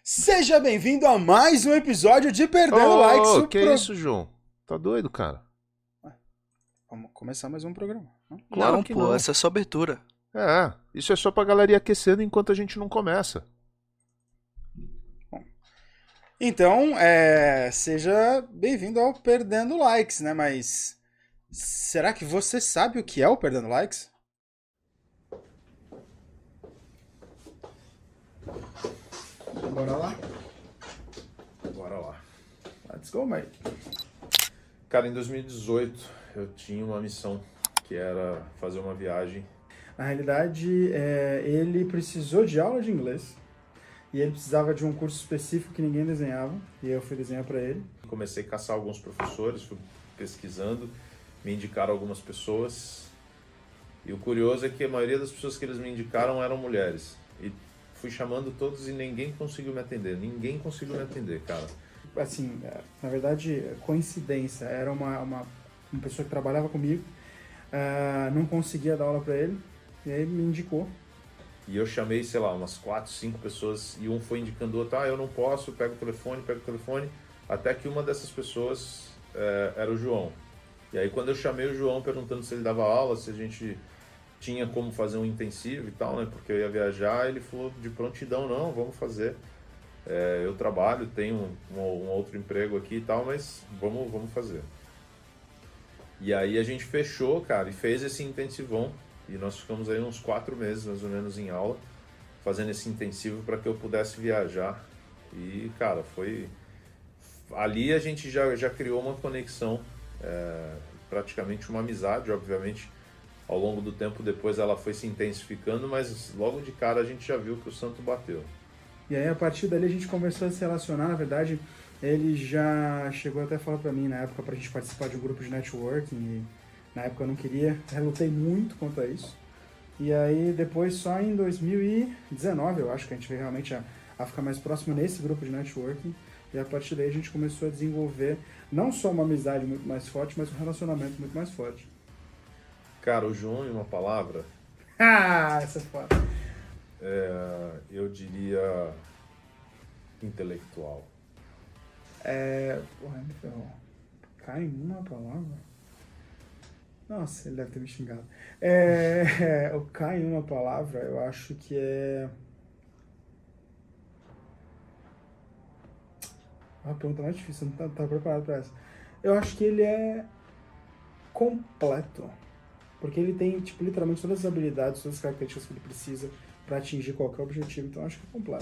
Seja bem-vindo a mais um episódio de Perdendo Ô, Likes. que isso, João? Tá doido, cara? Vamos começar mais um programa. Não? Claro Não, que pô, não. essa é só abertura. É, isso é só pra galera ir aquecendo enquanto a gente não começa. Então, seja bem-vindo ao Perdendo Likes, né? Mas será que você sabe o que é o Perdendo Likes? Bora lá? Bora lá. Let's go, mate. Cara, em 2018 eu tinha uma missão que era fazer uma viagem. Na realidade, ele precisou de aula de inglês e ele precisava de um curso específico que ninguém desenhava e eu fui desenhar para ele. Comecei a caçar alguns professores, fui pesquisando, me indicaram algumas pessoas. E o curioso é que a maioria das pessoas que eles me indicaram eram mulheres. E fui chamando todos e ninguém conseguiu me atender. Ninguém conseguiu me atender, cara. Assim, na verdade, coincidência. Era uma pessoa que trabalhava comigo, não conseguia dar aula para ele, e aí me indicou. E eu chamei, sei lá, umas 4, 5 pessoas e um foi indicando o outro, eu não posso, pega o telefone, até que uma dessas pessoas era o João. E aí quando eu chamei o João perguntando se ele dava aula, se a gente tinha como fazer um intensivo e tal, né, porque eu ia viajar, ele falou de prontidão, não, vamos fazer. Eu trabalho, tenho um outro emprego aqui e tal, mas vamos fazer. E aí a gente fechou, cara, e fez esse intensivão. E nós ficamos aí uns 4 meses, mais ou menos, em aula, fazendo esse intensivo para que eu pudesse viajar. E, cara, foi... Ali a gente já criou uma conexão, praticamente uma amizade, obviamente. Ao longo do tempo depois ela foi se intensificando, mas logo de cara a gente já viu que o santo bateu. E aí, a partir dali, a gente começou a se relacionar. Na verdade, ele já chegou até a falar pra mim, na época, pra gente participar de um grupo de networking. E na época eu não queria, relutei muito quanto a isso. E aí, depois, só em 2019, eu acho que a gente veio realmente a ficar mais próximo nesse grupo de networking. E a partir daí, a gente começou a desenvolver não só uma amizade muito mais forte, mas um relacionamento muito mais forte. Cara, o João, em uma palavra... Ah, essa é foda. Eu diria intelectual. Porra, me ferrou. Cai em uma palavra? Nossa, ele deve ter me xingado. O cai em uma palavra, eu acho que é... A pergunta mais difícil, eu não tava preparado pra essa. Eu acho que ele é completo. Porque ele tem, tipo, literalmente todas as habilidades, todas as características que ele precisa para atingir qualquer objetivo, então acho que é completo.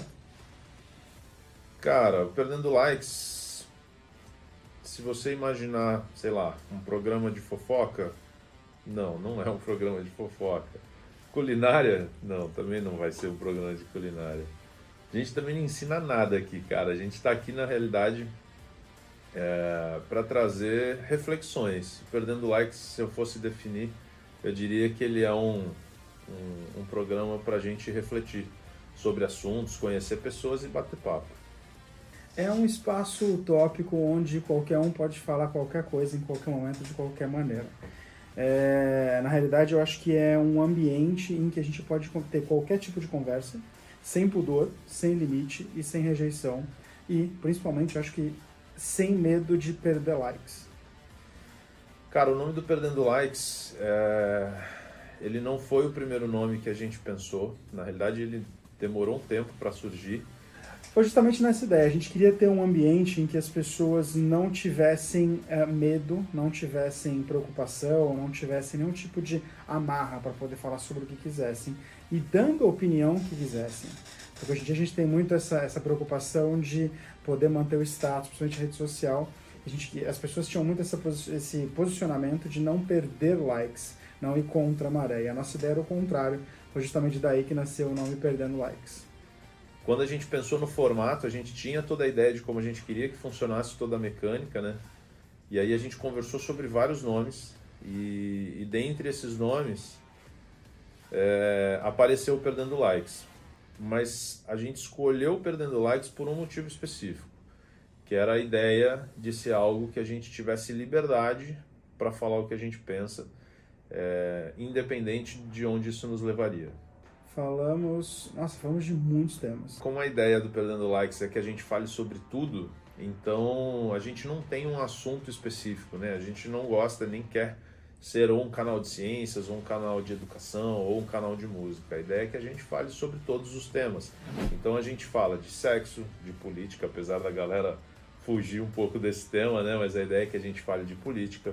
Cara, perdendo likes, se você imaginar, sei lá, um programa de fofoca, não é um programa de fofoca. Culinária, não, também não vai ser um programa de culinária. A gente também não ensina nada aqui, cara. A gente está aqui, na realidade, para trazer reflexões. Perdendo likes, se eu fosse definir, eu diria que ele é um programa para a gente refletir sobre assuntos, conhecer pessoas e bater papo. É um espaço utópico onde qualquer um pode falar qualquer coisa em qualquer momento, de qualquer maneira. Na realidade, eu acho que é um ambiente em que a gente pode ter qualquer tipo de conversa, sem pudor, sem limite e sem rejeição. E, principalmente, eu acho que sem medo de perder likes. Cara, o nome do Perdendo Likes, ele não foi o primeiro nome que a gente pensou. Na realidade, ele demorou um tempo para surgir. Foi justamente nessa ideia. A gente queria ter um ambiente em que as pessoas não tivessem medo, não tivessem preocupação, não tivessem nenhum tipo de amarra para poder falar sobre o que quisessem e dando a opinião que quisessem. Porque hoje em dia a gente tem muito essa preocupação de poder manter o status, principalmente a rede social. As pessoas tinham muito esse posicionamento de não perder likes, não ir contra a maré. E a nossa ideia era o contrário. Foi justamente daí que nasceu o nome Perdendo Likes. Quando a gente pensou no formato, a gente tinha toda a ideia de como a gente queria que funcionasse toda a mecânica, né? E aí a gente conversou sobre vários nomes e dentre esses nomes apareceu o Perdendo Likes. Mas a gente escolheu o Perdendo Likes por um motivo específico, que era a ideia de ser algo que a gente tivesse liberdade para falar o que a gente pensa, independente de onde isso nos levaria. Falamos de muitos temas. Como a ideia do Perdendo Likes é que a gente fale sobre tudo, então a gente não tem um assunto específico, né? A gente não gosta nem quer ser ou um canal de ciências, ou um canal de educação, ou um canal de música. A ideia é que a gente fale sobre todos os temas. Então a gente fala de sexo, de política, apesar da galera fugir um pouco desse tema, né? Mas a ideia é que a gente fale de política.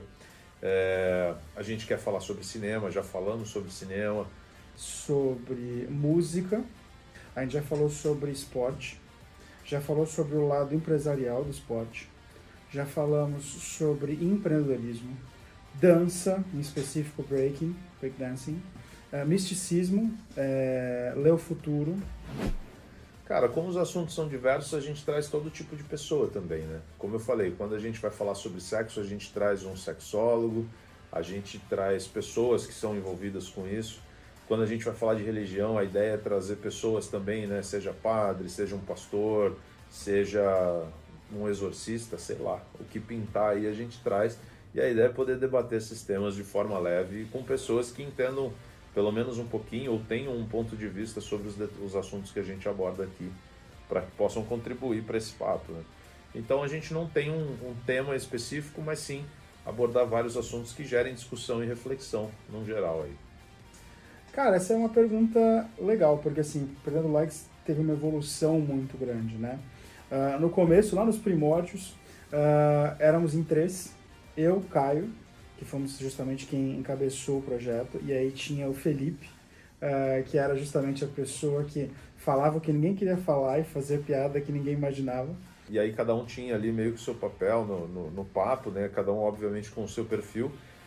A gente quer falar sobre cinema, já falamos sobre cinema. Sobre música, a gente já falou sobre esporte, já falou sobre o lado empresarial do esporte, já falamos sobre empreendedorismo, dança, em específico breakdancing, misticismo, ler o futuro. Cara, como os assuntos são diversos, a gente traz todo tipo de pessoa também, né? Como eu falei, quando a gente vai falar sobre sexo, a gente traz um sexólogo, a gente traz pessoas que são envolvidas com isso. Quando a gente vai falar de religião, a ideia é trazer pessoas também, né? Seja padre, seja um pastor, seja um exorcista, sei lá. O que pintar aí a gente traz. E a ideia é poder debater esses temas de forma leve e com pessoas que entendam pelo menos um pouquinho ou tenham um ponto de vista sobre os assuntos que a gente aborda aqui, para que possam contribuir para esse papo, né? Então a gente não tem um tema específico, mas sim abordar vários assuntos que gerem discussão e reflexão, no geral aí. Cara, essa é uma pergunta legal, porque assim, Perdendo Likes teve uma evolução muito grande, né? No começo, lá nos primórdios, éramos em 3, eu, Caio, que fomos justamente quem encabeçou o projeto, e aí tinha o Felipe, que era justamente a pessoa que falava o que ninguém queria falar e fazia piada que ninguém imaginava. E aí cada um tinha ali meio que o seu papel no papo, né? Cada um obviamente com o seu perfil.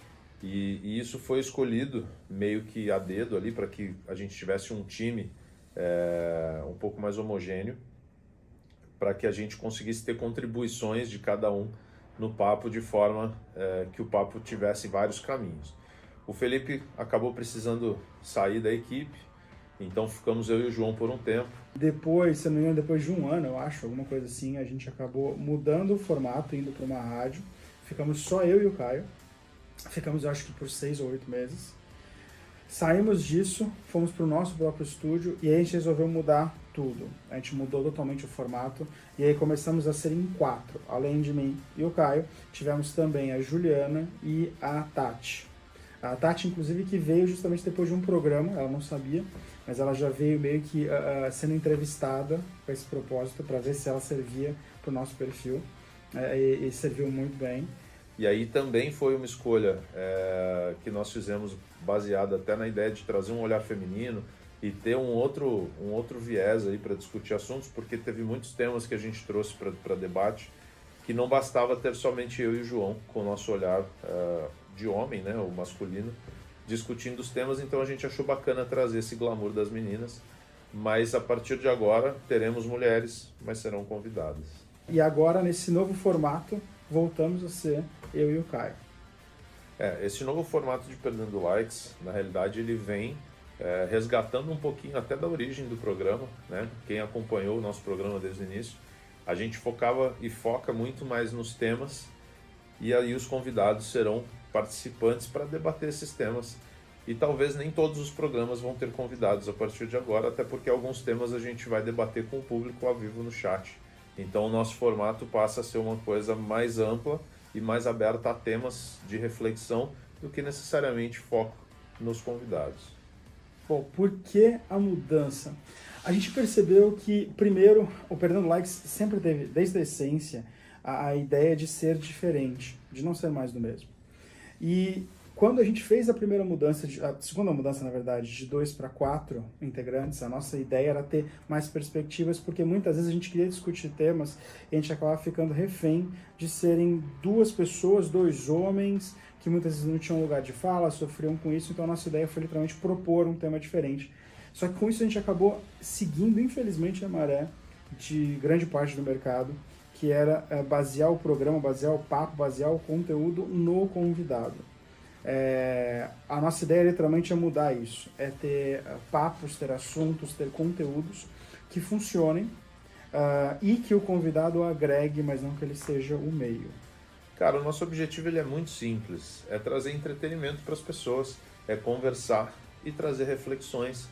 E isso foi escolhido meio que a dedo ali para que a gente tivesse um time um pouco mais homogêneo, para que a gente conseguisse ter contribuições de cada um no papo de forma que o papo tivesse vários caminhos. O Felipe acabou precisando sair da equipe, então ficamos eu e o João por um tempo. Depois, se não me engano, depois de um ano, eu acho, alguma coisa assim, a gente acabou mudando o formato, indo para uma rádio. Ficamos só eu e o Caio. Ficamos, eu acho que por 6 ou 8 meses. Saímos disso, fomos para o nosso próprio estúdio e aí a gente resolveu mudar tudo. A gente mudou totalmente o formato e aí começamos a ser em 4. Além de mim e o Caio, tivemos também a Juliana e a Tati. A Tati, inclusive, que veio justamente depois de um programa, ela não sabia, mas ela já veio meio que sendo entrevistada com esse propósito para ver se ela servia para o nosso perfil e serviu muito bem. E aí também foi uma escolha que nós fizemos baseada até na ideia de trazer um olhar feminino e ter um outro viés aí para discutir assuntos, porque teve muitos temas que a gente trouxe para debate que não bastava ter somente eu e o João com o nosso olhar de homem, né, o masculino, discutindo os temas. Então a gente achou bacana trazer esse glamour das meninas, mas a partir de agora teremos mulheres, mas serão convidadas. E agora, nesse novo formato, voltamos a ser eu e o Caio. Esse novo formato de Perdendo Likes, na realidade, ele vem resgatando um pouquinho até da origem do programa, né? Quem acompanhou o nosso programa desde o início, a gente focava e foca muito mais nos temas, e aí os convidados serão participantes para debater esses temas. E talvez nem todos os programas vão ter convidados a partir de agora, até porque alguns temas a gente vai debater com o público ao vivo no chat. Então o nosso formato passa a ser uma coisa mais ampla e mais aberta a temas de reflexão do que necessariamente foco nos convidados. Bom, por que a mudança? A gente percebeu que, primeiro, o Perdendo Likes sempre teve, desde a essência, a ideia de ser diferente, de não ser mais do mesmo. E quando a gente fez a primeira mudança, a segunda mudança, na verdade, de 2 para 4 integrantes, a nossa ideia era ter mais perspectivas, porque muitas vezes a gente queria discutir temas e a gente acabava ficando refém de serem 2 pessoas, 2 homens, que muitas vezes não tinham lugar de fala, sofriam com isso, então a nossa ideia foi literalmente propor um tema diferente. Só que com isso a gente acabou seguindo, infelizmente, a maré de grande parte do mercado, que era basear o programa, basear o papo, basear o conteúdo no convidado. A nossa ideia literalmente é mudar isso, é ter papos, ter assuntos, ter conteúdos que funcionem e que o convidado agregue, mas não que ele seja o meio. Cara, o nosso objetivo ele é muito simples, é trazer entretenimento para as pessoas, é conversar e trazer reflexões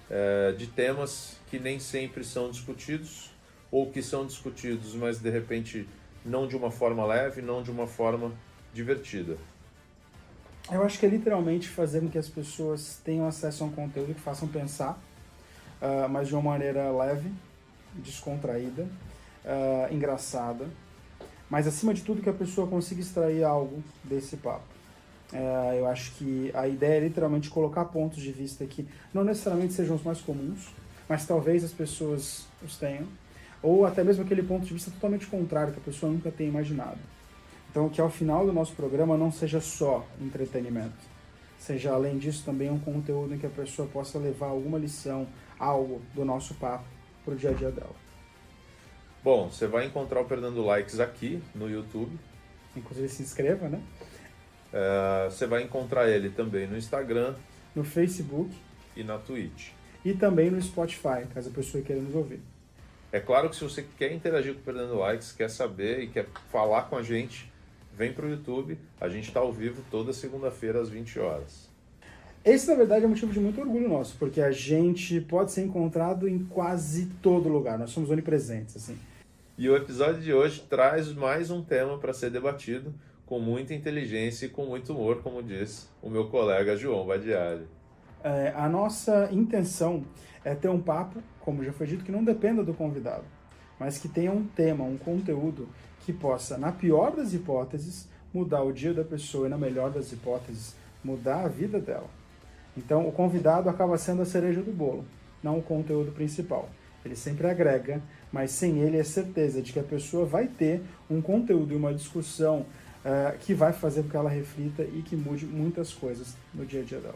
de temas que nem sempre são discutidos, ou que são discutidos, mas de repente não de uma forma leve, não de uma forma divertida. Eu acho que é literalmente fazer com que as pessoas tenham acesso a um conteúdo que façam pensar, mas de uma maneira leve, descontraída, engraçada, mas acima de tudo que a pessoa consiga extrair algo desse papo. Eu acho que a ideia é literalmente colocar pontos de vista que não necessariamente sejam os mais comuns, mas talvez as pessoas os tenham, ou até mesmo aquele ponto de vista totalmente contrário que a pessoa nunca tenha imaginado. Então, que ao final do nosso programa não seja só entretenimento, seja além disso também um conteúdo em que a pessoa possa levar alguma lição, algo do nosso papo para o dia a dia dela. Bom, você vai encontrar o Perdendo Likes aqui no YouTube. Inclusive se inscreva, né? Você vai encontrar ele também no Instagram, no Facebook e na Twitch. E também no Spotify, caso a pessoa queira nos ouvir. É claro que se você quer interagir com o Perdendo Likes, quer saber e quer falar com a gente, vem para o YouTube. A gente está ao vivo toda segunda-feira às 20 horas. Esse, na verdade, é um motivo de muito orgulho nosso, porque a gente pode ser encontrado em quase todo lugar. Nós somos onipresentes, assim. E o episódio de hoje traz mais um tema para ser debatido com muita inteligência e com muito humor, como diz o meu colega João Badiali. A nossa intenção é ter um papo, como já foi dito, que não dependa do convidado, mas que tenha um tema, um conteúdo que possa, na pior das hipóteses, mudar o dia da pessoa e, na melhor das hipóteses, mudar a vida dela. Então, o convidado acaba sendo a cereja do bolo, não o conteúdo principal. Ele sempre agrega, mas sem ele é certeza de que a pessoa vai ter um conteúdo e uma discussão que vai fazer com que ela reflita e que mude muitas coisas no dia a dia dela.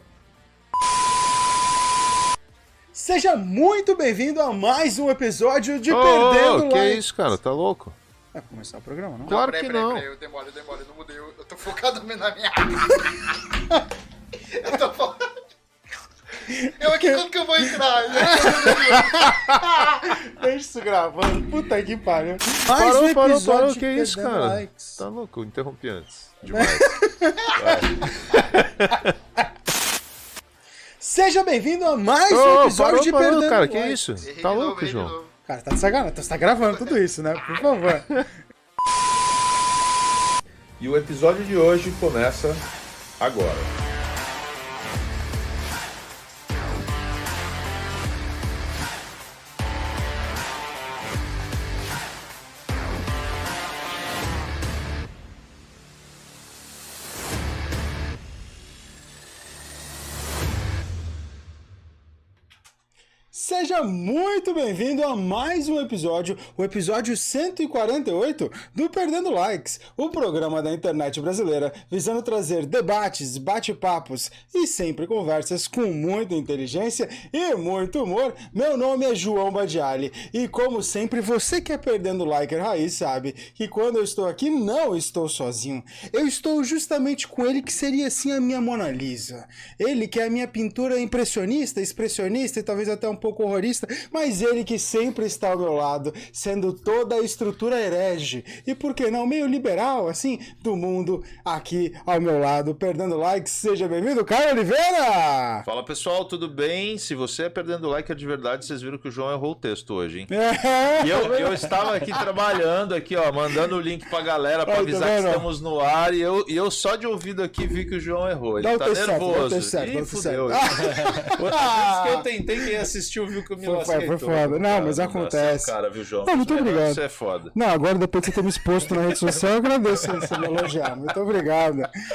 Seja muito bem-vindo a mais um episódio de Perdendo Que Likes. é isso, cara? Tá louco? Vai começar o programa, não? Claro que não. Peraí, eu demoro, não mudei. Eu tô focado na minha... Eu tô focado... Eu aqui, quando que eu vou entrar? Deixa isso gravando. Puta que pariu. Parou, que é isso, cara? Likes. Tá louco, eu interrompi antes. Demais. Seja bem-vindo a mais um episódio de Perdendo cara, Likes. que é isso? Tá louco, João? Cara, tá de sacanagem. Você tá gravando tudo isso, né? Por favor. E o episódio de hoje começa agora. Seja muito bem-vindo a mais um episódio, o episódio 148 do Perdendo Likes, o programa da internet brasileira visando trazer debates, bate-papos e sempre conversas com muita inteligência e muito humor. Meu nome é João Badiali e, como sempre, você que é Perdendo Liker raiz sabe que quando eu estou aqui não estou sozinho. Eu estou justamente com ele que seria assim a minha Mona Lisa. Ele que é a minha pintura impressionista, expressionista e talvez até um pouco horrorista, mas ele que sempre está ao meu lado, sendo toda a estrutura herege e, por que não, meio liberal, assim, do mundo aqui ao meu lado, Perdendo Likes. Seja bem-vindo, Caio Oliveira! Fala, pessoal, tudo bem? Se você é Perdendo Like de verdade, vocês viram que o João errou o texto hoje, hein? E eu estava aqui trabalhando, aqui, ó, mandando o link pra galera pra avisar que estamos no ar e eu só de ouvido aqui vi que o João errou. Ele tá nervoso. Ih, fudeu. Por que eu tentei, quem assistiu viu que eu me lasquei. Foi foda. Não, mas acontece. Cara, viu, João? Não, muito obrigado. Você é foda. Não, agora depois de você ter me exposto na rede social, eu agradeço você me elogiar. Muito obrigado.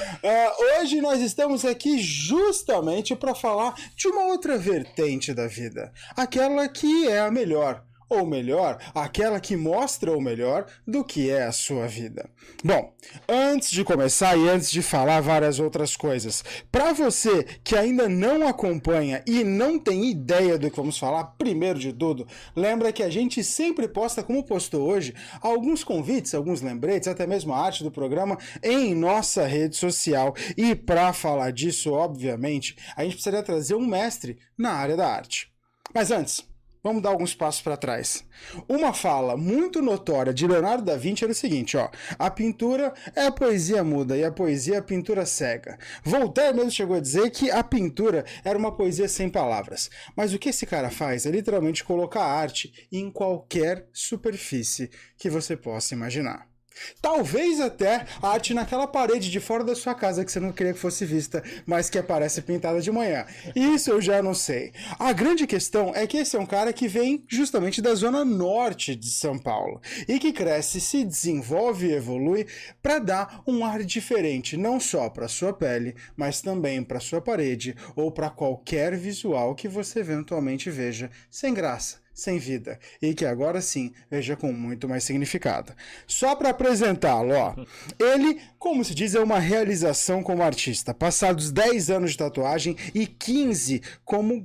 Hoje nós estamos aqui justamente para falar de uma outra vertente da vida. Aquela que é a melhor. Ou melhor, aquela que mostra o melhor do que é a sua vida. Bom, antes de começar e antes de falar várias outras coisas, para você que ainda não acompanha e não tem ideia do que vamos falar, primeiro de tudo, lembra que a gente sempre posta, como postou hoje, alguns convites, alguns lembretes, até mesmo a arte do programa em nossa rede social. E para falar disso, obviamente, a gente precisaria trazer um mestre na área da arte. Mas antes, Vamos dar alguns passos para trás. Uma fala muito notória de Leonardo da Vinci era o seguinte, ó: a pintura é a poesia muda e a poesia é a pintura cega. Voltaire mesmo chegou a dizer que a pintura era uma poesia sem palavras. Mas o que esse cara faz é literalmente colocar a arte em qualquer superfície que você possa imaginar. Talvez até a arte naquela parede de fora da sua casa que você não queria que fosse vista, mas que aparece pintada de manhã. Isso eu já não sei. A grande questão é que esse é um cara que vem justamente da zona norte de São Paulo e que cresce, se desenvolve e evolui para dar um ar diferente, não só para sua pele, mas também para sua parede ou para qualquer visual que você eventualmente veja sem graça, sem vida, e que agora sim veja com muito mais significado. Só para apresentá-lo, ó, ele, como se diz, é uma realização como artista, passados 10 anos de tatuagem e 15 como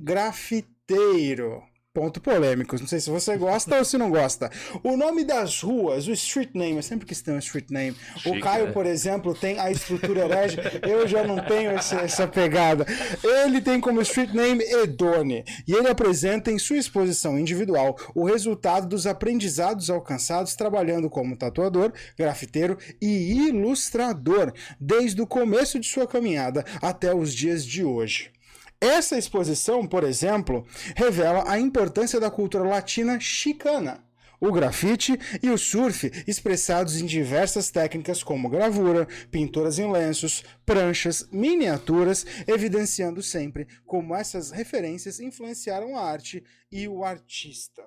grafiteiro. Ponto polêmico, não sei se você gosta ou se não gosta. O nome das ruas, o street name, eu sempre quis ter um street name. Chique, o Caio, né? por exemplo, tem a estrutura herege, eu já não tenho essa pegada. Ele tem como street name Edone, e ele apresenta em sua exposição individual o resultado dos aprendizados alcançados trabalhando como tatuador, grafiteiro e ilustrador, desde o começo de sua caminhada até os dias de hoje. Essa exposição, por exemplo, revela a importância da cultura latina chicana, o grafite e o surf expressados em diversas técnicas como gravura, pinturas em lenços, pranchas, miniaturas, evidenciando sempre como essas referências influenciaram a arte e o artista.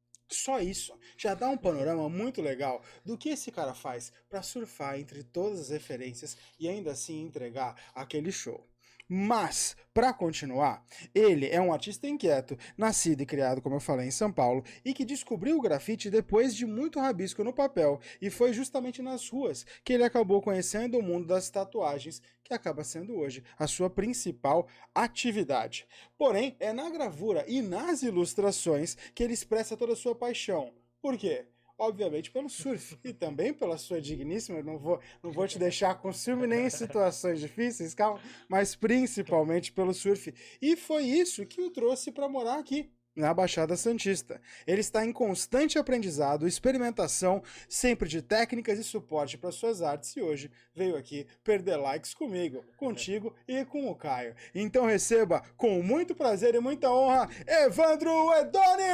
Só isso já dá um panorama muito legal do que esse cara faz para surfar entre todas as referências e ainda assim entregar aquele show. Mas, para continuar, ele é um artista inquieto, nascido e criado, como eu falei, em São Paulo, e que descobriu o grafite depois de muito rabisco no papel, e foi justamente nas ruas que ele acabou conhecendo o mundo das tatuagens, que acaba sendo hoje a sua principal atividade. Porém, é na gravura e nas ilustrações que ele expressa toda a sua paixão. Por quê? Obviamente pelo surf e também pela sua digníssima, eu não vou te deixar com ciúme nem em situações difíceis, calma, mas principalmente pelo surf. E foi isso que o trouxe para morar aqui, na Baixada Santista. Ele está em constante aprendizado, experimentação, sempre de técnicas e suporte para suas artes, e hoje veio aqui perder likes comigo, contigo e com o Caio. Então receba com muito prazer e muita honra, Evandro Edone!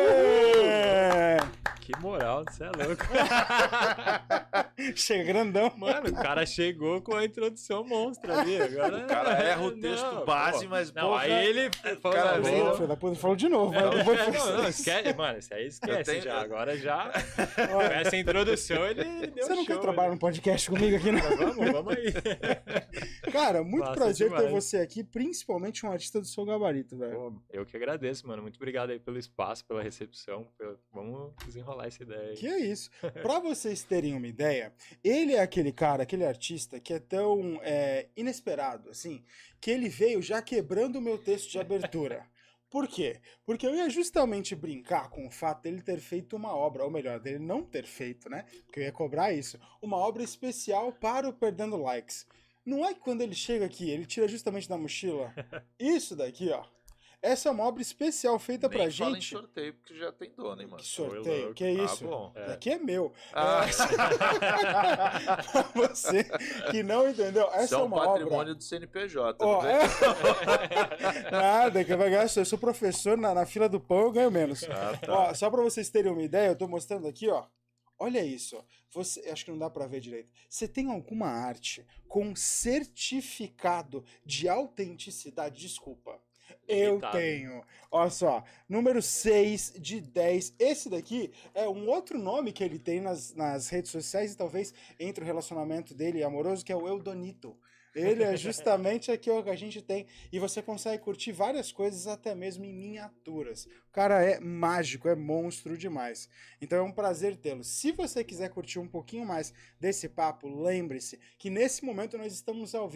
Que moral, você é louco. Chega grandão. Mano, o cara chegou com a introdução monstra ali. Agora... O cara erra o texto Não, base, pô. mas Não, porra, aí ele falou, cara, não, vem, vou- Filho da puta, falou de novo. Mas não vou não, esquece, mano, isso aí esquece Eu tenho- já. Agora já, com essa introdução ele deu Você não show, quer trabalhar no podcast comigo aqui, não? Vamos aí. Cara, muito Massa prazer ter demais. você aqui, principalmente um artista do seu gabarito, velho. Pô, eu que agradeço, mano. Muito obrigado aí pelo espaço, pela recepção. Vamos desenrolar essa ideia aí. Que é isso. Pra vocês terem uma ideia, ele é aquele cara, aquele artista que é tão inesperado, assim, que ele veio já quebrando o meu texto de abertura. Por quê? Porque eu ia justamente brincar com o fato dele ter feito uma obra, ou melhor, dele não ter feito, né? Porque eu ia cobrar isso. Uma obra especial para o Perdendo Likes. Não é que quando ele chega aqui, ele tira justamente da mochila isso daqui, ó. Essa é uma obra especial feita nem pra fala em gente. sorteio, porque já tem dono, hein, mano. Que sorteio, louco. que é isso? Ah, bom. Daqui é meu. Ah. Pra você que não entendeu, essa Isso é é um uma patrimônio obra. do CNPJ. Ó, não vem? Nada, que vai ganhar. Eu sou professor na fila do pão, eu ganho menos. Ah, tá. Ó, só pra vocês terem uma ideia, eu tô mostrando aqui, ó. Olha isso. Você, acho que não dá pra ver direito. Você tem alguma arte com certificado de autenticidade? Desculpa. Eu Limitado. tenho. Olha só, número 6 de 10. Esse daqui é um outro nome que ele tem nas redes sociais e talvez entre o relacionamento dele amoroso, que é o Eudonito. Ele é justamente aquilo que a gente tem. E você consegue curtir várias coisas, até mesmo em miniaturas. O cara é mágico, é monstro demais. Então é um prazer tê-lo. Se você quiser curtir um pouquinho mais desse papo, lembre-se que nesse momento nós estamos ao vivo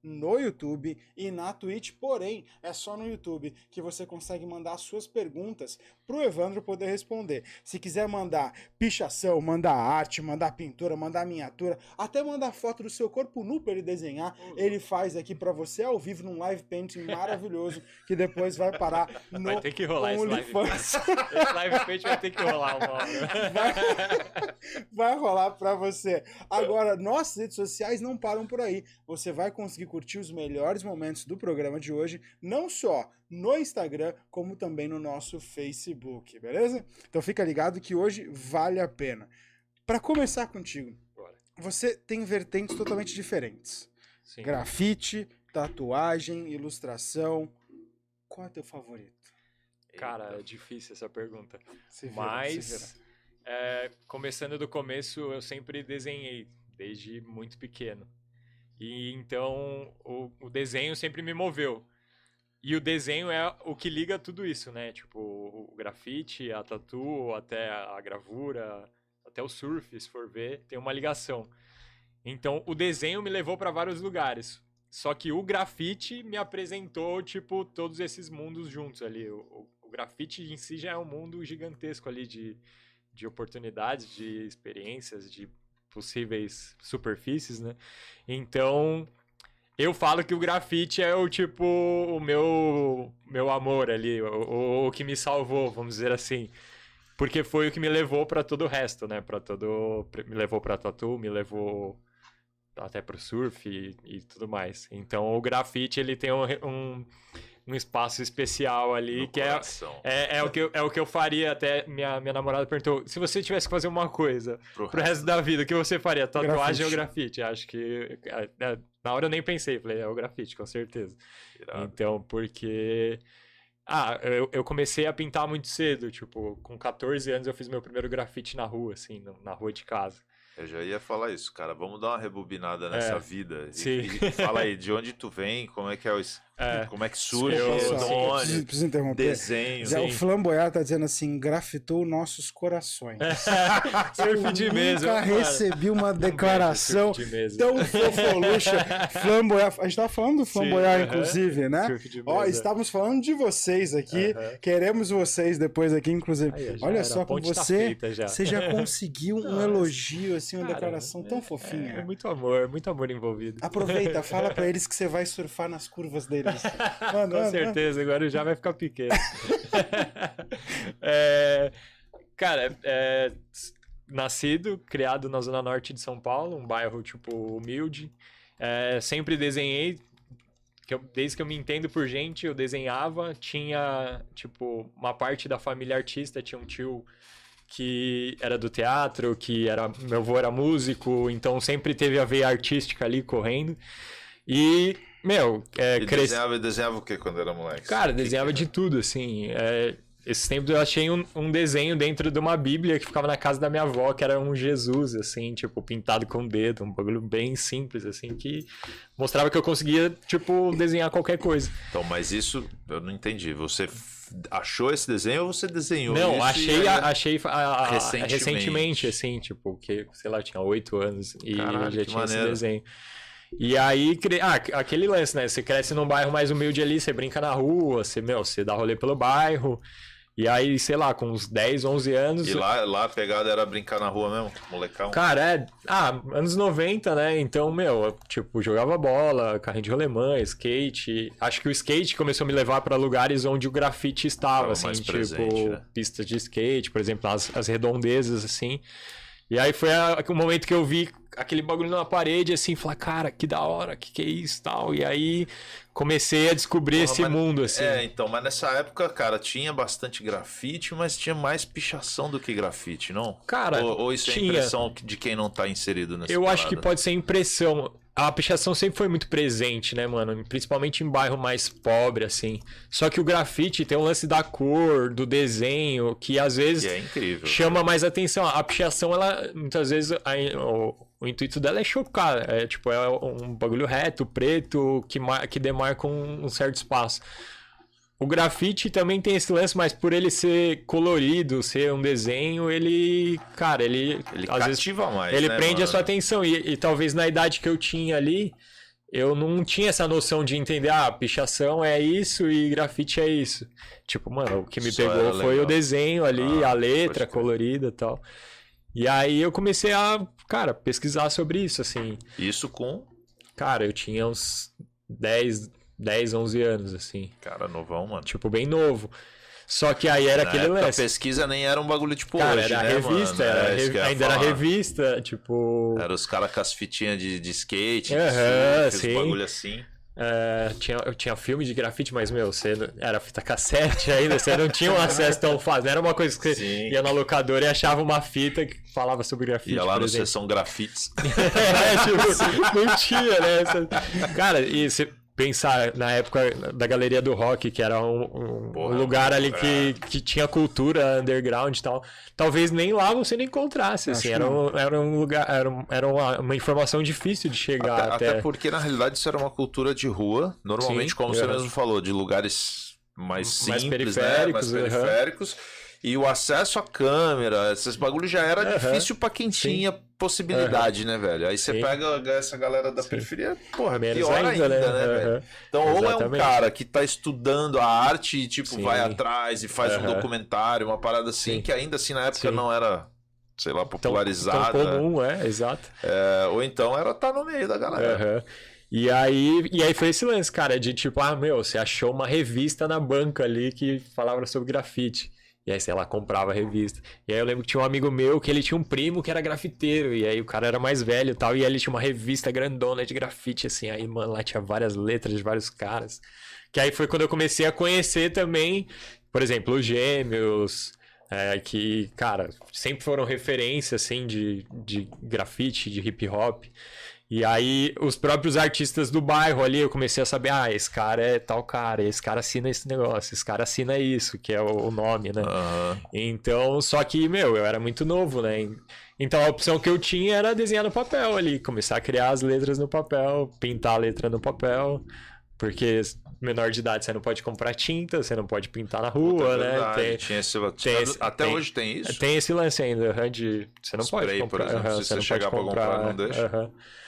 no YouTube e na Twitch, porém, é só no YouTube que você consegue mandar suas perguntas pro Evandro poder responder. Se quiser mandar pichação, mandar arte, mandar pintura, mandar miniatura, até mandar foto do seu corpo nu pra ele desenhar, ele faz aqui pra você ao vivo num live painting maravilhoso que depois vai parar no Vai ter que rolar esse live paint. Esse live paint vai ter que rolar uma hora. Vai rolar pra você. Agora, nossas redes sociais não param por aí. Você vai conseguir curtir os melhores momentos do programa de hoje, não só no Instagram, como também no nosso Facebook, beleza? Então fica ligado que hoje vale a pena. Pra começar contigo, Bora. você tem vertentes totalmente diferentes. Sim. Grafite, tatuagem, ilustração. Qual é teu favorito? Cara, é difícil essa pergunta. Se vira, se vira. Mas, começando do começo, eu sempre desenhei, desde muito pequeno. E então, o desenho sempre me moveu. E o desenho é o que liga tudo isso, né? Tipo, o grafite, a tatu, até a gravura, até o surf, se for ver, tem uma ligação. Então, o desenho me levou para vários lugares. Só que o grafite me apresentou, tipo, todos esses mundos juntos ali. O grafite em si já é um mundo gigantesco ali de oportunidades, de experiências, de possíveis superfícies, né? Então, eu falo que o grafite é o meu amor ali, o que me salvou, vamos dizer assim. Porque foi o que me levou para todo o resto, né? Me levou para tatu, me levou até pro surf e tudo mais. Então o grafite ele tem um espaço especial ali, No que coração. é o que eu faria. Até minha namorada perguntou, se você tivesse que fazer uma coisa pro resto da vida, o que você faria? Tatuagem ou grafite? Acho que na hora eu nem pensei, falei, é o grafite, com certeza. Irado. Então, porque eu comecei a pintar muito cedo, tipo, com 14 anos eu fiz meu primeiro grafite na rua, assim, na rua de casa. Eu já ia falar isso, cara. Vamos dar uma rebobinada nessa vida. Sim. E fala aí, de onde tu vem, como é que como é que surge, Desculpa, de pessoal, onde, preciso interromper. desenho. Já o Sim. Flamboyant tá dizendo assim, grafitou nossos corações. Surf de mesa. Nunca mano. recebi uma declaração Surf de mesa. tão fofolucha. Flamboyant, a gente tava falando do Flamboyant, Sim, inclusive, né? Surf de Ó, mesa. estávamos falando de vocês aqui, queremos vocês depois aqui, inclusive. Aí, já Olha era, só a como ponte tá você, feita já. você já conseguiu um Nossa. elogio, assim, uma Cara, declaração tão fofinha. É muito amor envolvido. Aproveita, fala pra eles que você vai surfar nas curvas deles. Mano, Com certeza, agora já vai ficar pequeno. Cara, nascido, criado na zona norte de São Paulo, um bairro, tipo, humilde. Sempre desenhei, desde que eu me entendo por gente, eu desenhava. Tinha, tipo, uma parte da família artista, tinha um tio que era do teatro, meu avô era músico, então sempre teve a veia artística ali correndo. E, E desenhava o que quando era moleque? cara, desenhava de tudo, assim. Esses tempos eu achei um desenho dentro de uma bíblia que ficava na casa da minha avó, que era um Jesus, assim, tipo, pintado com o dedo, um bagulho bem simples, assim, que mostrava que eu conseguia, tipo, desenhar qualquer coisa. Então, mas isso eu não entendi. Você achou esse desenho ou você desenhou Não, isso? achei Recentemente. recentemente, assim, tipo, que, sei lá, eu tinha 8 anos e Caralho, já que tinha esse maneiro. desenho. E aí, aquele lance, né? Você cresce num bairro mais humilde ali, você brinca na rua, você dá rolê pelo bairro. E aí, sei lá, com uns 10, 11 anos... E lá a pegada era brincar na rua mesmo, molecão? Cara, anos 90, né? Então, eu, tipo, jogava bola, carrinho de rolemã, skate. Acho que o skate começou a me levar pra lugares onde o grafite estava, Tava assim, mais tipo, presente, né? pistas de skate, por exemplo, as redondezas, assim. E aí foi o momento que eu vi aquele bagulho na parede, assim, falar, cara, que da hora, que é isso e tal. E aí comecei a descobrir esse mundo, assim. Então, mas nessa época, cara, tinha bastante grafite, mas tinha mais pichação do que grafite, não? Cara, ou isso é tinha. impressão de quem não tá inserido nessa Eu acho que parada? pode ser impressão. A pichação sempre foi muito presente, né, mano? Principalmente em bairro mais pobre, assim. Só que o grafite tem o lance da cor, do desenho, que às vezes E é incrível. chama mais atenção. A pichação, ela, muitas vezes, o intuito dela é chocar. É tipo, é um bagulho reto, preto, que demarca um certo espaço. O grafite também tem esse lance, mas por ele ser colorido, ser um desenho, ele Ele às vezes cativa mais, ele né, prende mano? a sua atenção. E talvez na idade que eu tinha ali, eu não tinha essa noção de entender, pichação é isso e grafite é isso. Tipo, mano, o que me Só pegou era foi legal. o desenho ali, a letra pode crer. colorida e tal. E aí eu comecei a, cara, pesquisar sobre isso, assim. Isso com... Cara, eu tinha uns 10, 11 anos, assim. Cara, novão, mano. Tipo, bem novo. Só que aí era Na aquele época, a lance. pesquisa nem era um bagulho tipo Cara, hoje, era né, revista, mano? É, isso que eu ia ainda era falar. revista, tipo... Era os caras com as fitinhas de skate, de Aham, surf, sim. os bagulho assim. Eu tinha filme de grafite, mas, meu, era fita cassete ainda, você não tinha um acesso tão fácil. Não era uma coisa que você Sim. ia na locadora e achava uma fita que falava sobre grafite, Ia lá por no exemplo. Sessão Grafites. Tipo, não tinha, né? Cara, e você pensar na época da Galeria do Rock, que era um Porra, lugar ali que tinha cultura underground e tal, talvez nem lá você não encontrasse, assim, era um lugar, era uma informação difícil de chegar Até porque, na realidade, isso era uma cultura de rua, normalmente, Sim, como você mesmo falou, de lugares mais simples, periféricos, né? Mais periféricos. E o acesso à câmera, esses bagulhos já era difícil pra quem tinha possibilidade, né, velho? Aí você pega essa galera da periferia, porra, Menos pior ainda, né, velho? Então, ou é um Exatamente. cara que tá estudando a arte e, tipo, Sim. vai atrás e faz um documentário, uma parada assim, Sim. que ainda assim na época Sim. não era, sei lá, popularizada. Tão comum, exato. Ou então era tá no meio da galera. E aí foi esse lance, cara, de tipo, você achou uma revista na banca ali que falava sobre grafite. E aí, sei lá, comprava a revista. E aí eu lembro que tinha um amigo meu que ele tinha um primo que era grafiteiro. E aí o cara era mais velho e tal. E aí ele tinha uma revista grandona de grafite, assim. Aí, mano, lá tinha várias letras de vários caras. Que aí foi quando eu comecei a conhecer também, por exemplo, os Gêmeos, que, cara, sempre foram referência, assim, de grafite, de hip hop. E aí, os próprios artistas do bairro ali, eu comecei a saber, esse cara é tal cara, esse cara assina esse negócio, esse cara assina isso, que é o nome, né? Então, só que, meu, eu era muito novo, né? Então, a opção que eu tinha era desenhar no papel ali, começar a criar as letras no papel, pintar a letra no papel, porque menor de idade você não pode comprar tinta, você não pode pintar na rua, né? Até hoje tem isso? Tem esse lance ainda, de você não Spray, pode comprar. por exemplo, se você chegar pra comprar, não deixa.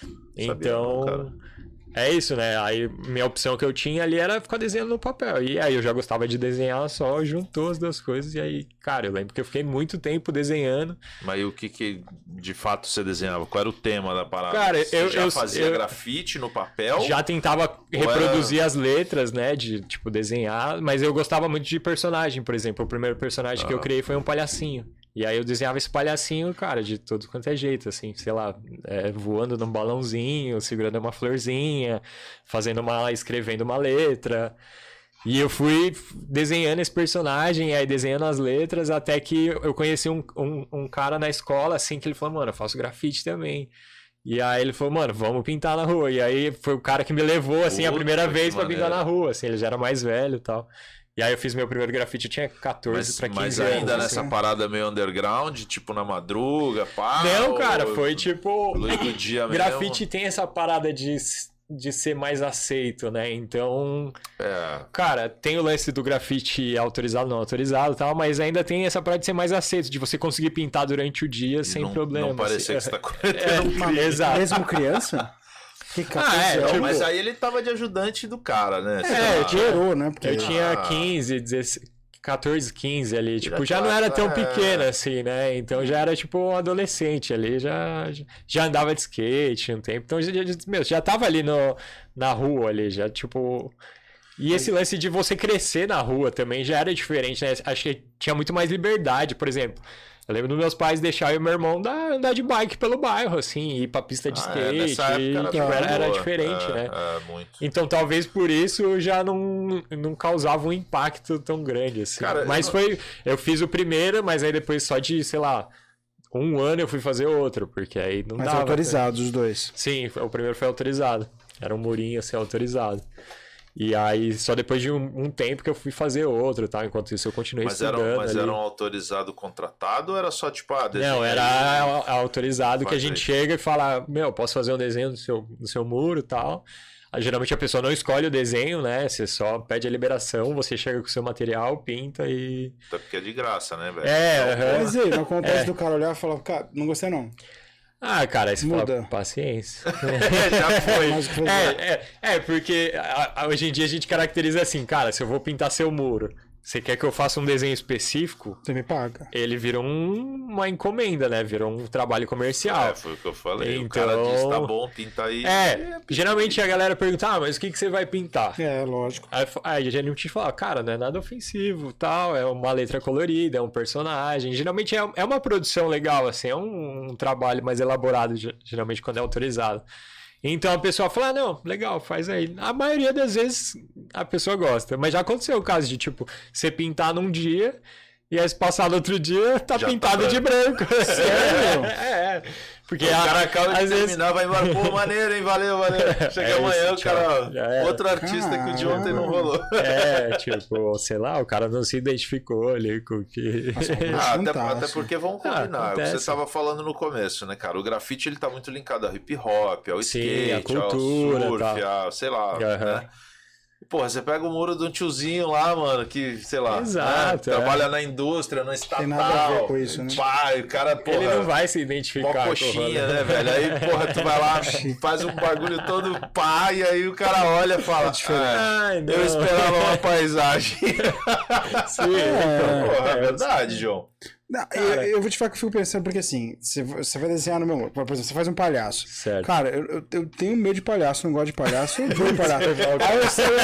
Então, é isso, né? Aí minha opção que eu tinha ali era ficar desenhando no papel. E aí eu já gostava de desenhar, só juntou as duas coisas. E aí, cara, eu lembro que eu fiquei muito tempo desenhando. Mas e o que de fato você desenhava? Qual era o tema da parada? Cara, você já fazia grafite no papel? Já tentava reproduzir as letras, né? De, tipo, desenhar. Mas eu gostava muito de personagem, por exemplo. O primeiro personagem que eu criei foi um palhacinho. E aí eu desenhava esse palhacinho, cara, de todo quanto é jeito, assim, sei lá, voando num balãozinho, segurando uma florzinha, escrevendo uma letra. E eu fui desenhando esse personagem, aí desenhando as letras, até que eu conheci um cara na escola, assim, que ele falou, mano, eu faço grafite também. E aí ele falou, mano, vamos pintar na rua. E aí foi o cara que me levou, assim, a primeira vez pra pintar na rua, assim, ele já era mais velho e tal. E aí eu fiz meu primeiro grafite, eu tinha 14 pra 15 anos. Mas ainda nessa assim. parada meio underground, tipo na madruga, pá? Não, cara, foi tipo... Luz do dia mesmo? Grafite tem essa parada de ser mais aceito, né? Então, cara, tem o lance do grafite autorizado, não autorizado e tal, mas ainda tem essa parada de ser mais aceito, de você conseguir pintar durante o dia sem problema. Não parecer assim. que você tá cometendo Exato. Mesmo criança? Que 14 Não, anos. mas aí ele tava de ajudante do cara, né? Gerou, né? Porque Eu tinha 15, 16, 14, 15 ali, tipo, já tá- não era tão pequeno assim, né? Então já era tipo um adolescente ali, já andava de skate um tempo. Então já tava ali na rua ali, já tipo... E esse lance de você crescer na rua também já era diferente, né? Acho que tinha muito mais liberdade, por exemplo. Eu lembro dos meus pais deixar eu e meu irmão andar de bike pelo bairro, assim, ir pra pista de skate. Nessa época Era diferente, né? Muito. Então talvez por isso já não causava um impacto tão grande, assim. Cara, mas eu fiz o primeiro, mas aí depois só de, sei lá, um ano eu fui fazer outro, porque aí não Mas dava. autorizados os dois. Sim, o primeiro foi autorizado. Era um murinho, assim, autorizado. E aí, só depois de um tempo que eu fui fazer outro, tá? Enquanto isso eu continuei estudando. Mas era um autorizado contratado ou era só tipo, Não, era autorizado que a gente Fazer. chega e fala, posso fazer um desenho no seu muro e tal. Aí, geralmente a pessoa não escolhe o desenho, né? Você só pede a liberação, você chega com o seu material, pinta e... Até porque é de graça, né, velho? Mas aí, não acontece do cara olhar e falar, cara, não gostei não. Ah, cara, aí você Muda. fala, paciência. Já foi. Mas o que fazer? Porque hoje em dia a gente caracteriza assim, cara, se eu vou pintar seu muro, você quer que eu faça um desenho específico? Você me paga. Ele virou uma encomenda, né? Virou um trabalho comercial. Foi o que eu falei. O Então- cara disse, tá bom, pinta aí. Geralmente a galera pergunta, mas o que você vai pintar? É, lógico. Aí a gente fala, cara, não é nada ofensivo, tal, é uma letra colorida, é um personagem. Geralmente é uma produção legal, assim, é um trabalho mais elaborado, geralmente quando é autorizado. Então a pessoa fala, não, legal, faz aí. A maioria das vezes a pessoa gosta, mas já aconteceu o caso de, tipo, você pintar num dia e aí se passar no outro dia, tá Já tá pintado de branco. Sério? Porque o cara acaba de terminar, vai embora. Pô, maneiro, hein? Valeu. Chega amanhã, isso, o cara. já é. Outro artista que o de ontem não rolou. Tipo, sei lá, o cara não se identificou ali com o que. Até porque vamos combinar. O que você estava falando no começo, né, cara? O grafite ele tá muito linkado ao hip hop, ao Sim, skate, à cultura, ao surf, tal. sei lá, Aham. né? Porra, você pega o muro de um tiozinho lá, mano, que, sei lá, Exato, né? Trabalha na indústria, no estatal. Tem nada a ver com isso, né? Pai, o cara, porra, Ele não vai se mó identificar com o coxinha, rolê. né, velho? Aí, porra, tu vai lá, faz um bagulho todo pá, e aí o cara olha e fala, Ai, não. eu esperava uma paisagem. Sim, Porra, é verdade, João. Não, eu vou te falar que eu fico pensando, porque assim, você vai desenhar no meu muro. Por exemplo, você faz um palhaço. Certo. Cara, eu tenho medo de palhaço, não gosto de palhaço, eu vou de palhaço. Aí eu sei.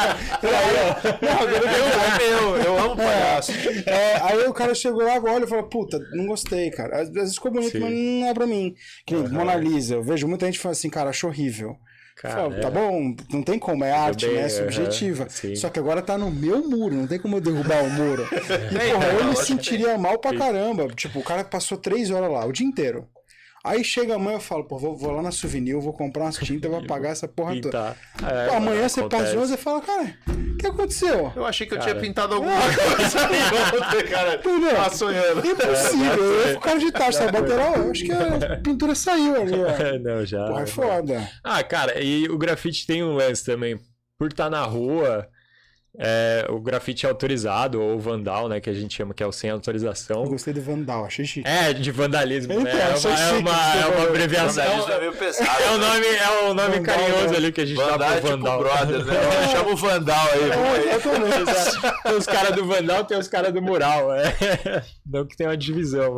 Eu amo palhaço. Aí o cara chegou lá, olha e falou, puta, não gostei, cara. Às vezes ficou bonito, Sim. mas não é pra mim. Que nem Mona Lisa, eu vejo muita gente falando assim, cara, achou horrível. Cara, Fala, tá bom, não tem como, é arte, bem, né? É aham, subjetiva. sim. Só que agora tá no meu muro, não tem como eu derrubar o muro. E, porra, eu me sentiria mal pra caramba. Tipo, o cara passou 3 horas lá, o dia inteiro. Aí chega amanhã eu falo, pô, vou lá na Souvenir, vou comprar umas tintas, vou apagar essa porra toda. Pintar. Pô, amanhã você passa 11 e fala, cara, o que aconteceu? Eu achei que eu tinha Cara. pintado alguma coisa aí ontem, cara. Entendeu? Tá sonhando. Impossível, eu ia ficar de tarde, sabe? Lateral, eu acho que a pintura saiu ali, ó. Não, já. Porra, é foda. Cara, e o grafite tem um lance também. Por estar na rua, o grafite é autorizado, ou vandal, né, que a gente chama, que é o sem autorização. Eu gostei do Vandal, achei chique. De vandalismo, Então, né? achei chique, É uma você abreviação. Vandalismo é meio pesado. É o nome Vandal, carinhoso né? ali que a gente dá Vandal é pro tipo Vandal. brother, né? Chama o Vandal aí. Exatamente. Tem os caras do Vandal, tem os caras do Mural. Não que tenha uma divisão,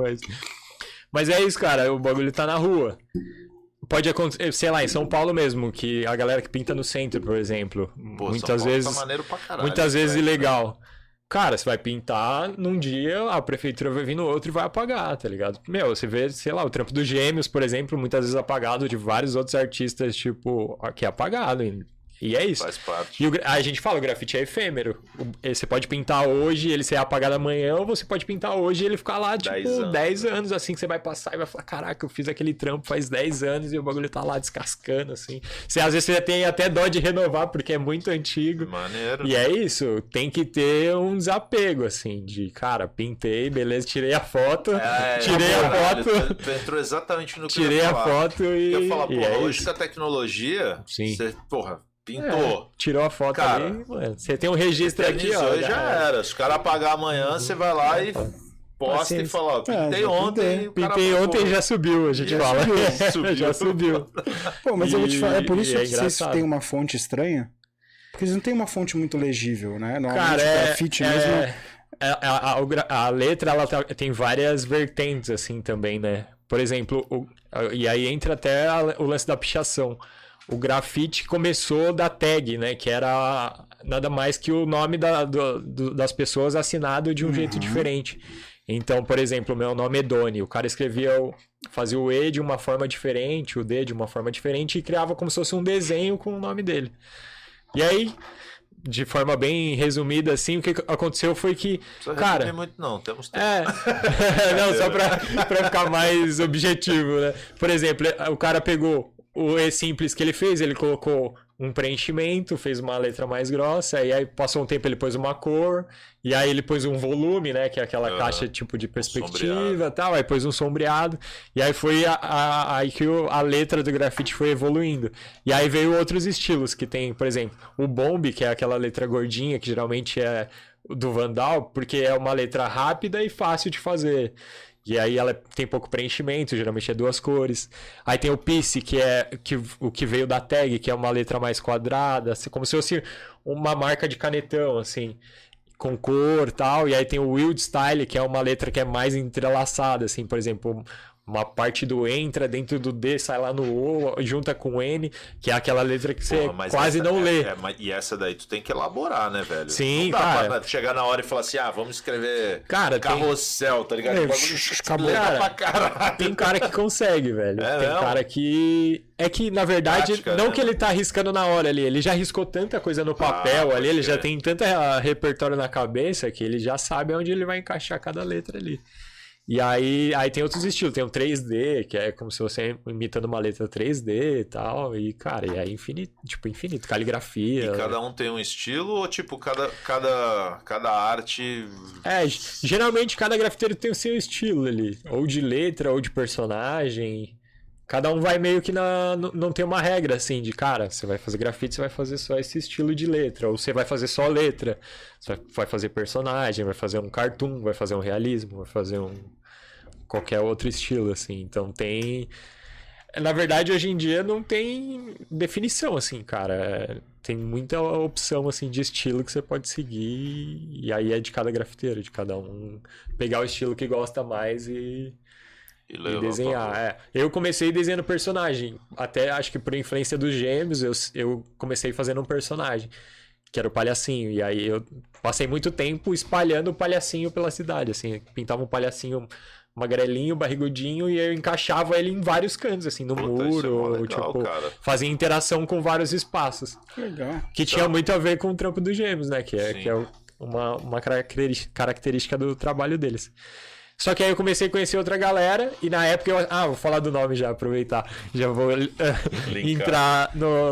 mas é isso, cara. O bagulho tá na rua. Pode acontecer, sei lá, em São Paulo mesmo, que a galera que pinta no centro, por exemplo, Pô, muitas São Paulo vezes, tá maneiro pra caralho, muitas vezes velho. ilegal. Cara, você vai pintar num dia, a prefeitura vai vir no outro e vai apagar, tá ligado? Meu, você vê, sei lá, o trampo dos Gêmeos, por exemplo, muitas vezes apagado, de vários outros artistas, tipo, que é apagado. E é isso. Faz parte. E a gente fala, o grafite é efêmero. Você pode pintar hoje, ele ser apagado amanhã, ou você pode pintar hoje e ele ficar lá, tipo, 10 anos, assim, que você vai passar e vai falar, caraca, eu fiz aquele trampo faz 10 anos e o bagulho tá lá descascando, assim. Às vezes você tem até dó de renovar, porque é muito antigo. Maneiro. E é isso, tem que ter um desapego, assim, de, cara, pintei, beleza, tirei a foto, tirei a caralho, foto, Tu entrou exatamente no que tirei eu ia a falar. foto e... Eu ia falar, e pô, é hoje isso. com a tecnologia, Sim. você, porra, pintou. Tirou a foto Cara, ali, mano. Você tem um registro aqui, ó. Eternizou e já era. Se o cara apagar amanhã, você vai lá e posta Paciência. e fala, ó, pintei já ontem. pintei. o cara Pintei apagou. ontem e já subiu, a gente Já fala. subiu. Já subiu. Pô, mas eu vou te falar, é por E isso é que vocês engraçado. têm uma fonte estranha? Porque eles não têm uma fonte muito legível, né? Normalmente Cara, o grafite mesmo... a letra ela tem várias vertentes, assim, também, né? Por exemplo, e aí entra até o lance da pichação. O grafite começou da tag, né? Que era nada mais que o nome das pessoas assinado de um jeito diferente. Então, por exemplo, meu nome é Doni. O cara fazia o E de uma forma diferente, o D de uma forma diferente e criava como se fosse um desenho com o nome dele. E aí, de forma bem resumida, assim, o que aconteceu foi que, Não precisa cara... resumir muito não, temos tempo. Não, só pra ficar mais objetivo, né? Por exemplo, o cara pegou o E simples que ele fez, ele colocou um preenchimento, fez uma letra mais grossa, e aí passou um tempo ele pôs uma cor, e aí ele pôs um volume, né, que é aquela caixa tipo de perspectiva e tal, aí pôs um sombreado, e aí foi aí que a letra do grafite foi evoluindo. E aí veio outros estilos, que tem, por exemplo, o Bomb, que é aquela letra gordinha, que geralmente é do Vandal, porque é uma letra rápida e fácil de fazer. E aí ela tem pouco preenchimento, geralmente é 2 cores. Aí tem o Piece, que é o que veio da tag, que é uma letra mais quadrada, assim, como se fosse uma marca de canetão, assim, com cor e tal. E aí tem o Wild Style, que é uma letra que é mais entrelaçada, assim, por exemplo, uma parte do E entra dentro do D, sai lá no O, junta com o N, que é aquela letra que você quase não lê. E essa daí tu tem que elaborar, né, velho? Sim, não dá cara. pra chegar na hora e falar assim, vamos escrever carrossel, tá ligado? Acabou. Tem cara que consegue, velho. Tem cara que... É que, na verdade, prática, não né? que ele tá arriscando na hora ali, ele já riscou tanta coisa no papel ali, ele já tem tanto repertório na cabeça que ele já sabe onde ele vai encaixar cada letra ali. E aí tem outros estilos, tem o 3D, que é como se você imitando uma letra 3D e tal, e cara, e é infinito, caligrafia. E cada um tem um estilo ou tipo, cada arte... Geralmente cada grafiteiro tem o seu estilo ali, ou de letra, ou de personagem. Cada um vai meio que não tem uma regra assim de, cara, você vai fazer grafite, você vai fazer só esse estilo de letra, ou você vai fazer só letra, você vai fazer personagem, vai fazer um cartoon, vai fazer um realismo, vai fazer qualquer outro estilo, assim. Então tem... Na verdade, hoje em dia não tem definição, assim, cara. Tem muita opção, assim, de estilo que você pode seguir, e aí é de cada grafiteiro, de cada um pegar o estilo que gosta mais e desenhar. Eu comecei desenhando personagem. Até acho que por influência dos Gêmeos, eu comecei fazendo um personagem, que era o Palhacinho. E aí eu passei muito tempo espalhando o Palhacinho pela cidade. Assim, pintava um palhacinho magrelinho, barrigudinho, e eu encaixava ele em vários cantos, assim, no muro. Legal, tipo, cara. fazia interação com vários espaços. Legal. Que tinha muito a ver com o trampo dos Gêmeos, né? Que é uma característica do trabalho deles. Só que aí eu comecei a conhecer outra galera, e na época vou falar do nome já, aproveitar. Já vou entrar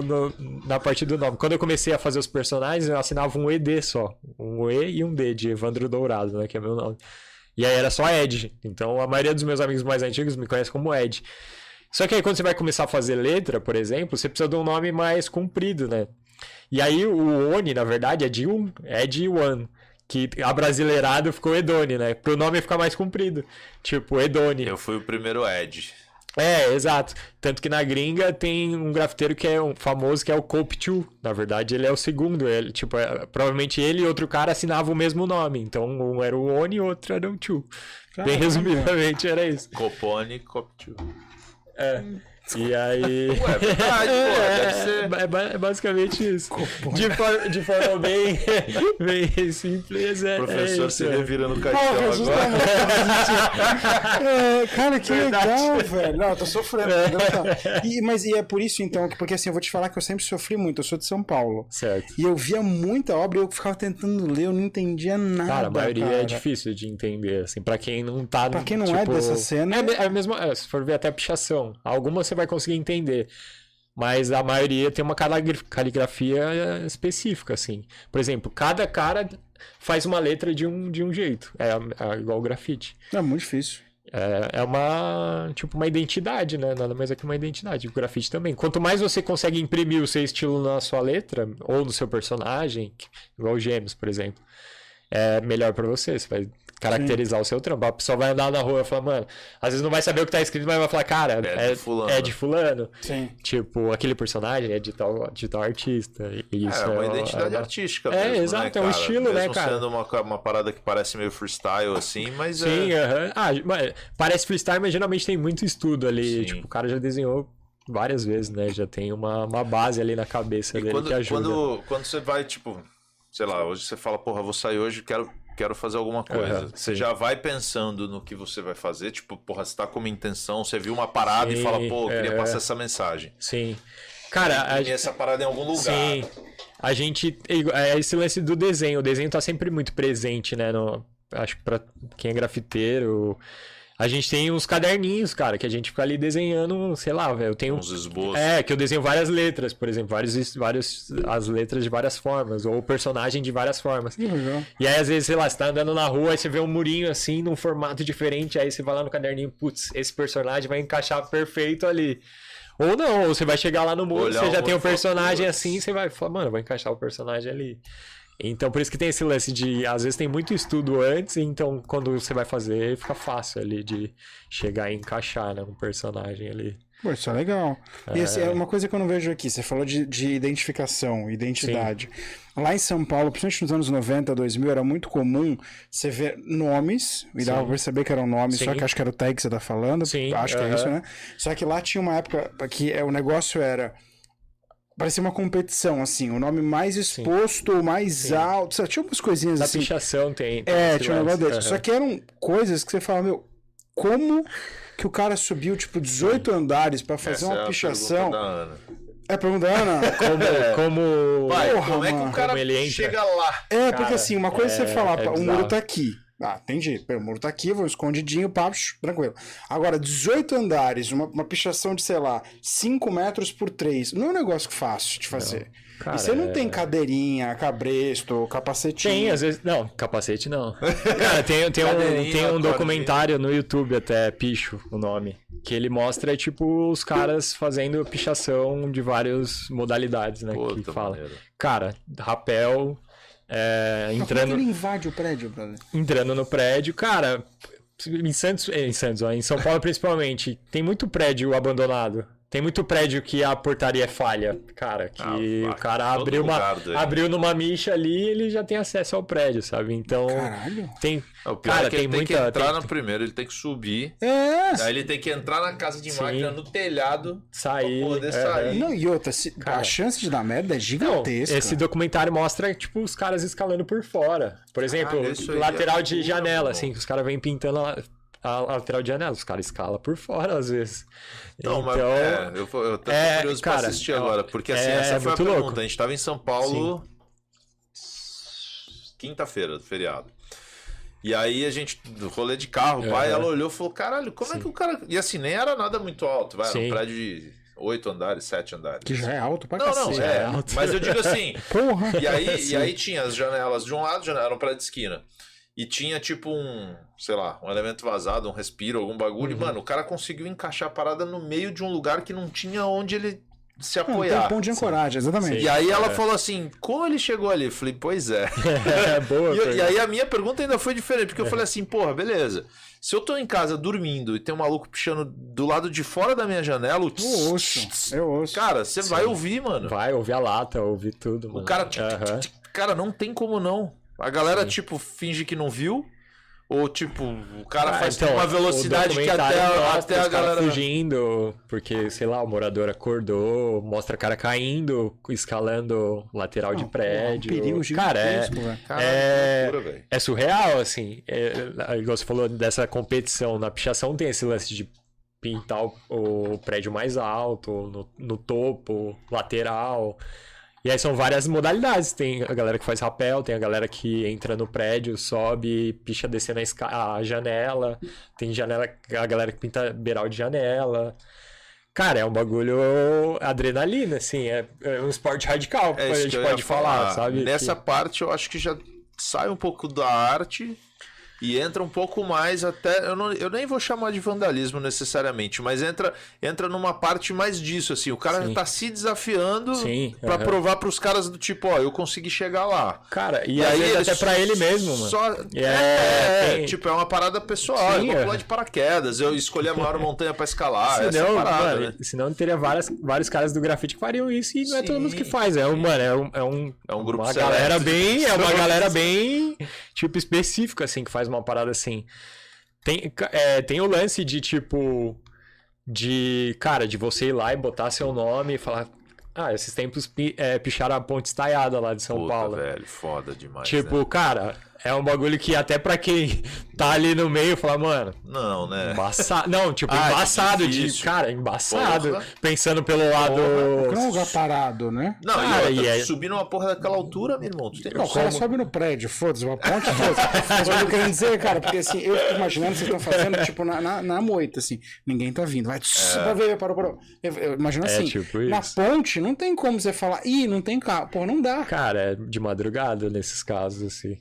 na parte do nome. Quando eu comecei a fazer os personagens, eu assinava um ED só. Um E e um D, de Evandro Dourado, né, que é meu nome. E aí era só Ed. Então a maioria dos meus amigos mais antigos me conhece como Ed. Só que aí quando você vai começar a fazer letra, por exemplo, você precisa de um nome mais comprido, né? E aí o Oni, na verdade, é de One. Que abrasileirado ficou Edone, né? Pro nome ficar mais comprido. Tipo, Edone. Eu fui o primeiro Ed. Exato. Tanto que na gringa tem um grafiteiro que é famoso, que é o Cope 2. Na verdade, ele é o segundo. Ele, tipo, provavelmente ele e outro cara assinavam o mesmo nome. Então, um era o Oni e o outro era o 2. Bem resumidamente, era isso. Copone, Cope 2. E aí... Ué, verdade, deve ser. É basicamente isso. De forma bem simples. O professor se revira no caixão agora. Cara, que legal, velho. Não, eu tô sofrendo. Mas é por isso, então, porque assim, eu vou te falar que eu sempre sofri muito. Eu sou de São Paulo. Certo. E eu via muita obra e eu ficava tentando ler, eu não entendia nada. Cara, a maioria é difícil de entender, assim, pra quem não tá... Pra quem não é dessa cena... É mesmo, se for ver até a pichação. Algumas você vai conseguir entender, mas a maioria tem uma caligrafia específica, assim. Por exemplo, cada cara faz uma letra de um jeito, igual o grafite. É muito difícil. É uma identidade, né? Nada mais é que uma identidade. O grafite também. Quanto mais você consegue imprimir o seu estilo na sua letra, ou no seu personagem, igual o Gêmeos, por exemplo, é melhor pra você. Você vai caracterizar o seu trampo. A pessoa vai andar na rua e falar, mano, às vezes não vai saber o que tá escrito, mas vai falar, cara, é de fulano. Sim. Tipo, aquele personagem é de tal artista. Isso é uma identidade artística mesmo, exato, né, é um estilo, mesmo, né, cara? Sendo uma parada que parece meio freestyle, assim, mas Sim, parece freestyle, mas geralmente tem muito estudo ali. Sim. Tipo, o cara já desenhou várias vezes, né? Já tem uma base ali na cabeça dele que ajuda. Quando você vai, tipo, sei lá, hoje você fala, porra, vou sair hoje, quero fazer alguma coisa. Você já vai pensando no que você vai fazer, tipo, porra, você tá com uma intenção, você viu uma parada e fala, pô, eu queria passar essa mensagem. Sim. Cara, essa parada em algum lugar. Sim. A gente... esse lance do desenho. O desenho tá sempre muito presente, né? Acho que pra quem é grafiteiro... A gente tem uns caderninhos, cara, que a gente fica ali desenhando, sei lá, velho. Eu tenho uns esboços. Que eu desenho várias letras, por exemplo, as letras de várias formas, ou o personagem de várias formas. Uhum. E aí, às vezes, sei lá, você tá andando na rua, aí você vê um murinho assim, num formato diferente, aí você vai lá no caderninho, putz, esse personagem vai encaixar perfeito ali. Ou não, ou você vai chegar lá no muro, você já tem um personagem assim, você vai falar, mano, vou encaixar o personagem ali. Então, por isso que tem esse lance de, às vezes tem muito estudo antes, então quando você vai fazer, fica fácil ali de chegar e encaixar, né, um personagem ali. Pô, isso é legal. E assim, é uma coisa que eu não vejo aqui, você falou de identificação, identidade. Sim. Lá em São Paulo, principalmente nos anos 90, 2000, era muito comum você ver nomes, e dava pra perceber que eram nomes, só que acho que era o tag que você tá falando, acho que é isso, né? Só que lá tinha uma época que o negócio era... Parecia uma competição, assim, o nome mais exposto, mais alto, sabe? Tinha umas coisinhas da assim. Da pichação tem. Tinha um negócio desse. Só que eram coisas que você fala, meu, como que o cara subiu, tipo, 18 andares pra fazer uma pichação? É a pergunta da Ana? Como é que o cara chega lá? Porque assim, uma coisa é você falar, o muro tá aqui. Ah, entendi. O muro tá aqui, vou escondidinho, papo, tranquilo. Agora, 18 andares, uma pichação de, sei lá, 5 metros por 3, não é um negócio fácil de fazer. Cara, e você não tem cadeirinha, cabresto, capacetinho. Tem, às vezes. Não, capacete não. Cara, tem um documentário no YouTube até, Picho, o nome. Que ele mostra, tipo, os caras fazendo pichação de várias modalidades, né? Puta, que fala. maneiro. Cara, rapel. Entrando... Como é que ele invade o prédio, brother? Entrando no prédio, cara. Em São Paulo principalmente, tem muito prédio abandonado. Tem muito prédio que a portaria é falha, cara, que o cara abriu numa micha ali, ele já tem acesso ao prédio, sabe? Então, caralho. Tem, o pior cara, é que tem ele muita, tem que entrar no primeiro, ele tem que subir. Aí ele tem que entrar na casa de máquina, no telhado, sair, pra poder sair. Não, e outra, a chance de dar merda é gigantesca. Não, esse documentário mostra, tipo, os caras escalando por fora. Por exemplo, lateral de janela, assim, que os caras vêm pintando a lateral de janela, os caras escalam por fora às vezes. Não, então, mas eu tô curioso pra assistir agora, porque assim, essa foi a pergunta. Louco. A gente tava em São Paulo quinta-feira do feriado. E aí a gente, do rolê de carro, pai, ela olhou e falou, caralho, como é que o cara... E assim, nem era nada muito alto, era um prédio de 8 andares, 7 andares. Que já é alto pra cacete. Não, é alto. Mas eu digo assim, porra. E aí tinha as janelas de um lado, era um prédio de esquina. E tinha tipo sei lá, um elemento vazado, um respiro, algum bagulho. E, mano, o cara conseguiu encaixar a parada no meio de um lugar que não tinha onde ele se apoiar. Tem um ponto de ancoragem, exatamente. E aí ela falou assim, como ele chegou ali? Eu falei, pois é. Boa, e aí a minha pergunta ainda foi diferente, porque eu falei assim, porra, beleza. Se eu tô em casa dormindo e tem um maluco pichando do lado de fora da minha janela, eu ouço. Cara, você vai ouvir, mano. Vai ouvir a lata, ouvir tudo, mano. O cara, cara, não tem como não. A galera, tipo, finge que não viu. Ou, tipo, o cara faz uma velocidade que até a galera... fugindo, porque, sei lá, o morador acordou, mostra a cara caindo, escalando lateral de prédio. É um perigo gigantesco, é surreal, assim. Igual você falou dessa competição. Na pichação tem esse lance de pintar o prédio mais alto, no topo, lateral... E aí são várias modalidades. Tem a galera que faz rapel, tem a galera que entra no prédio, sobe, picha descendo a janela. Tem a galera que pinta beiral de janela. Cara, é um bagulho adrenalina, assim. É um esporte radical, a gente pode falar, sabe? Nessa parte eu acho que já sai um pouco da arte... E entra um pouco mais até... Eu nem vou chamar de vandalismo necessariamente, mas entra numa parte mais disso, assim. O cara tá se desafiando pra provar pros caras do tipo, ó, eu consegui chegar lá. Cara, e aí até pra ele mesmo, mano. Tipo, é uma parada pessoal. Eu vou pular de paraquedas, eu escolhi a maior montanha pra escalar. Senão, parada, mano, senão teria vários caras do grafite que fariam isso e não é todo mundo que faz. É um grupo uma galera bem... É uma galera bem, tipo, específica, assim, que faz uma parada assim. Tem o lance de tipo de você ir lá e botar seu nome e falar, esses tempos picharam a Ponte Estaiada lá de São Paulo. Velho, foda demais. Tipo, né? Cara, é um bagulho que até pra quem tá ali no meio fala, mano... Não, né? Embaçado. Não, tipo, embaçado de... Cara, embaçado. Porra. Pensando pelo lado... Não é um lugar parado, né? Não, subir numa porra daquela altura, meu irmão, tu tem o cara sobe no prédio, foda-se, uma ponte, foda-se. Mas eu tô querendo dizer, cara, porque assim, eu fico imaginando vocês estão fazendo, tipo, na moita, assim, ninguém tá vindo. Vai ver, parou. Eu imagino assim, tipo na ponte, não tem como você falar, não tem carro. Pô, não dá. Cara, é de madrugada nesses casos, assim.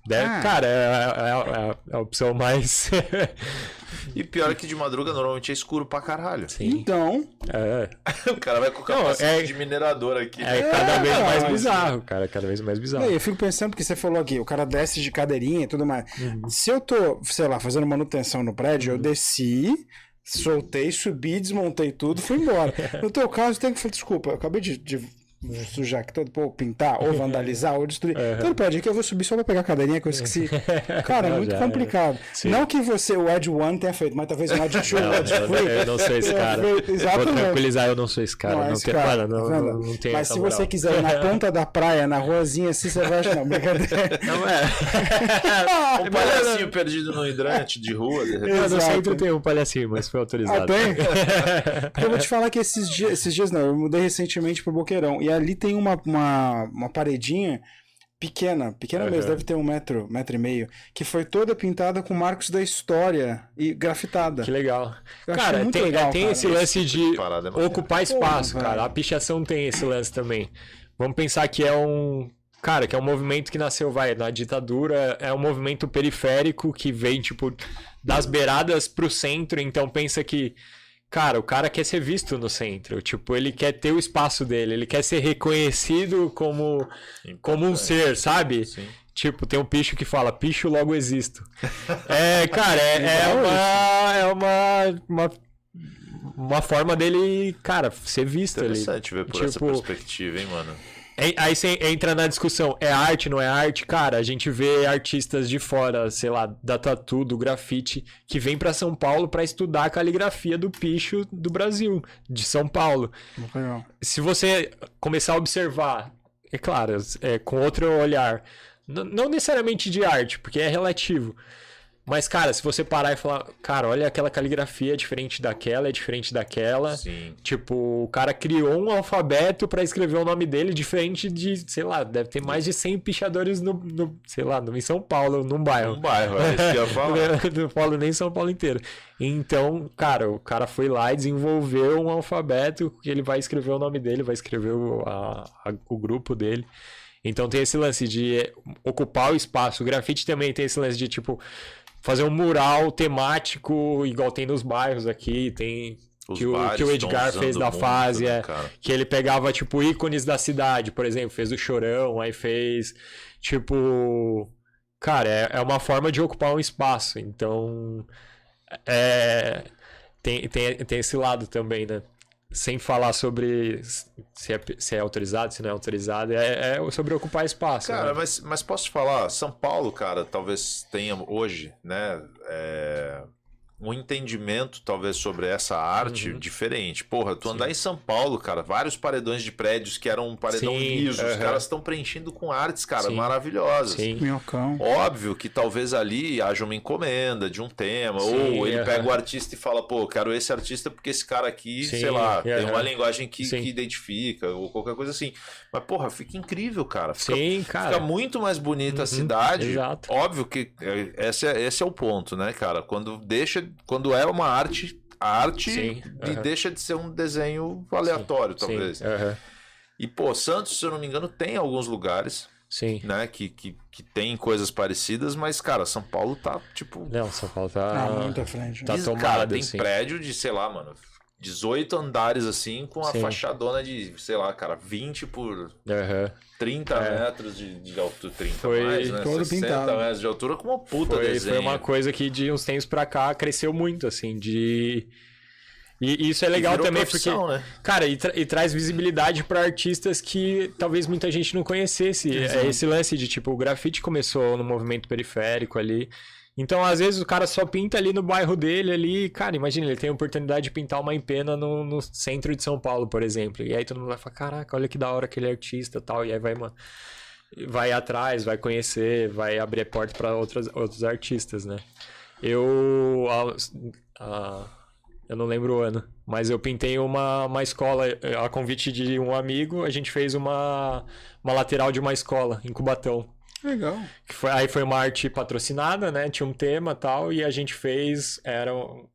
Cara, é a opção mais... E pior é que de madruga normalmente é escuro pra caralho. Sim. Então... O cara vai com o capacete de minerador aqui. Cada vez mais bizarro, cara. Cada vez mais bizarro. Eu fico pensando, porque você falou aqui, o cara desce de cadeirinha e tudo mais. Se eu tô, sei lá, fazendo manutenção no prédio, eu desci, soltei, subi, desmontei tudo, fui embora. No teu caso, tem que falar, desculpa, eu acabei de sujar aqui todo, pô, pintar, ou vandalizar, ou destruir. Todo prédio aqui eu vou subir só pra pegar a cadeirinha que eu esqueci. Cara, é muito complicado. Não que o Ed One tenha feito, mas talvez o Ed 2, o Ed 3. Eu não sou esse cara. Vou tranquilizar, eu não sou esse cara. Não tem mas se você quiser ir na ponta da praia, na ruazinha assim, você vai achar. Não, brincadeira. Não é. Um palhacinho perdido no hidrante de rua, de repente. Eu não sempre tenho um palhacinho, mas foi autorizado. Tem? Eu vou te falar que esses dias não, eu mudei recentemente pro Boqueirão. E ali tem uma paredinha pequena mesmo, deve ter 1,5 metro, que foi toda pintada com marcos da história e grafitada. Que legal. Cara, muito legal, tem cara. esse lance de ocupar espaço, cara. A pichação tem esse lance também. Vamos pensar que é um movimento que nasceu, na ditadura, é um movimento periférico que vem, tipo, das beiradas pro centro, então pensa que cara, o cara quer ser visto no centro. Tipo, ele quer ter o espaço dele. Ele quer ser reconhecido como um ser, sabe? Sim. Tipo, tem um picho que fala, picho logo existo. Cara, uma forma dele, cara, ser visto ali. Interessante ver por essa perspectiva, hein, mano? Aí você entra na discussão, é arte, não é arte? Cara, a gente vê artistas de fora, sei lá, da tatu, do grafite, que vem pra São Paulo pra estudar a caligrafia do picho do Brasil, de São Paulo. Legal. Se você começar a observar, é claro, com outro olhar, não necessariamente de arte, porque é relativo, mas, cara, se você parar e falar, cara, olha aquela caligrafia é diferente daquela. Sim. Tipo, o cara criou um alfabeto pra escrever o nome dele diferente de, sei lá, deve ter mais de 100 pichadores em São Paulo, num bairro. É isso que eu ia falar. Não falo nem São Paulo inteiro. Então, cara, o cara foi lá e desenvolveu um alfabeto que ele vai escrever o nome dele, vai escrever o grupo dele. Então tem esse lance de ocupar o espaço. O grafite também tem esse lance de, tipo, fazer um mural temático, igual tem nos bairros aqui, tem que o Edgar fez da fase, que ele pegava, tipo, ícones da cidade, por exemplo, fez o Chorão, aí fez, tipo... Cara, é uma forma de ocupar um espaço, então... Tem esse lado também, né? Sem falar sobre se é autorizado, se não é autorizado, é sobre ocupar espaço. Cara, né? mas posso te falar, São Paulo, cara, talvez tenha hoje, né, um entendimento, talvez, sobre essa arte diferente. Porra, tu andar em São Paulo, cara, vários paredões de prédios que eram um paredão liso, os caras estão preenchendo com artes, cara, maravilhosas. Minhocão. Óbvio que talvez ali haja uma encomenda de um tema, ou ele pega o artista e fala, pô, eu quero esse artista porque esse cara aqui, sei lá, tem uma linguagem que identifica, ou qualquer coisa assim. Mas, porra, fica incrível, cara. Fica muito mais bonita a cidade. Exato. Óbvio que esse é o ponto, né, cara? Quando é uma arte, deixa de ser um desenho aleatório, talvez. E, pô, Santos, se eu não me engano, tem alguns lugares, né, que tem coisas parecidas, mas, cara, São Paulo tá, tipo... Não, São Paulo tá... muito à frente. Tá tomado, cara, tem assim. prédio de, sei lá, mano, 18 andares, assim, com a fachadona de, sei lá, cara, 20 por 30 metros de altura, 30 foi mais, né? Todo 60 pintado. metros de altura com uma puta desenho. Foi uma coisa que de uns tempos pra cá cresceu muito, assim, E isso é legal também porque, né? cara, e traz visibilidade pra artistas que talvez muita gente não conhecesse. É esse lance de, tipo, o grafite começou no movimento periférico ali. Então, às vezes, o cara só pinta ali no bairro dele, ali, cara, imagina, ele tem a oportunidade de pintar uma empena no centro de São Paulo, por exemplo. E aí todo mundo vai falar, caraca, olha que da hora aquele artista e tal. E aí vai atrás, vai conhecer, vai abrir a porta para outros artistas, né? Eu não lembro o ano, mas eu pintei uma escola, a convite de um amigo, a gente fez uma lateral de uma escola em Cubatão. Legal. Aí foi uma arte patrocinada, né? Tinha um tema e tal, e a gente fez, eram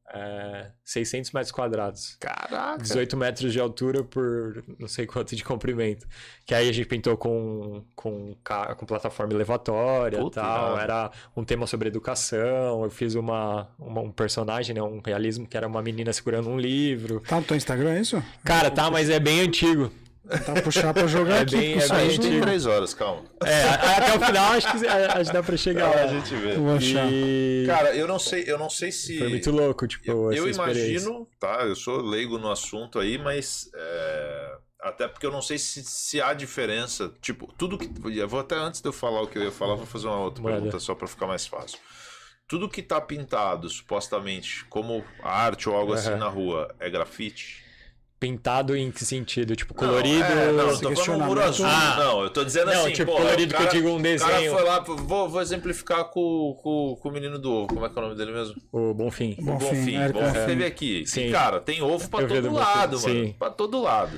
600 metros quadrados. Caraca! 18 metros de altura por não sei quanto de comprimento. Que aí a gente pintou com plataforma elevatória e tal. Era um tema sobre educação. Eu fiz um personagem, né? Um realismo que era uma menina segurando um livro. Tá no teu Instagram, é isso? Cara, tá, mas é bem antigo. Tá puxar pra jogar aqui. Bem, A gente tem 3 horas, calma. Até o final acho que dá pra chegar lá. A gente vê. Vou achar. Cara, eu não sei se... Foi muito louco, tipo, eu essa experiência. imagino, tá? Eu sou leigo no assunto aí, mas... até porque eu não sei se há diferença. Tipo, tudo que... Eu vou até antes de eu falar o que eu ia falar, vou fazer uma outra pergunta só pra ficar mais fácil. Tudo que tá pintado, supostamente, como arte ou algo assim na rua, é grafite? Pintado em que sentido? Tipo, colorido? Não tô falando um muro azul. Não, eu tô dizendo não, assim, tipo, pô, colorido que eu digo um desenho. O cara foi lá, vou exemplificar com o menino do ovo. Como é que é o nome dele mesmo? O Bonfim. O Bonfim. O Bonfim teve aqui. Sim. E, cara, tem ovo pra todo lado, mano. Pra todo lado.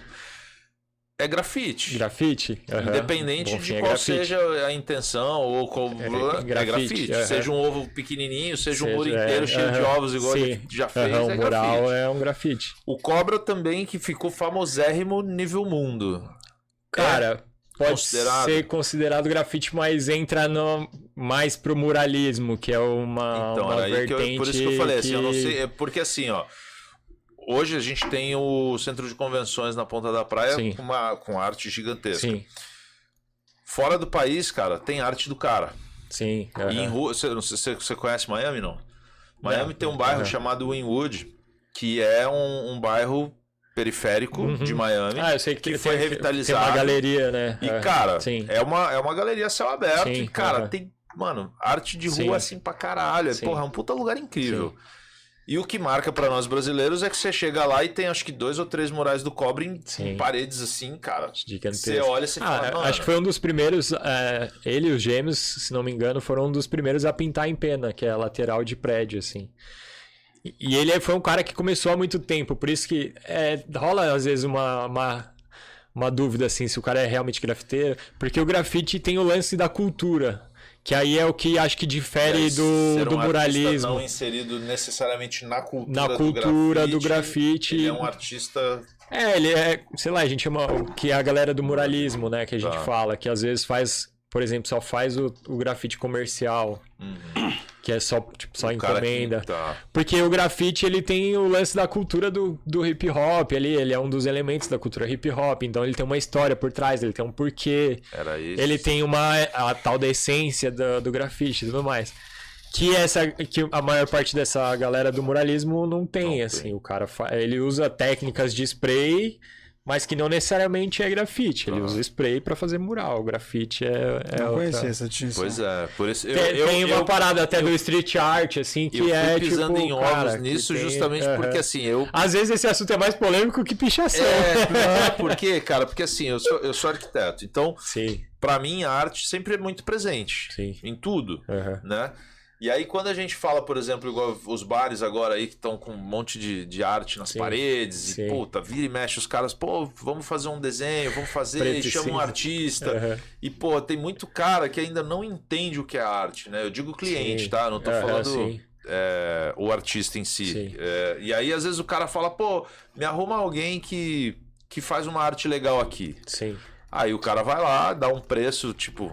É grafite. Grafite? Independente de qual seja a intenção ou como é grafite. Seja um ovo pequenininho, seja um muro inteiro cheio de ovos, igual ele já fez. O mural é um grafite. O Cobra também, que ficou famosérrimo nível mundo. Cara, pode ser considerado grafite, mas entra mais pro muralismo, que é uma vertente. Por isso que eu falei assim, eu não sei. Porque assim, ó. Hoje a gente tem o centro de convenções na Ponta da Praia com arte gigantesca. Sim. Fora do país, cara, tem arte do cara. Sim. E em rua, você conhece Miami, não? Miami tem um bairro chamado Wynwood, que é um bairro periférico de Miami, eu sei que foi revitalizado. Tem uma galeria, né? E, cara, é uma galeria a céu aberto. E, cara, tem, mano, arte de rua assim pra caralho. É um puta lugar incrível. Sim. E o que marca pra nós brasileiros é que você chega lá e tem acho que 2 ou 3 murais do Cobra em paredes assim, cara. Você olha e você fala, mano. Acho que foi um dos primeiros, ele e os gêmeos, se não me engano, foram um dos primeiros a pintar em pena, que é a lateral de prédio, assim. E ele foi um cara que começou há muito tempo, por isso que rola às vezes uma dúvida assim, se o cara é realmente grafiteiro, porque o grafite tem o lance da cultura. Que aí é o que acho que difere do muralismo. Não inserido necessariamente na cultura do grafite. Ele é um artista... ele é, sei lá, a gente chama que é a galera do muralismo, né? Que a gente fala, que às vezes faz, por exemplo, só faz o grafite comercial. Que é só encomenda. Porque o grafite, ele tem o lance da cultura do hip hop ali, ele é um dos elementos da cultura hip hop, então ele tem uma história por trás, ele tem um porquê. Ele tem a tal da essência do grafite e tudo mais. Que a maior parte dessa galera do muralismo não tem, assim. O cara ele usa técnicas de spray, mas que não necessariamente é grafite. Ele usa spray pra fazer mural. O grafite não conhecia essa distinção. Pois é, por isso... Tem uma parada até do street art, assim, que eu fui pisando em ovos nisso justamente porque, assim, Às vezes esse assunto é mais polêmico que pichação. Por quê, cara? Porque, assim, eu sou arquiteto. Então, pra mim, a arte sempre é muito presente. Em tudo, né? E aí, quando a gente fala, por exemplo, igual os bares agora aí que estão com um monte de arte nas paredes, e puta, vira e mexe os caras, pô, vamos fazer um desenho, vamos fazer, e chama um artista. E, pô, tem muito cara que ainda não entende o que é arte, né? Eu digo cliente, tá? Não tô falando o artista em si. E aí, às vezes, o cara fala, pô, me arruma alguém que faz uma arte legal aqui. Aí o cara vai lá, dá um preço, tipo...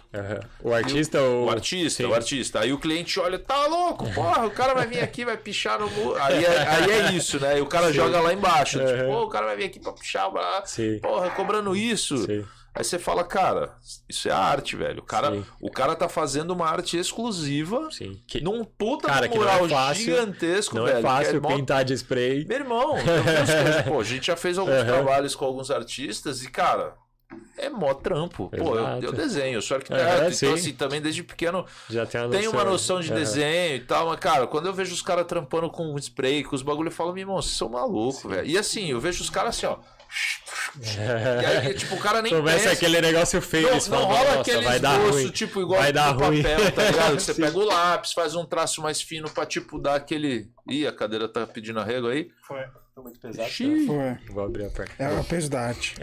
O artista ou... O artista. Aí o cliente olha, tá louco, porra, o cara vai vir aqui, vai pichar no muro. Aí é isso, né? E o cara joga lá embaixo. Tipo, pô, o cara vai vir aqui pra pichar, porra, cobrando isso. Aí você fala, cara, isso é arte, velho. O cara tá fazendo uma arte exclusiva num puta mural gigantesco, não velho. Não é fácil pintar de spray. Meu irmão, pô, a gente já fez alguns trabalhos com alguns artistas e, cara... É mó trampo. Pô, eu desenho, eu sou arquiteto, então assim, também desde pequeno tenho uma noção de desenho e tal, mas cara, quando eu vejo os caras trampando com spray, com os bagulho, eu falo, meu irmão, vocês são malucos, velho. E assim, eu vejo os caras assim, ó, E aí, tipo, o cara nem Começa pensa. aquele negócio feio. Não rola aquele vai dar esboço, ruim. tipo, igual Vai no dar ruim. papel, tá ligado? Você pega o lápis, faz um traço mais fino pra, tipo, dar aquele... Ih, a cadeira tá pedindo arrego aí. Foi. Tô muito pesado. Foi. Vou abrir a porta. É o peso da arte.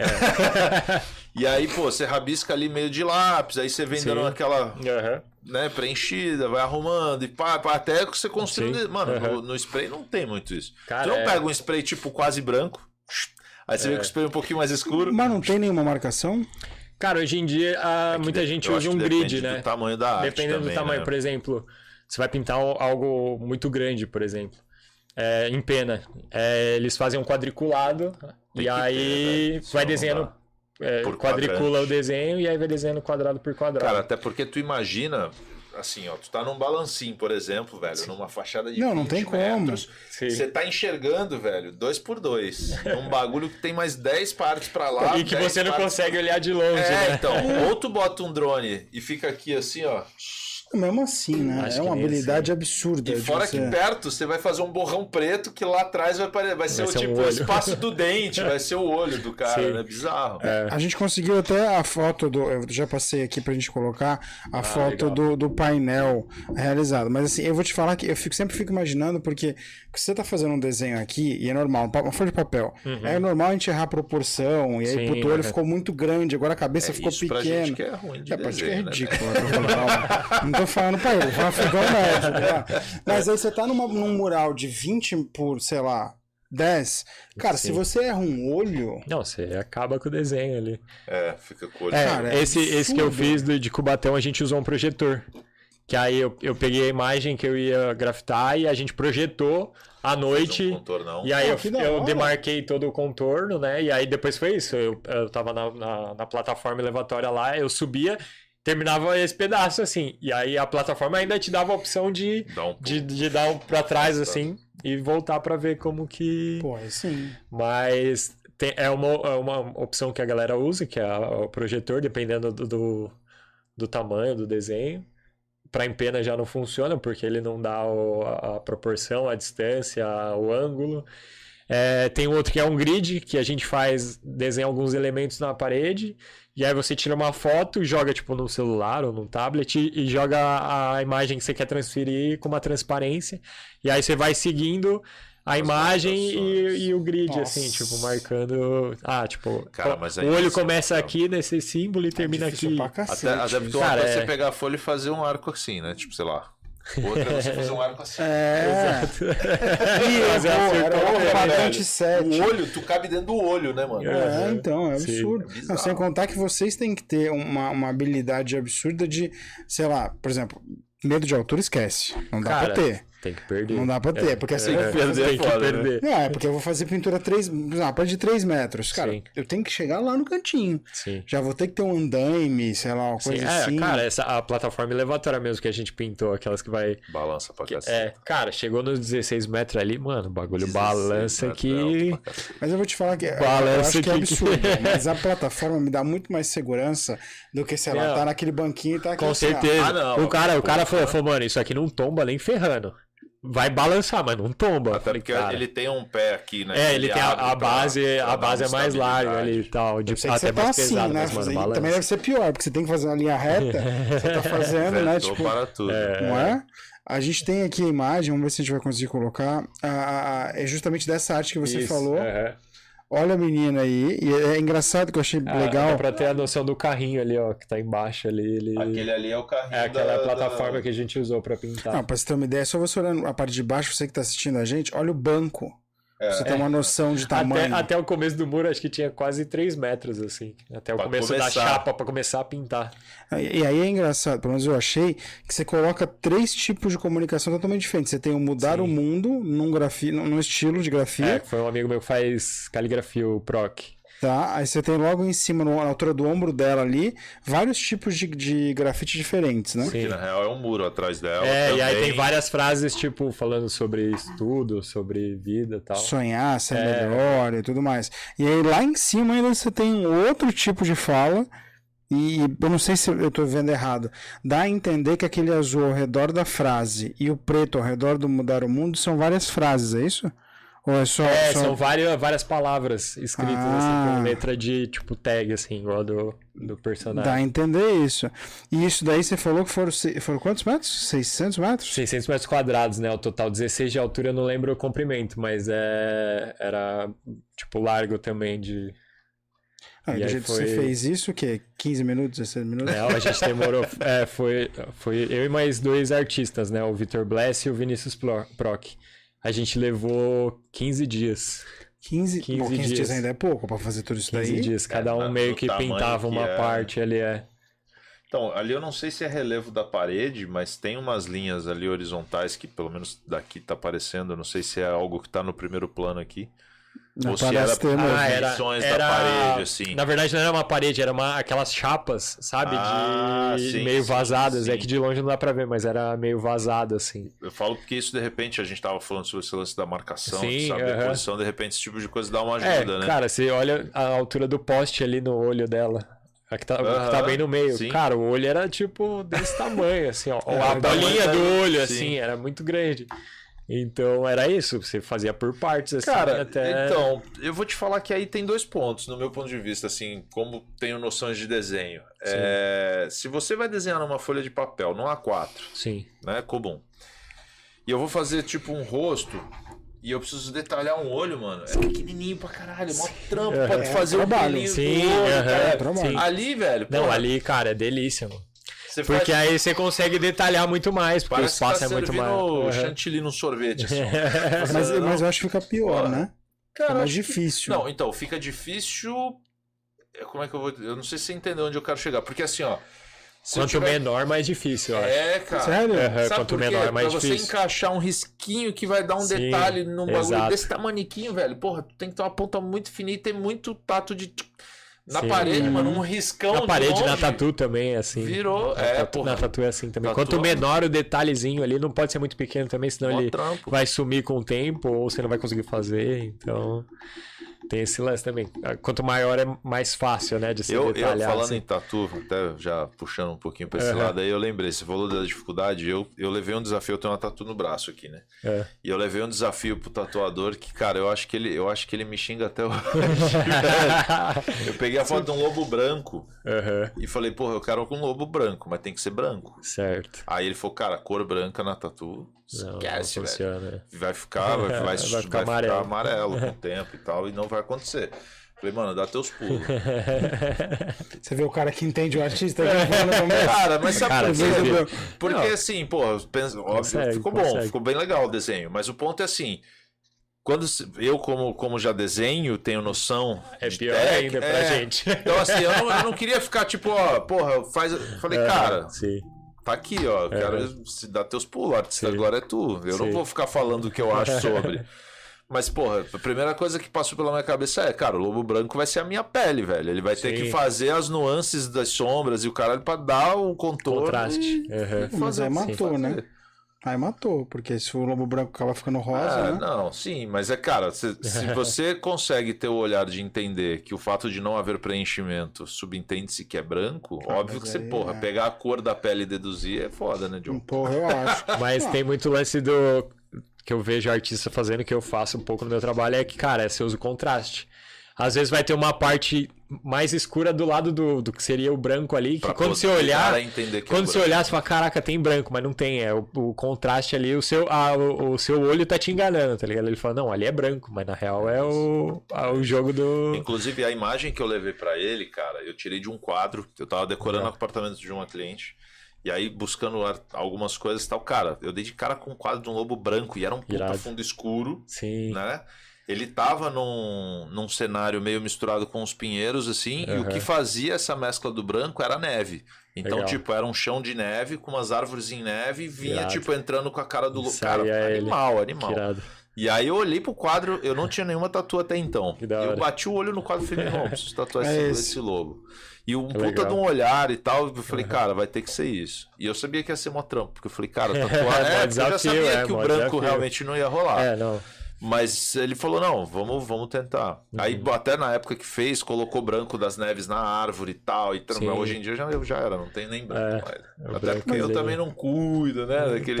E aí, pô, você rabisca ali meio de lápis, aí você vem dando aquela... Aham. né, preenchida, vai arrumando e pá, até que você construir. Sim. Mano, no spray não tem muito isso. Cara, Você não pega um spray tipo quase branco, aí você vê que o spray é um pouquinho mais escuro. Mas não tem nenhuma marcação? Cara, hoje em dia muita gente Eu usa acho um que grid, depende né? do tamanho da arte Dependendo também, do tamanho, né? por exemplo, você vai pintar algo muito grande, por exemplo, em pena. Eles fazem um quadriculado Tem e que aí ter, né? Só vai não desenhando, Por quadricula quadrante. o desenho e aí vai desenhando quadrado por quadrado. Cara, até porque tu imagina, assim, ó, tu tá num balancinho, por exemplo, velho, numa fachada de Não 20 tem como. metros, Sim. você tá enxergando, velho, 2x2, um bagulho que tem mais 10 partes pra lá. E que 10 você não partes consegue olhar de longe, né? então, ou tu bota um drone e fica aqui assim, ó, Mesmo assim, né? Acho É que uma nem habilidade absurda. e de fora você- que perto você vai fazer um borrão preto que lá atrás vai ser o ser um tipo olho. o espaço do dente, vai ser o olho do cara, Sim. né? Bizarro. A gente conseguiu até a foto do. Eu já passei aqui pra gente colocar a foto do painel realizado. Mas assim, eu vou te falar que eu sempre fico imaginando, porque você tá fazendo um desenho aqui, e é normal, uma folha de papel. É normal a gente errar a proporção, e aí Sim, puto, o olho ficou muito grande, agora a cabeça ficou Isso pra pequena. gente que é ruim de Pra gente que é desenho, né? ridículo. Eu tô falando, não tô falando pra ele, tô falando fogão médio, tá? Mas aí você tá num mural de 20 por, sei lá, 10. Cara, se Sim. você erra um olho. Não, você acaba com o desenho ali. Fica com o olho. Cara, é esse que eu absurdo. fiz de Cubatão, a gente usou um projetor. Que aí eu peguei a imagem que eu ia grafitar e a gente projetou à noite. um contornão. E aí Ah, que da eu hora. demarquei todo o contorno, né? E aí depois foi isso. Eu tava na plataforma elevatória lá, eu subia, terminava esse pedaço assim. E aí a plataforma ainda te dava a opção de Dá um de dar um pra trás assim e voltar pra ver como que. Pô, aí sim. Mas é uma opção que a galera usa, que é o projetor, dependendo do tamanho do desenho. Para em pena já não funciona, porque ele não dá a proporção, a distância, o ângulo. Tem outro que é um grid, que a gente desenha alguns elementos na parede, e aí você tira uma foto, joga tipo num celular ou num tablet e joga a imagem que você quer transferir com uma transparência, e aí você vai seguindo a imagem e o grid, Nossa. assim, tipo, marcando... Cara, mas o aí olho isso é começa legal. aqui nesse símbolo e termina Difícil aqui. pra cacete. Até porque uma Cara, coisa é você pegar a folha e fazer um arco assim, né? Tipo, sei lá. Outra é você fazer um arco assim. Fazer a Era circunferência. o quadrante 7. O olho, tu cabe dentro do olho, né, mano? Então, é Sim. absurdo. É bizarro. Não, sem contar que vocês têm que ter uma habilidade absurda de, sei lá, por exemplo, medo de altura esquece. Não dá Cara, pra ter. tem que perder. Não dá pra ter, porque assim. Tem que perder, Tem que foda, né? perder. Não, é porque eu vou fazer pintura 3, uma parede de 3 metros. Cara, Sim. eu tenho que chegar lá no cantinho. Sim. Já vou ter que ter um andaime, sei lá, uma Sim, coisa assim. cara, a plataforma elevatória mesmo que a gente pintou, aquelas que vai. Balança pra cacete. Cara, chegou nos 16 metros ali, mano, o bagulho 16 balança metros que. alto pra cacete. Mas eu vou te falar que eu Balança acho que é que- absurdo. Mas a plataforma me dá muito mais segurança do que, sei lá, Não. tá naquele banquinho e tá aqui Com assim, ó. certeza. Ah, não, o cara pô, falou, mano, isso aqui não tomba nem ferrando. Vai balançar, mas não tomba. Eu Até falei, porque cara, ele tem um pé aqui, né? ele tem abre a pra base, dar a base é uma mais larga ali e estabilidade. tal. Eu sei que Até você tá mais assim, pesado, né? mas, mano, E balança. também deve ser pior, porque você tem que fazer uma linha reta, você tá fazendo, né? Ventou Tipo, para tudo. não é? A gente tem aqui a imagem, vamos ver se a gente vai conseguir colocar. É justamente dessa arte que você Isso, falou. aham. Olha a menina aí. E é engraçado que eu achei Dá legal. pra ter a noção do carrinho ali, ó, que tá embaixo ali. Aquele ali é o carrinho É aquela da- plataforma da- que a gente usou pra pintar. Não, pra você ter uma ideia, só você olhando a parte de baixo, você que tá assistindo a gente, olha o banco. Pra você ter uma noção de tamanho. Até o começo do muro, acho que tinha quase 3 metros, assim. Até o Pra começo começar. da chapa, pra começar a pintar. E aí é engraçado, pelo menos eu achei, que você coloca 3 tipos de comunicação totalmente diferentes. Você tem o mudar o mundo num estilo de grafia, Foi um amigo meu que faz caligrafia, o Proc. tá? Aí você tem logo em cima, na altura do ombro dela ali, vários tipos de grafite diferentes, né? Que na real é um muro atrás dela. E aí também. tem várias frases, tipo, falando sobre estudo, sobre vida e tal. Sonhar, ser melhor e tudo mais. E aí lá em cima ainda você tem um outro tipo de fala, e eu não sei se eu tô vendo errado, dá a entender que aquele azul ao redor da frase e o preto ao redor do mudar o mundo são várias frases, é isso? Ou é só... São várias palavras escritas assim, com letra de tipo tag, assim, igual do personagem. Dá a entender isso. E isso daí você falou que foram quantos metros? 600 metros? 600 metros quadrados, né? O total 16 de altura, eu não lembro o comprimento, mas era tipo largo também de... Ah, do jeito que você fez isso, o quê? 15 minutos, 16 minutos? Não, a gente demorou... foi eu e mais 2 artistas, né? O Vitor Bless e o Vinícius Proc. A gente levou 15 dias. 15 dias ainda é pouco pra fazer tudo isso 15 daí? dias, cada um meio que pintava uma parte ali, Então, ali eu não sei se é relevo da parede, mas tem umas linhas ali horizontais que pelo menos daqui tá aparecendo, não sei se é algo que tá no primeiro plano aqui. Ou se era dimensões da parede, assim. Na verdade não era uma parede, era aquelas chapas, sabe? Meio vazadas. Sim. É que de longe não dá pra ver, mas era meio vazado, assim. Eu falo porque isso, de repente, a gente tava falando sobre esse lance da marcação, Sim, sabe? A posição, de repente, esse tipo de coisa dá uma ajuda, né? Cara, você olha a altura do poste ali no olho dela. A que tá bem no meio. Sim. Cara, o olho era tipo desse tamanho, assim, ó. A bolinha do olho, assim, era muito grande. Então era isso, você fazia por partes, assim, cara, até... Então, eu vou te falar que aí tem 2 pontos, no meu ponto de vista, assim, como tenho noções de desenho. Se você vai desenhar numa folha de papel, num A4, Sim. né, comum, e eu vou fazer tipo um rosto, e eu preciso detalhar um olho, mano, é pequenininho pra caralho, mó trampo, pode fazer um pelinho do olho, cara. Ali, velho... Não, ali, cara, é delícia, mano. Porque aí você consegue detalhar muito mais, porque o espaço é muito mais. Parece chantilly no sorvete, assim. Mas eu acho que fica pior, né? Cara, fica mais difícil. Não, então, fica difícil... Como é que eu vou... Eu não sei se você entendeu onde eu quero chegar, porque assim, ó... Quanto menor, mais difícil, eu acho. Cara. Sério? Quanto menor, mais difícil. Pra você encaixar um risquinho que vai dar um detalhe num bagulho desse tamaniquinho, velho, porra, tu tem que ter uma ponta muito fina e ter muito tato de... Na parede, mano, um riscão na parede, de longe, na tatu também é assim. Virou, Na tatu é assim também. Tatu... Quanto menor o detalhezinho ali, não pode ser muito pequeno também, senão ele vai sumir com o tempo ou você não vai conseguir fazer, então... Tem esse lance também. Quanto maior é mais fácil, né, de se detalhar. Eu falando assim. em tatu, até já puxando um pouquinho pra esse lado aí, eu lembrei, você falou da dificuldade, eu levei um desafio, eu tenho uma tatu no braço aqui, né? E eu levei um desafio pro tatuador que, cara, eu acho que ele me xinga até hoje. Eu peguei a foto de um lobo branco e falei, porra, eu quero um lobo branco, mas tem que ser branco. Certo. Aí ele falou, cara, cor branca na tatu, esquece, não funciona. velho. Vai ficar amarelo com o tempo e tal, e não vai acontecer. Falei, mano, dá teus pulos. Você vê o cara que entende o artista. Cara, mas sabe por quê? Porque assim, pô, óbvio, ficou bom, ficou bem legal o desenho. Mas o ponto é assim, quando eu, como já desenho, tenho noção. É pior ainda pra gente. Então, assim, eu não queria ficar tipo, ó, porra, falei, cara. Sim. Tá aqui, ó. Quero se dar teus pulos, artista, agora é tu. Eu não vou ficar falando o que eu acho sobre. Mas, porra, a primeira coisa que passou pela minha cabeça é, cara, o lobo branco vai ser a minha pele, velho. Ele vai ter que fazer as nuances das sombras e o caralho pra dar o contorno. Contraste. Mas aí matou, né? Aí matou, porque se o lobo branco acaba ficando rosa, né? Não, sim, mas cara, se você consegue ter o olhar de entender que o fato de não haver preenchimento subentende-se que é branco, óbvio que você, pegar a cor da pele e deduzir é foda, né, John? Porra, eu acho. Mas tem muito lance do... que eu vejo artista fazendo, que eu faço um pouco no meu trabalho, é que, cara, você usa o contraste. Às vezes vai ter uma parte mais escura do lado do que seria o branco ali, que quando você olhar, você olhar, você fala, caraca, tem branco, mas não tem, é o contraste ali, o seu olho tá te enganando, tá ligado? Ele fala, não, ali é branco, mas na real é o jogo do... Inclusive, a imagem que eu levei pra ele, cara, eu tirei de um quadro, eu tava decorando o apartamento de uma cliente, e aí buscando algumas coisas e tal, cara, eu dei de cara com um quadro de um lobo branco, e era um puta fundo escuro, né? Ele tava num cenário meio misturado com os pinheiros, assim, e o que fazia essa mescla do branco era a neve. Então, tipo, era um chão de neve com umas árvores em neve e vinha, tipo, entrando com a cara do... Cara, animal. E aí eu olhei pro quadro, eu não tinha nenhuma tatu até então. Eu bati o olho no quadro e falei, não, preciso tatuar esse lobo. E um puta de um olhar e tal, eu falei, cara, vai ter que ser isso. E eu sabia que ia ser mó trampo, porque eu falei, cara, tatuar... eu já sabia que o branco realmente não ia rolar. Não. Mas ele falou, não, vamos tentar. Aí até na época que fez, colocou branco das neves na árvore e tal. Mas hoje em dia já era, não tem nem branco mais. Até porque eu também não cuido, né? Daquele...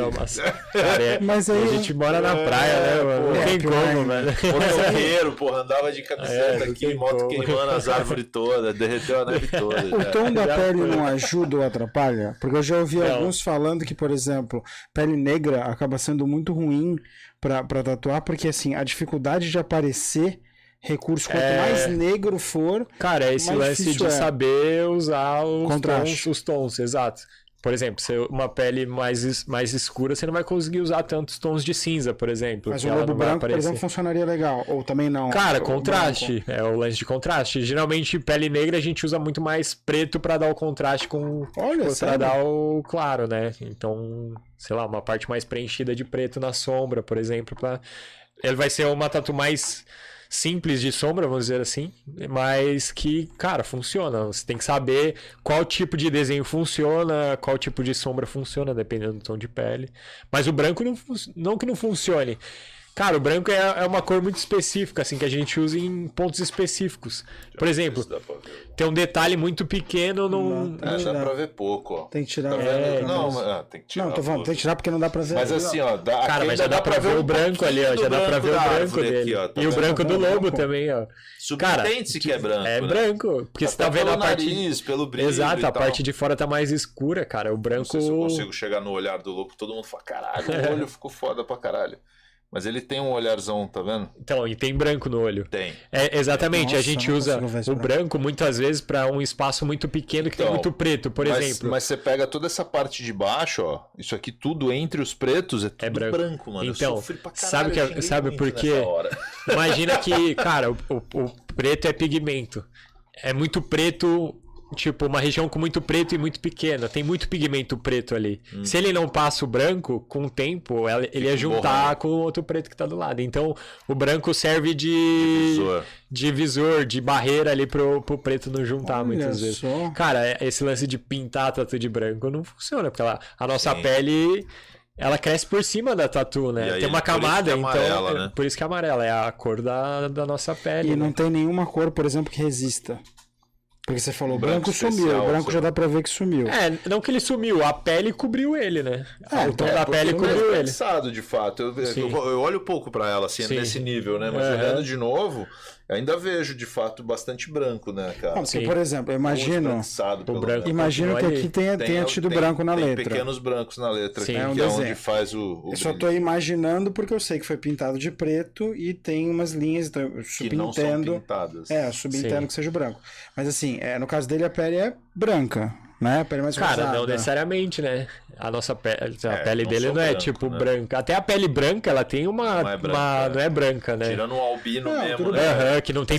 Cara, mas aí a gente mora na praia, né, mano? Não tem como, velho. Motoqueiro, porra, andava de camiseta aqui, moto queimando as árvores todas, derreteu a neve toda. O tom da pele não ajuda ou atrapalha? Porque eu já ouvi alguns falando que, por exemplo, pele negra acaba sendo muito ruim pra tatuar, porque assim, a dificuldade de aparecer recurso, quanto mais negro for, cara, é esse lance de saber usar os tons, exato. Por exemplo, se uma pele mais escura, você não vai conseguir usar tantos tons de cinza, por exemplo. Mas o lobo branco, por exemplo, funcionaria legal. Ou também não. Cara, contraste. É o lance de contraste. Geralmente, pele negra, a gente usa muito mais preto pra dar o contraste pra dar o claro, né? Então, sei lá, uma parte mais preenchida de preto na sombra, por exemplo. Ele vai ser uma tatu mais simples de sombra, vamos dizer assim, mas que, cara, funciona. Você tem que saber qual tipo de desenho funciona, qual tipo de sombra funciona, dependendo do tom de pele. Mas o branco não que não funcione. Cara, o branco é uma cor muito específica, assim, que a gente usa em pontos específicos. Por exemplo, tem um detalhe muito pequeno num... dá pra ver pouco, ó. Tem que tirar. Tem que tirar. Não, tem que tirar porque não dá pra ver. Mas assim, ó... Cara, mas já dá pra ver o branco ali, ó. Já dá pra ver o branco dele. Aqui, ó, e o branco do lobo também, ó. Subentende-se que é branco, é branco. Porque você tá vendo a parte... nariz, pelo brilho. Exato, a parte de fora tá mais escura, cara. O branco... Não sei se eu consigo chegar no olhar do lobo, todo mundo fala, caralho, o olho ficou foda pra caralho. Mas ele tem um olharzão, tá vendo? Então, e tem branco no olho. Tem. Exatamente, a gente usa o branco muitas vezes para um espaço muito pequeno que tem muito preto, por exemplo. Mas você pega toda essa parte de baixo, ó, isso aqui tudo entre os pretos é tudo branco, mano. Então, eu pra caralho, sabe por quê? Imagina que, cara, o preto é pigmento. É muito preto... Tipo, uma região com muito preto e muito pequena. Tem muito pigmento preto ali. Se ele não passa o branco, com o tempo, ele ia juntar com o outro preto que tá do lado. Então, o branco serve de visor, de barreira ali pro preto não juntar muitas vezes. Cara, esse lance de pintar a tatu de branco não funciona, porque a nossa pele... Ela cresce por cima da tatu, né? Tem uma camada, então... Amarela, né? Por isso que é amarela. É a cor da nossa pele. E não tem nenhuma cor, por exemplo, que resista. Porque você falou, o branco sumiu, o branco já dá pra ver que sumiu. Não que ele sumiu, a pele cobriu ele, né? O tom da pele cobriu ele. De fato, eu olho pouco pra ela, assim, nesse nível, né? Mas olhando de novo, eu ainda vejo, de fato, bastante branco, né, cara? Não, porque, por exemplo, eu imagino que aqui tenha tido branco na letra. Tem pequenos brancos na letra, que é onde faz o eu só tô imaginando porque eu sei que foi pintado de preto e tem umas linhas, então eu subentendo... Que não são pintadas. Subentendo que seja branco. Mas assim, no caso dele a pele é branca, né? A pele mais rosada. Cara, não necessariamente, né? A nossa pele, a pele dele não é tipo branca. Até a pele branca, ela tem uma... Não é branca, né? Tirando um albino mesmo, né? Que não tem,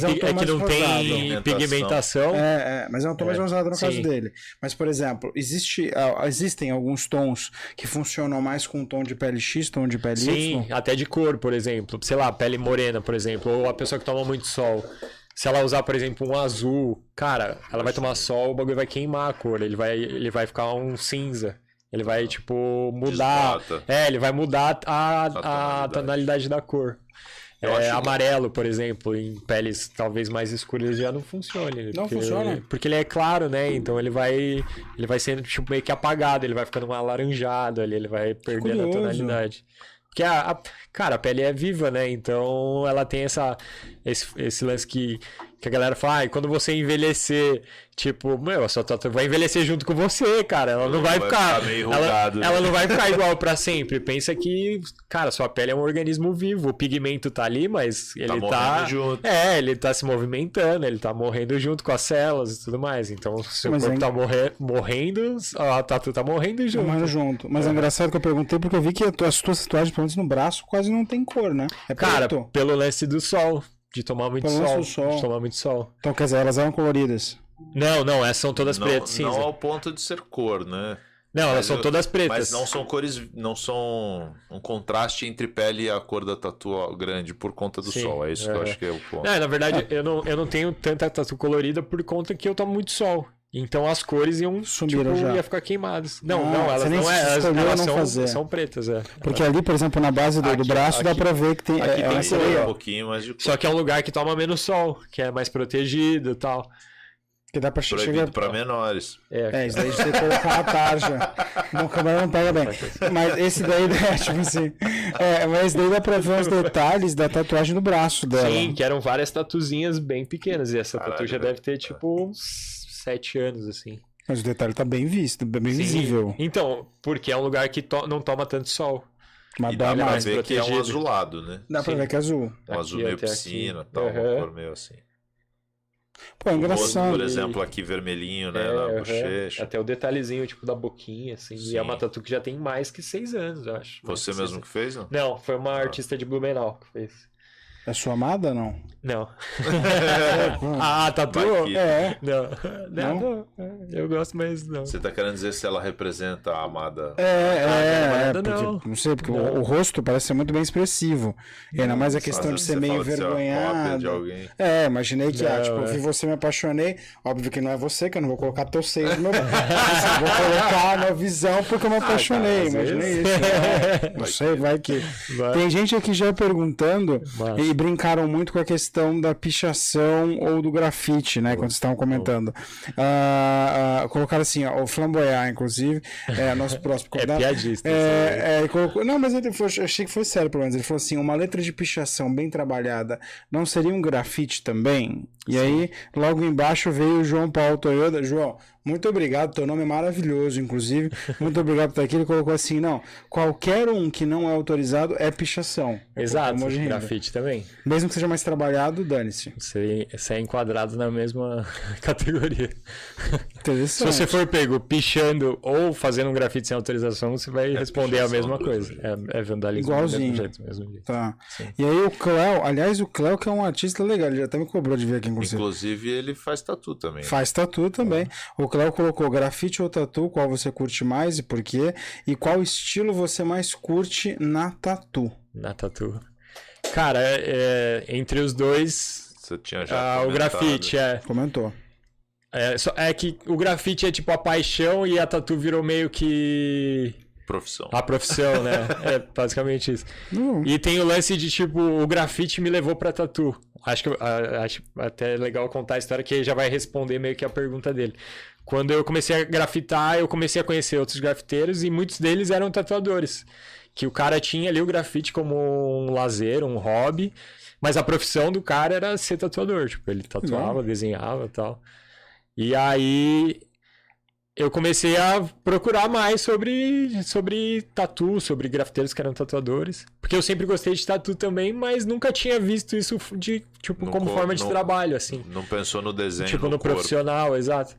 pigmentação. Mas é um tom mais rosado no caso dele. Mas, por exemplo, existem alguns tons que funcionam mais com tom de pele X, tom de pele Y? Sim, até de cor, por exemplo. Sei lá, pele morena, por exemplo. Ou a pessoa que toma muito sol. Se ela usar, por exemplo, um azul, cara, ela vai tomar sol, o bagulho vai queimar a cor, ele vai ficar um cinza. Ele vai, tipo, mudar... ele vai mudar a tonalidade da cor. Amarelo, por exemplo, em peles talvez mais escuras já não funcione. Funciona? Porque ele é claro, né? Então ele vai sendo tipo, meio que apagado, ele vai ficando um alaranjado ali, ele vai perdendo a tonalidade. Porque, cara, a pele é viva, né? Então ela tem esse lance que a galera fala, quando você envelhecer, tipo, a sua tatu vai envelhecer junto com você, cara. Ela não vai ficar meio rugado, ela não vai ficar igual pra sempre. Pensa que, cara, sua pele é um organismo vivo. O pigmento tá ali, mas ele tá junto. Ele tá se movimentando, ele tá morrendo junto com as células e tudo mais. Então, se o seu corpo tá morrendo, a tatu tá morrendo junto. Mas é engraçado que eu perguntei porque eu vi que as tuas tatuagens, pelo menos no braço, quase não tem cor, né? Cara, pelo lance do sol. De tomar muito sol. Então, quer dizer, elas eram coloridas? Não, essas são todas pretas, cinza. Não ao ponto de ser cor, né? Não, elas são todas pretas. Mas não são cores, não são um contraste entre pele e a cor da tatu grande por conta do sol. É isso que eu acho que é o ponto. Na verdade, eu não tenho tanta tatu colorida por conta que eu tomo muito sol. Então as cores iam, Sumiram já. ia ficar queimadas. Não, você elas nem não escolheu não são, fazer. são pretas, é. Porque ali, por exemplo, na base do braço dá pra ver que tem... Aqui tem essa cor, aí, um ó. pouquinho mais de cor. Só que é um lugar que toma menos sol, que é mais protegido e tal. Que dá pra chegar... Proibido para menores. Isso daí a gente tem que colocar a tarja. Não, a câmera não pega bem. Mas esse daí, tipo assim... mas esse daí dá pra ver os detalhes da tatuagem no braço dela. Sim, que eram várias tatuzinhas bem pequenas. E essa tatu já deve ter, tipo, uns 7 anos, assim. Mas o detalhe tá bem visto, bem Sim. visível. Então, porque é um lugar que não toma tanto sol. Mas E dá dá pra mais. ver que é um protegido. azulado, né? Dá pra ver que é azul. Um azul Aqui meio até piscina, aqui. tal, uma Aham. cor meio assim. Pô, é O rosto, engraçado. por exemplo, aqui vermelhinho, né? Na bochecha. Até o detalhezinho, tipo, da boquinha, assim. Sim. E é uma tatu que já tem mais que 6 anos, eu acho. Você Mais mesmo que que fez, não? 6 anos. Não, foi uma artista de Blumenau que fez. É sua amada, não? Não. Tatu? Baquita. Não. Eu gosto, mas não. Você tá querendo dizer se ela representa a amada? não. Não sei, porque o rosto parece ser muito bem expressivo. E ainda mais a questão de ser meio envergonhado. De alguém. Imaginei que, tipo, eu vi você, me apaixonei. Óbvio que não é você, que eu não vou colocar teu seio no meu... vou colocar a minha visão porque eu me apaixonei. Imaginei isso. Não sei, vai que... Tem gente aqui já perguntando e brincaram muito com a questão da pichação ou do grafite, né? Quando vocês estavam comentando. Colocaram assim, o Flamboyant, inclusive, nosso próximo convidado. Piadista. Ele colocou... Não, mas ele falou, achei que foi sério, pelo menos. Ele falou assim, uma letra de pichação bem trabalhada não seria um grafite também? E aí, logo embaixo veio o João Paulo Toyoda. João, muito obrigado, teu nome é maravilhoso, inclusive. Muito obrigado por estar aqui. Ele colocou assim, não, qualquer um que não é autorizado é pichação. Exato, grafite também. Mesmo que seja mais trabalhado, dane-se. Você é enquadrado na mesma categoria. Se Interessante. você for pego pichando ou fazendo um grafite sem autorização, você vai responder a mesma coisa. É vandalismo. Igualzinho. Do mesmo jeito. Tá. E aí o Cléo, aliás, o Cléo que é um artista legal, ele já até me cobrou de vir aqui, Inclusive, ele faz tatu também. Faz tatu também. O Cléo colocou grafite ou tatu, qual você curte mais e por quê? E qual estilo você mais curte na tatu? Na tatu. Cara, entre os dois... Você tinha já o grafite, Comentou. É que o grafite é tipo a paixão e a tatu virou meio que... Profissão. A profissão, né? É basicamente isso. E tem o lance de, tipo, o grafite me levou pra tatu. Acho até legal contar a história que já vai responder meio que a pergunta dele. Quando eu comecei a grafitar, eu comecei a conhecer outros grafiteiros e muitos deles eram tatuadores. Que o cara tinha ali o grafite como um lazer, um hobby, mas a profissão do cara era ser tatuador. Tipo, ele tatuava, desenhava e tal. E aí... eu comecei a procurar mais sobre tatu, sobre grafiteiros que eram tatuadores. Porque eu sempre gostei de tatu também, mas nunca tinha visto isso como forma de trabalho, assim. Não pensou no desenho, tipo, no profissional, exato.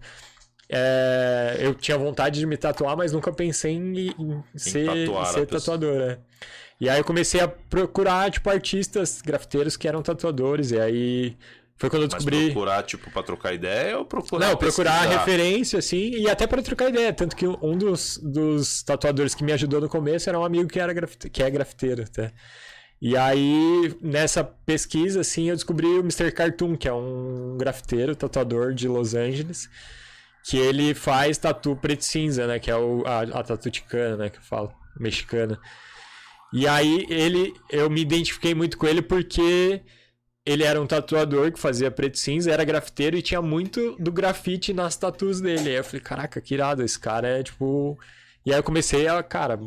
Eu tinha vontade de me tatuar, mas nunca pensei em ser tatuador, né? E aí eu comecei a procurar, tipo, artistas grafiteiros que eram tatuadores, e aí... foi quando eu descobri... Mas procurar, tipo, pra trocar ideia ou procurar Não, procurar referência, assim, e até pra trocar ideia. Tanto que um dos tatuadores que me ajudou no começo era um amigo que é grafiteiro, até. E aí, nessa pesquisa, assim, eu descobri o Mr. Cartoon, que é um grafiteiro, tatuador de Los Angeles, que ele faz tatu preto e cinza, né, que é a tatu ticana, né, que eu falo, mexicana. E aí, eu me identifiquei muito com ele porque... ele era um tatuador que fazia preto e cinza, era grafiteiro e tinha muito do grafite nas tatus dele. Aí eu falei, caraca, que irado, esse cara é tipo... E aí eu comecei a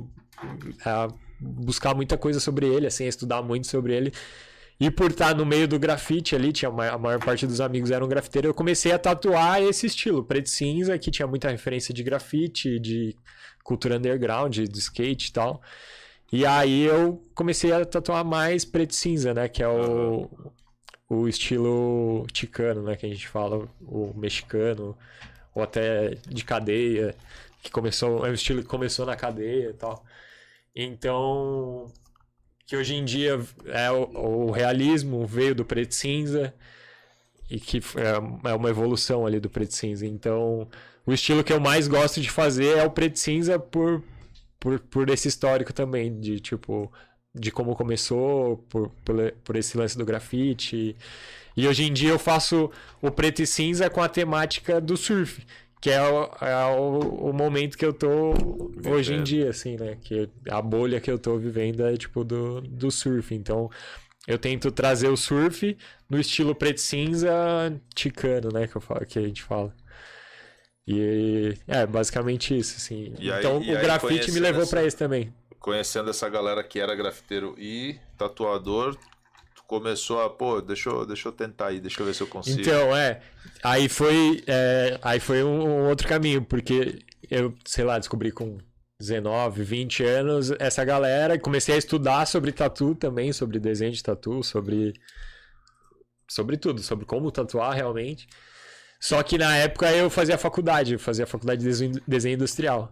buscar muita coisa sobre ele, assim, a estudar muito sobre ele. E por estar no meio do grafite ali, a maior parte dos amigos eram grafiteiros, eu comecei a tatuar esse estilo, preto e cinza, que tinha muita referência de grafite, de cultura underground, de skate e tal. E aí eu comecei a tatuar mais preto e cinza, né, que é o estilo ticano, né, que a gente fala, o mexicano, ou até de cadeia, é um estilo que começou na cadeia e tal. Então, que hoje em dia o realismo veio do preto e cinza, e que é uma evolução ali do preto e cinza. Então, o estilo que eu mais gosto de fazer é o preto e cinza por esse histórico também, de tipo... de como começou, por esse lance do grafite. E hoje em dia eu faço o preto e cinza com a temática do surf, Que é o momento que eu tô hoje em dia, assim, né? Que a bolha que eu tô vivendo é, tipo, do surf. Então, eu tento trazer o surf no estilo preto e cinza ticano, né? Que a gente fala. E basicamente isso, assim. Então, o grafite me levou pra isso também. Conhecendo essa galera que era grafiteiro e tatuador, tu começou a, pô, deixa eu tentar aí, deixa eu ver se eu consigo. Então, aí foi um outro caminho, porque eu, sei lá, descobri com 19, 20 anos essa galera e comecei a estudar sobre tatu também, sobre desenho de tatu, sobre tudo, sobre como tatuar realmente. Só que na época eu fazia faculdade de desenho industrial.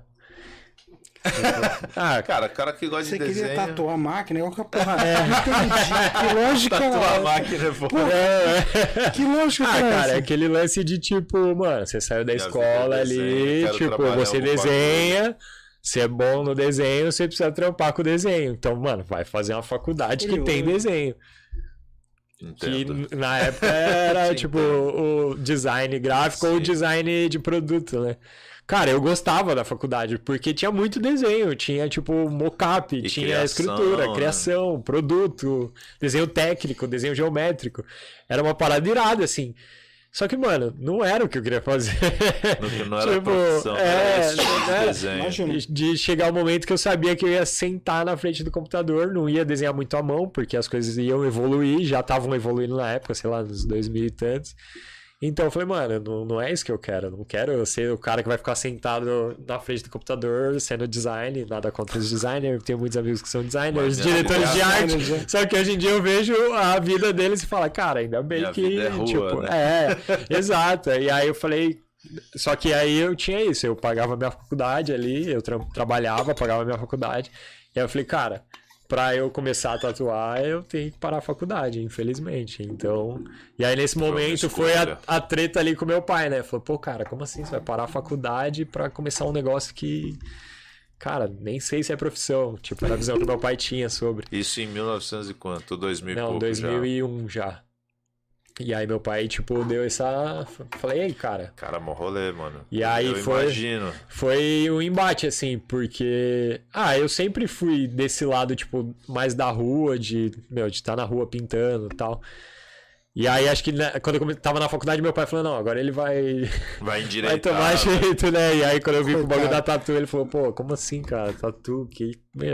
Cara que gosta de desenho... Você queria tatuar a máquina? Eu, porra, entendi. Que lógica... Tatuar a máquina, pô. Que lógica, cara, é aquele lance de tipo, mano, você saiu da escola ali, tipo, você desenha, você é bom no desenho, você precisa trampar com o desenho. Então, mano, vai fazer uma faculdade que tem desenho. Entendo. Que na época era tipo o design gráfico ou o design de produto, né? Cara, eu gostava da faculdade, porque tinha muito desenho, tinha tipo mockup, tinha criação, escritura, criação, produto, desenho técnico, desenho geométrico. Era uma parada irada, assim. Só que, mano, não era o que eu queria fazer. Não era tipo, profissão, era desenho. De chegar o momento que eu sabia que eu ia sentar na frente do computador, não ia desenhar muito à mão, porque as coisas iam evoluir, já estavam evoluindo na época, sei lá, nos 2000 e tantos. Então eu falei, mano, não é isso que eu quero. Eu não quero ser o cara que vai ficar sentado na frente do computador sendo design, nada contra os designers. Eu tenho muitos amigos que são designers, diretores de arte. Só que hoje em dia eu vejo a vida deles e falo, cara, ainda bem minha que. Vida é rua, né? Exato. E aí eu falei. Só que aí eu tinha isso, eu pagava minha faculdade ali, eu trabalhava, pagava minha faculdade. E aí eu falei, cara, pra eu começar a tatuar, eu tenho que parar a faculdade, infelizmente. Então. E aí, nesse momento, foi a treta ali com meu pai, né? Falou, pô, cara, como assim? Você vai parar a faculdade pra começar um negócio que. Cara, nem sei se é profissão. Tipo, era a visão que meu pai tinha sobre. Isso em 1900 e quanto? 2000 e pouco? Não, 2001 já. E aí meu pai, tipo, deu essa... Falei, ei, cara... Cara, mó rolê, mano. E aí imagino. Foi um embate, assim, porque... eu sempre fui desse lado, tipo, mais da rua, de estar na rua pintando e tal. E aí, acho que quando eu tava na faculdade, meu pai falou, não, agora ele vai... Vai endireitar. Vai tomar jeito, né? E aí, quando eu vi o bagulho da tatu, ele falou, pô, como assim, cara? Tatu, que...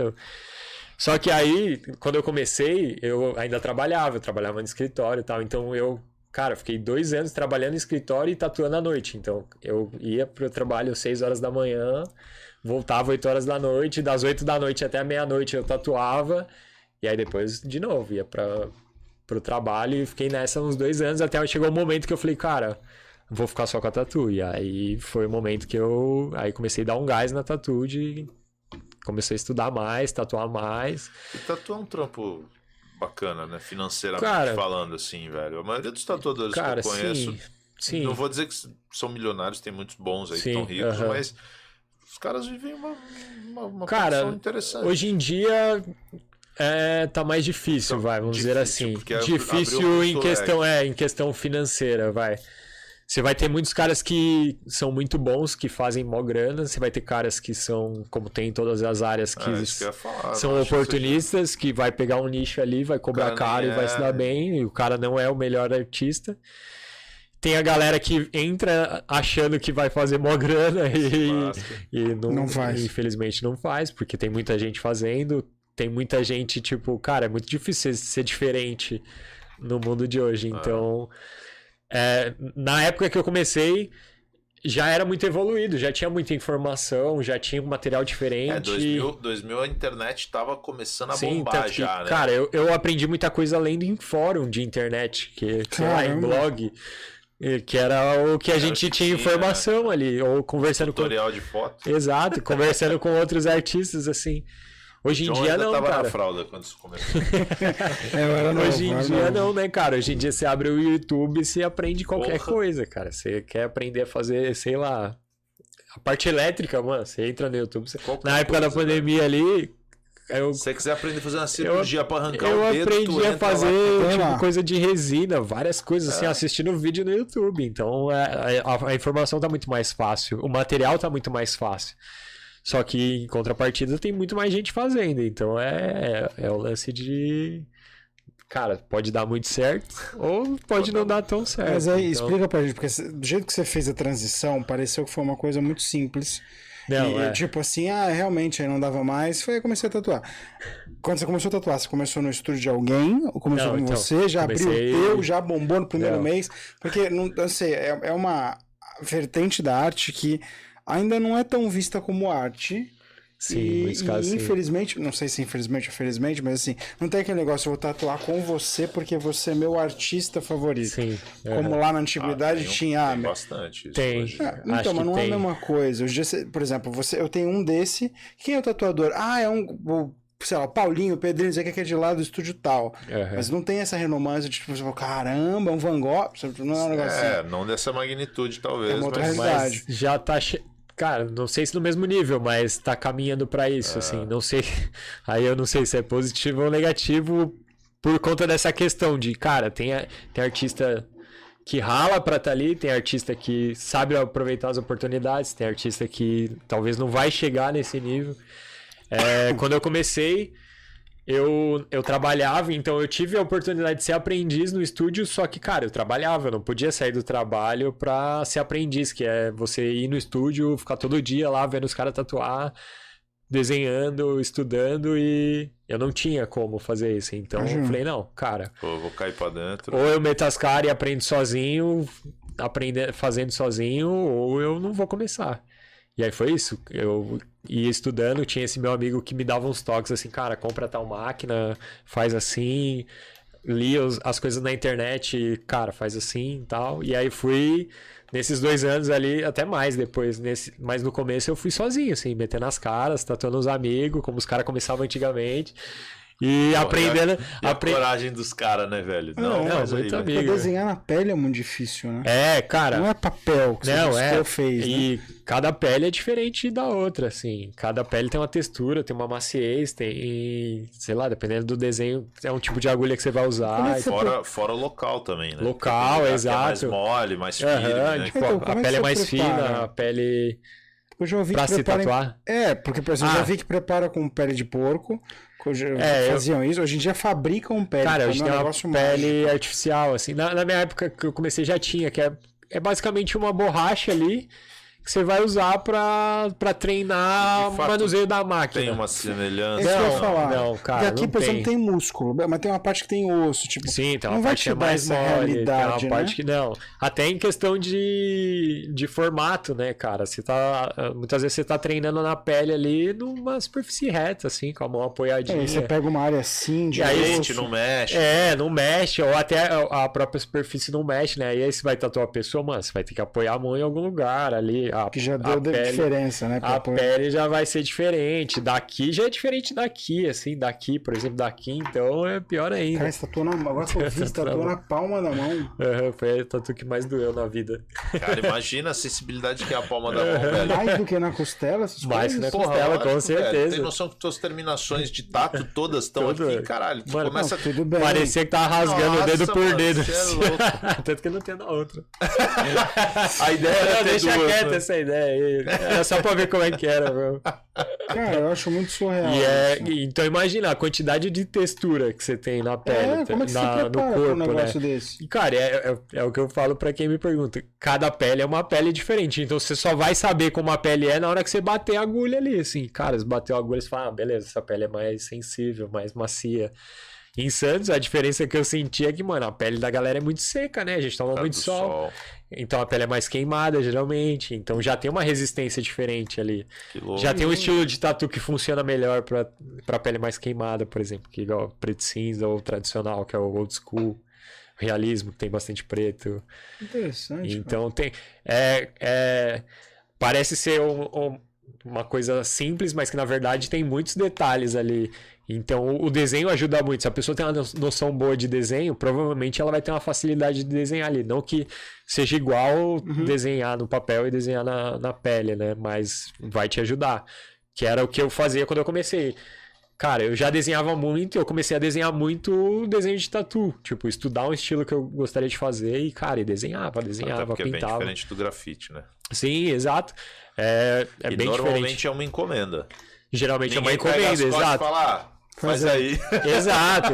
Só que aí, quando eu comecei, eu ainda trabalhava no escritório e tal, então cara, fiquei 2 anos trabalhando no escritório e tatuando à noite, então eu ia pro trabalho 6 horas da manhã, voltava 8 horas da noite, das 8 da noite até a meia-noite eu tatuava, e aí depois, de novo, ia pro trabalho e fiquei nessa uns 2 anos, até chegou um momento que eu falei, cara, vou ficar só com a tatu, e aí foi o momento que aí comecei a dar um gás na tatu comecei a estudar mais, tatuar mais. E tatuar é um trampo bacana, né? Financeiramente falando, assim, velho. A maioria dos tatuadores que eu conheço, sim. Não vou dizer que são milionários, tem muitos bons aí que estão ricos, mas os caras vivem uma profissão interessante. Hoje em dia tá mais difícil, vamos dizer assim. Difícil em questão financeira, vai. Você vai ter muitos caras que são muito bons, que fazem mó grana. Você vai ter caras que são, como tem em todas as áreas, que são oportunistas, que vai pegar um nicho ali, vai cobrar caro e vai se dar bem. E o cara não é o melhor artista. Tem a galera que entra achando que vai fazer mó grana e não faz. Infelizmente não faz, porque tem muita gente fazendo. Tem muita gente, tipo, cara, é muito difícil ser diferente no mundo de hoje. Então... na época que eu comecei, já era muito evoluído, já tinha muita informação, já tinha um material diferente. 2000 a internet estava começando a bombar já, né? Cara, eu aprendi muita coisa lendo em fórum de internet, sei lá, em blog, que era o que a gente tinha informação ali, ou conversando tutorial de foto. Exato, conversando com outros artistas, assim. Hoje em dia não, tava cara. Na fralda quando isso começou. Hoje em dia não, né, cara? Hoje em dia você abre o YouTube e você aprende qualquer coisa, cara. Você quer aprender a fazer, sei lá, a parte elétrica, mano. Você entra no YouTube. Na época da pandemia ali, Se você quiser aprender a fazer uma cirurgia pra arrancar eu o dedo, aprendi a fazer lá. tipo, coisa de resina, várias coisas assim, assistindo vídeo no YouTube. Então a informação tá muito mais fácil, o material tá muito mais fácil. Só que em contrapartida tem muito mais gente fazendo. Então é o lance de... Cara, pode dar muito certo ou pode não dar tão certo. Mas aí, então... explica pra gente, porque do jeito que você fez a transição, pareceu que foi uma coisa muito simples. Não, e tipo assim, realmente aí não dava mais, foi aí comecei a tatuar. Quando você começou a tatuar, você começou no estúdio de alguém? Ou começou Não, com então, você? Já abriu o teu? Já bombou no primeiro Não. mês? Porque, não sei, é uma vertente da arte que ainda não é tão vista como arte. Sim, e muitos casos, sim. infelizmente, não sei se infelizmente ou felizmente, mas assim, não tem aquele negócio, eu vou tatuar com você porque você é meu artista favorito. Sim. Como lá na antiguidade tinha. Tem bastante isso Tem. hoje. Então, mas não é a tem. mesma coisa. Hoje, por exemplo, eu tenho um desse. Quem é o tatuador? É sei lá, o Paulinho, o Pedrinho, não sei o que é de lá do estúdio tal. Mas não tem essa renomância de tipo, você fala, caramba, um Van Gogh. Não é um negócio assim. Não dessa magnitude, talvez. É uma outra mas realidade. Mas já tá... Cara, não sei se no mesmo nível, mas tá caminhando pra isso, assim. Não sei... Aí eu não sei se é positivo ou negativo por conta dessa questão de, cara, tem artista que rala pra estar ali, tem artista que sabe aproveitar as oportunidades, tem artista que talvez não vai chegar nesse nível. Quando eu comecei, eu trabalhava, então eu tive a oportunidade de ser aprendiz no estúdio, só que, cara, eu trabalhava, eu não podia sair do trabalho pra ser aprendiz, que é você ir no estúdio, ficar todo dia lá vendo os caras tatuar, desenhando, estudando, e eu não tinha como fazer isso. Então eu falei, não, cara... Pô, vou cair pra dentro. Ou eu meto as caras e aprendo sozinho, fazendo sozinho, ou eu não vou começar. E aí foi isso, eu ia estudando, tinha esse meu amigo que me dava uns toques assim, cara, compra tal máquina, faz assim, lia as coisas na internet, cara, faz assim e tal. E aí fui, nesses 2 anos ali, até mais depois, mas no começo eu fui sozinho, assim, metendo as caras, tatuando os amigos, como os caras começavam antigamente. E aprendendo... a coragem dos caras, né, velho? Não, mas muito aí, amigo. Porque desenhar na pele é muito difícil, né? Cara... Não é papel que você fez, né? E cada pele é diferente da outra, assim. Cada pele tem uma textura, tem uma maciez, tem... Sei lá, dependendo do desenho, é um tipo de agulha que você vai usar. Fora o local também, né? Local, exato. É mais mole, mais firme, né? Tipo, a pele é mais fina, a pele... Eu já ouvi pra se tatuar? Porque, por exemplo, eu já vi que prepara com pele de porco. Faziam isso. Hoje em dia fabricam pele. Cara, hoje tem uma pele artificial, assim. Na minha época que eu comecei já tinha, que é basicamente uma borracha ali que você vai usar pra treinar o manuseio da máquina. Tem uma semelhança. Isso que eu ia falar. Não, cara, aqui, por exemplo, tem músculo, mas tem uma parte que tem osso. Tipo, sim, tem uma não parte que é mais mole, realidade, tem uma parte que não. Até em questão de formato, né, cara? Muitas vezes você tá treinando na pele ali numa superfície reta, assim, com a mão apoiadinha. Você pega uma área assim, de osso. Não mexe. Não mexe, ou até a própria superfície não mexe, né? E aí você vai tatuar a pessoa, mano, você vai ter que apoiar a mão em algum lugar ali. Que já deu diferença, né? Pele já vai ser diferente. Daqui já é diferente daqui, assim. Daqui, por exemplo, daqui, então é pior ainda. Cara, você tatuou agora que eu vi, você tatuou na palma da mão. Foi a tatu que mais doeu na vida. Cara, imagina a sensibilidade que é a palma da mão, velho. Mais do que na costela, essas mais coisas? que na costela, com certeza. Velho, tem noção que tuas terminações de tato todas estão aqui, caralho. Tu começa tudo bem. Parecia que tava rasgando o dedo por dedo. Você é louco. Tanto que não tem na outra. A ideia era deixa quieta essa ideia aí. Era só pra ver como é que era, meu. Cara, eu acho muito surreal. Então imagina a quantidade de textura que você tem na pele, como é que você prepara no corpo, um negócio né? desse? E, cara, é o que eu falo pra quem me pergunta. Cada pele é uma pele diferente. Então você só vai saber como a pele é na hora que você bater a agulha ali, assim. Cara, se bater a agulha, você fala, beleza, essa pele é mais sensível, mais macia. Em Santos, a diferença que eu senti é que, mano, a pele da galera é muito seca, né? A gente toma muito sol. Então a pele é mais queimada, geralmente. Então já tem uma resistência diferente ali. Já tem um estilo de tatu que funciona melhor pra pele mais queimada, por exemplo. Que igual preto cinza ou tradicional, que é o old school. Realismo, que tem bastante preto. Interessante. Então tem... parece ser uma coisa simples, mas que na verdade tem muitos detalhes ali. Então o desenho ajuda muito. Se a pessoa tem uma noção boa de desenho, provavelmente ela vai ter uma facilidade de desenhar ali. Não que seja igual desenhar no papel e desenhar na pele, né? Mas vai te ajudar. Que era o que eu fazia quando eu comecei. cara, eu já desenhava muito, eu comecei a desenhar muito desenho de tatu. Tipo, estudar um estilo que eu gostaria de fazer e, cara, e desenhava, Até porque pintava. é bem diferente do grafite, né? Sim, exato. É E bem normalmente diferente. é uma encomenda. Geralmente é uma Ninguém pega as encomenda, costas e exato. fala, faz aí. Exato.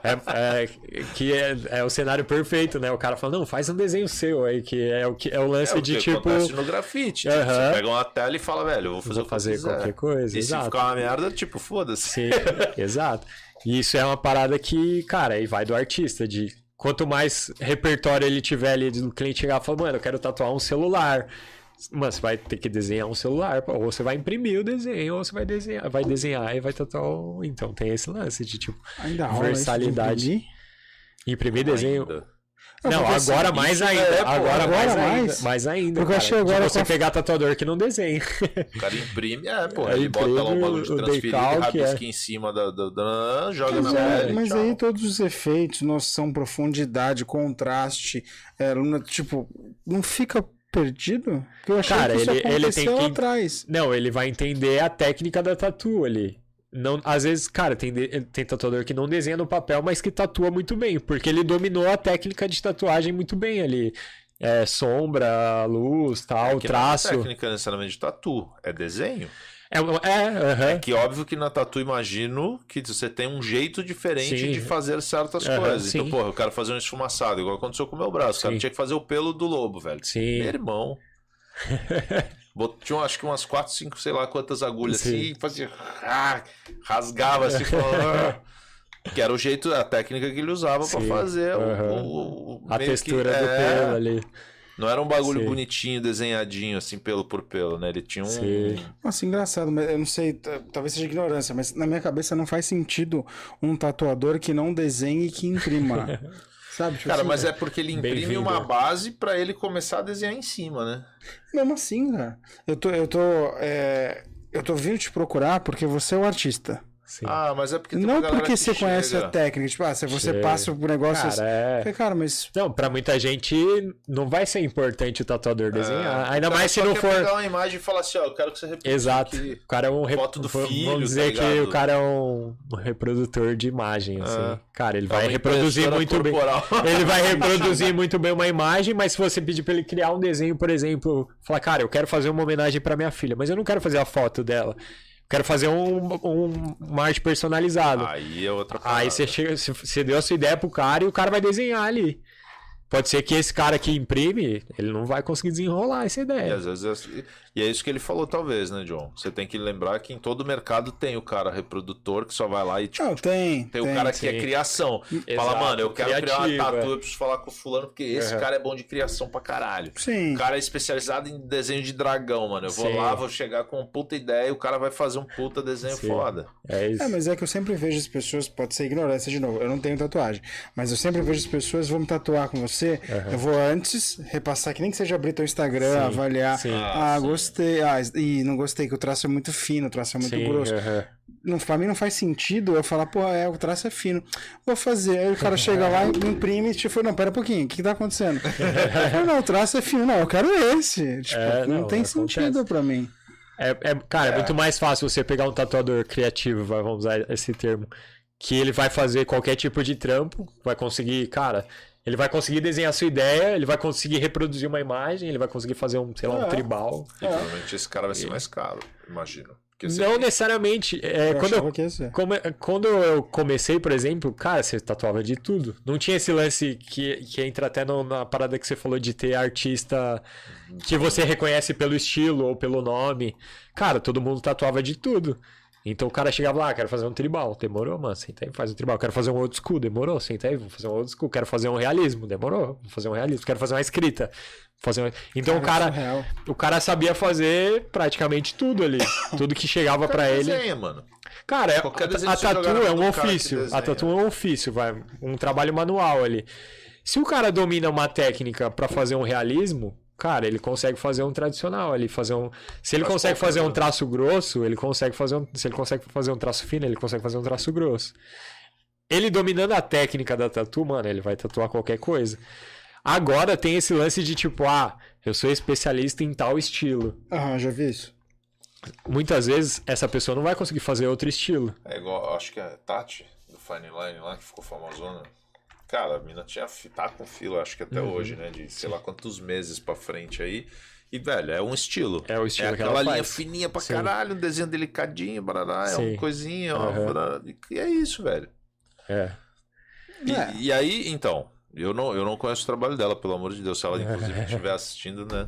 Que é o cenário perfeito, né? O cara fala, não, faz um desenho seu aí, que é o lance É o de que tipo. acontece no grafite. Tipo, Aham. você pega uma tela e fala, velho, eu vou fazer o que eu quiser. qualquer coisa, E exato. se ficar uma merda, tipo, foda-se. Sim, exato. E isso é uma parada que, cara, aí vai do artista, de quanto mais repertório ele tiver ali do cliente chegar e falar, mano, eu quero tatuar um celular. Mano, você vai ter que desenhar um celular, ou você vai imprimir o desenho, ou você vai desenhar e vai tatuar um... Então tem esse lance de, tipo, Ainda rola versalidade. isso de Imprimir desenho... Ainda. Não, porque agora assim, mais isso ainda. é, pô, agora agora mais. Mais ainda. Porque eu Cara, achei agora de você com a- pegar tatuador que não desenha. O cara imprime, pô, Aí ele bota lá um imprime bagulho de o transferir, decalque, rabisca em cima joga na Mas, pele. mas tchau. aí todos os efeitos, noção, profundidade, contraste, tipo, não fica perdido? Porque eu achei Cara, que isso ele tem aconteceu lá que- atrás. Não, ele vai entender a técnica da tatu ali. Não, às vezes, cara, tem tatuador que não desenha no papel, mas que tatua muito bem, porque ele dominou a técnica de tatuagem muito bem ali. Sombra, luz, tal, Que traço. não é técnica necessariamente de tatu, é desenho. Aham. Que óbvio que na tatu imagino que você tem um jeito diferente Sim. de fazer certas Aham, coisas. sim. Então, porra, eu quero fazer um esfumaçado, igual aconteceu com o meu braço. O cara Sim. tinha que fazer o pelo do lobo, velho. Sim. Meu irmão. Tinha acho que umas 4, 5, sei lá quantas agulhas Sim. assim, e fazia. Rasgava assim, falava, que era o jeito, a técnica que ele usava pra Sim. fazer A meio textura que, do pelo ali. Não era um bagulho Sim. bonitinho, desenhadinho, assim, pelo por pelo, né? Ele tinha um. Sim. Nossa, engraçado, mas eu não sei, talvez seja ignorância, mas na minha cabeça não faz sentido um tatuador que não desenhe e que imprima. Sabe? Tipo Cara, assim, mas é porque ele imprime Bem-vindo. uma base pra ele começar a desenhar em cima, né? Mesmo assim, cara. Eu tô vindo te procurar porque você é o artista. Sim. Ah, mas é porque tem Não uma galera porque que você conhece a chega. técnica. Tipo, se você Chega. passa por negócio. Cara, Falei, cara, mas. Não, pra muita gente não vai ser importante o tatuador desenhar. Ainda O cara mais se só não quer for. pegar uma imagem e falar assim, ó, eu quero que você reproduza Exato. aqui. O cara é um Foto do filho, vamos dizer tá que ligado? o cara é um reprodutor de imagem, assim. É. Cara, ele É vai uma reproduzir impressora muito bem. corporal. Ele vai reproduzir muito bem uma imagem, mas se você pedir pra ele criar um desenho, por exemplo, falar, cara, eu quero fazer uma homenagem pra minha filha, mas eu não quero fazer a foto dela. Eu quero fazer uma arte personalizada. Aí é outra Aí você chega, você deu a sua ideia pro cara e o cara vai desenhar ali. Pode ser que esse cara que imprime, ele não vai conseguir desenrolar essa E ideia. às vezes e é isso que ele falou, talvez, né, John? Você tem que lembrar que em todo mercado tem o cara reprodutor que só vai lá e tipo, Não, tem. tem o cara que é sim. criação. Fala, Exato, mano, eu quero criar uma criativo, tatu, é. eu preciso falar com o fulano, porque esse Uhum. cara é bom de criação pra caralho. Sim. O cara é especializado em desenho de dragão, mano. Eu vou Sim. lá, vou chegar com uma puta ideia e o cara vai fazer um puta desenho Sim. foda. É isso. Mas é que eu sempre vejo as pessoas, pode ser ignorância de novo, eu não tenho tatuagem, mas eu sempre vejo as pessoas, vão me tatuar com você, eu vou antes repassar, que nem que seja abrir teu Instagram, Sim, avaliar, sim. sim. gostei, e não gostei, que o traço é muito fino, o traço é muito Sim, grosso. Não, pra mim não faz sentido eu falar, pô, o traço é fino, vou fazer. Aí o cara chega lá, imprime e tipo, não, pera um pouquinho, o que tá acontecendo? Eu falo, não, o traço é fino, não, eu quero esse. Tipo, não tem acontece. sentido pra mim. Cara, é muito mais fácil você pegar um tatuador criativo, vamos usar esse termo, que ele vai fazer qualquer tipo de trampo, vai conseguir, cara, ele vai conseguir desenhar a sua ideia, ele vai conseguir reproduzir uma imagem, ele vai conseguir fazer um tribal. E provavelmente esse cara vai ser mais caro, imagino. Porque Não necessariamente. Eu achava que ia ser. Quando eu comecei, por exemplo, cara, você tatuava de tudo. Não tinha esse lance que entra até na parada que você falou de ter artista que você reconhece pelo estilo ou pelo nome. Cara, todo mundo tatuava de tudo. Então o cara chegava lá, quero fazer um tribal. Demorou, mano, senta aí, faz um tribal. Quero fazer um old school, demorou, senta aí, vou fazer um old school. Quero fazer um realismo, demorou, vou fazer um realismo. Quero fazer uma escrita. Então o cara sabia fazer praticamente tudo ali. Tudo que chegava pra ele. Desenha, mano. Cara, Qualquer desenho a que você jogar tatu na é mão um do cara que ofício. desenha. A tatu é um ofício, vai. Um trabalho manual ali. Se o cara domina uma técnica pra fazer um realismo, cara, ele consegue fazer um tradicional ali, se ele consegue fazer um traço grosso, ele consegue fazer se ele consegue fazer um traço fino, ele consegue fazer um traço grosso. Ele dominando a técnica da tatu, mano, ele vai tatuar qualquer coisa. Agora tem esse lance de tipo, eu sou especialista em tal estilo. Já vi isso. muitas vezes essa pessoa não vai conseguir fazer outro estilo. É igual, acho que é a Tati, do Fine Line lá, que ficou famosona. Cara, a mina tá com fila, acho que até hoje, né? De sei lá quantos meses pra frente aí. E, velho, é um estilo. É o estilo que aquela ela linha faz. fininha pra Sim. caralho, um desenho delicadinho, barará, é Sim. uma coisinha, ó, barará, e é isso, velho. É. E aí, então, eu não conheço o trabalho dela, pelo amor de Deus, se ela inclusive estiver assistindo, né?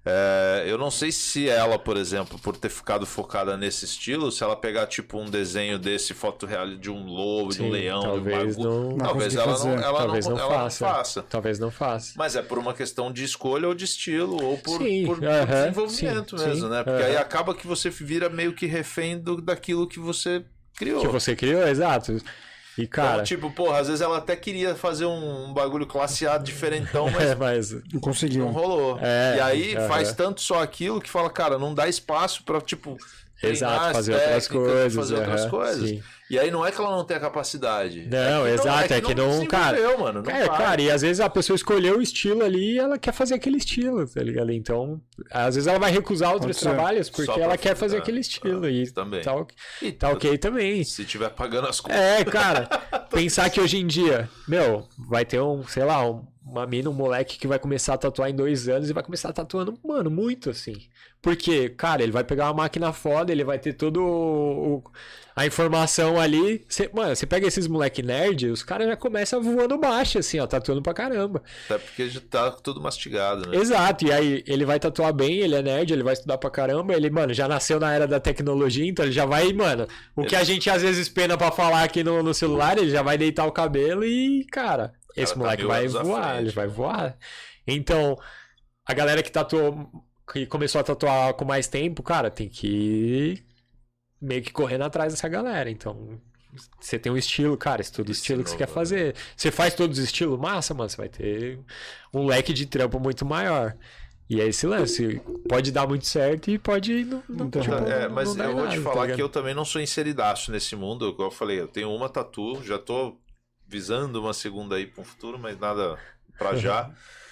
Eu não sei se ela, por exemplo, por ter ficado focada nesse estilo, se ela pegar tipo um desenho desse fotorreal de um lobo, de um Sim, leão, de um talvez bagulho, não- talvez Não ela conseguir não, ela Talvez não, não ela não faça. faça. Talvez não faça. Mas é por uma questão de escolha ou de estilo, ou por, Sim, por desenvolvimento sim, mesmo, sim, né? Porque aí acaba que você vira meio que refém daquilo que você criou. Que você criou, exato. E, cara... Então, tipo, porra, às vezes ela até queria fazer um bagulho classe A diferentão, mas mas... Não conseguiu. não rolou. É, e aí aham. faz tanto só aquilo que fala, cara, não dá espaço pra, tipo, Exato, treinar as fazer outras técnicas, coisas. fazer outras aham, coisas. sim. E aí não é que ela não tem a capacidade. Não, exato, é que não, cara. desenvolveu, mano, não vai. Cara, e às vezes a pessoa escolheu o estilo ali e ela quer fazer aquele estilo, tá ligado? Então, às vezes ela vai recusar outros ser. trabalhos Só porque pra ela quer fazer fazer, aquele estilo. E também. E tá ok também. Se tiver pagando as contas. É, cara, pensar que hoje em dia, meu, vai ter sei lá, uma mina, um moleque que vai começar a tatuar em 2 anos e vai começar tatuando, mano, muito assim. Porque, cara, ele vai pegar uma máquina foda, ele vai ter todo a informação ali. Mano, você pega esses moleque nerd, os caras já começam voando baixo, assim, ó, tatuando pra caramba. Até porque já tá tudo mastigado, né? Exato, e aí ele vai tatuar bem, ele é nerd, ele vai estudar pra caramba, ele, mano, já nasceu na era da tecnologia, então ele já vai, mano, o que a gente às vezes pena pra falar aqui no celular, ele já vai deitar o cabelo e, cara, esse tá moleque 1000 vai anos à voar, frente, ele vai né? voar. Então, a galera que tatuou, que começou a tatuar com mais tempo, cara, tem que ir meio que correndo atrás dessa galera, então... Você tem um estilo, cara, estuda o estilo que você quer fazer. Você faz todos os estilos, massa, mano. Você vai ter um leque de trampo muito maior. E é esse lance. Pode dar muito certo e pode não Então, tipo, Mas não dar eu vou te nada, falar tá que ligado? eu também não sou inseridaço nesse mundo. Igual eu falei, eu tenho uma tatu, já tô visando uma segunda aí para um futuro, mas nada pra já.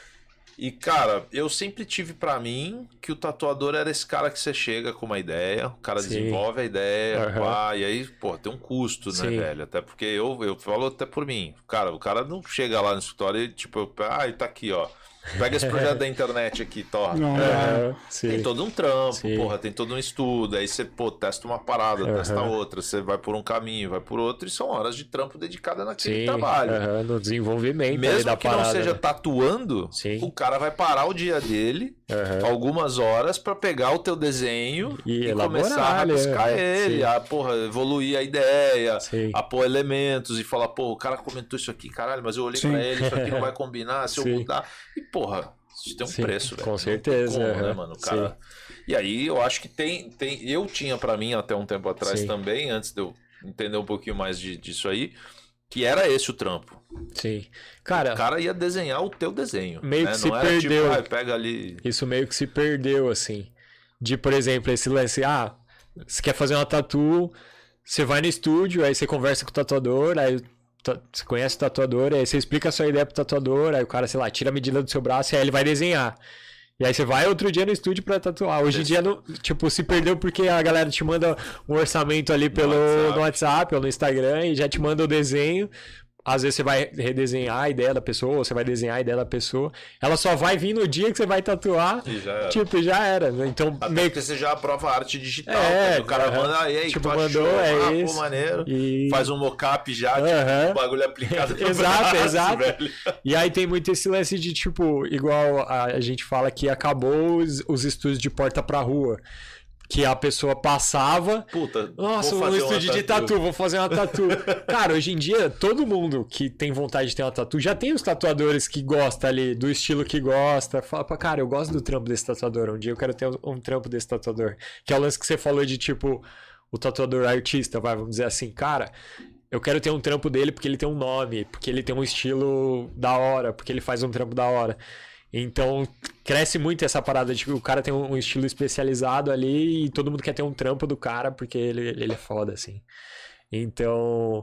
E, cara, eu sempre tive pra mim que o tatuador era esse cara que você chega com uma ideia, o cara Sim. desenvolve a ideia, Aham. pá, e aí, pô, tem um custo, né, Sim. velho? Até porque eu falo até por mim. Cara, o cara não chega lá no escritório e, tipo, tá aqui, ó. Pega esse projeto da internet aqui, torra. Não, Aham, sim. Tem todo um trampo, Sim. porra, tem todo um estudo. Aí você, pô, testa uma parada, testa outra, você vai por um caminho, vai por outro, e são horas de trampo dedicada naquele Sim, trabalho. aham, no desenvolvimento ali Mesmo da que parada. não seja né? tatuando, Sim. o cara vai parar o dia dele, Aham. algumas horas, pra pegar o teu desenho E e elaborar, começar a rabiscar né? ele, Sim. a, porra, evoluir a ideia, Sim. a pôr elementos e falar, pô, o cara comentou isso aqui, caralho, mas eu olhei Sim. pra ele, isso aqui não vai combinar, se eu Sim. mudar. E, porra, isso tem um Sim, preço, velho. com Não tem certeza, como, né, aham. mano? O cara... E aí eu acho que tem. Eu tinha pra mim até um tempo atrás Sim. também, antes de eu entender um pouquinho mais disso aí, que era esse o trampo. Sim. Cara, O cara ia desenhar o teu desenho. Meio né? que se Não era perdeu. tipo, pega ali. isso meio que se perdeu, assim. De, por exemplo, esse lance, você quer fazer uma tatu, você vai no estúdio, aí você conversa com o tatuador, aí você conhece o tatuador, aí você explica a sua ideia pro tatuador, aí o cara, sei lá, tira a medida do seu braço e aí ele vai desenhar. E aí você vai outro dia no estúdio pra tatuar. Hoje em dia, tipo, se perdeu porque a galera te manda um orçamento ali no WhatsApp ou no Instagram e já te manda o desenho. Às vezes você vai redesenhar a ideia da pessoa, ou você vai desenhar a ideia da pessoa. Ela só vai vir no dia que você vai tatuar. E já era. Tipo, já era. Né? Então, Até meio porque você já aprova a arte digital. É, quando o cara aham. manda, e aí, Tipo, tu mandou, achou? isso. Pô, maneiro. E... Faz um mockup já, Aham. tipo, o bagulho aplicado no Exato, braço, exato. velho. E aí tem muito esse lance de, tipo, igual a gente fala que acabou os estúdios de porta pra rua. Que a pessoa passava. Puta, Nossa, vou um fazer estúdio uma de tatu, vou fazer uma tatu. Cara, hoje em dia, todo mundo que tem vontade de ter uma tatu, já tem os tatuadores que gostam ali, do estilo que gosta. Fala pra cara, eu gosto do trampo desse tatuador. Um dia eu quero ter um trampo desse tatuador. Que é o lance que você falou de, tipo, o tatuador artista, vamos dizer assim, cara. Eu quero ter um trampo dele porque ele tem um nome, porque ele tem um estilo da hora, porque ele faz um trampo da hora. Então, cresce muito essa parada de que o cara tem um estilo especializado ali e todo mundo quer ter um trampo do cara porque ele é foda, assim. Então,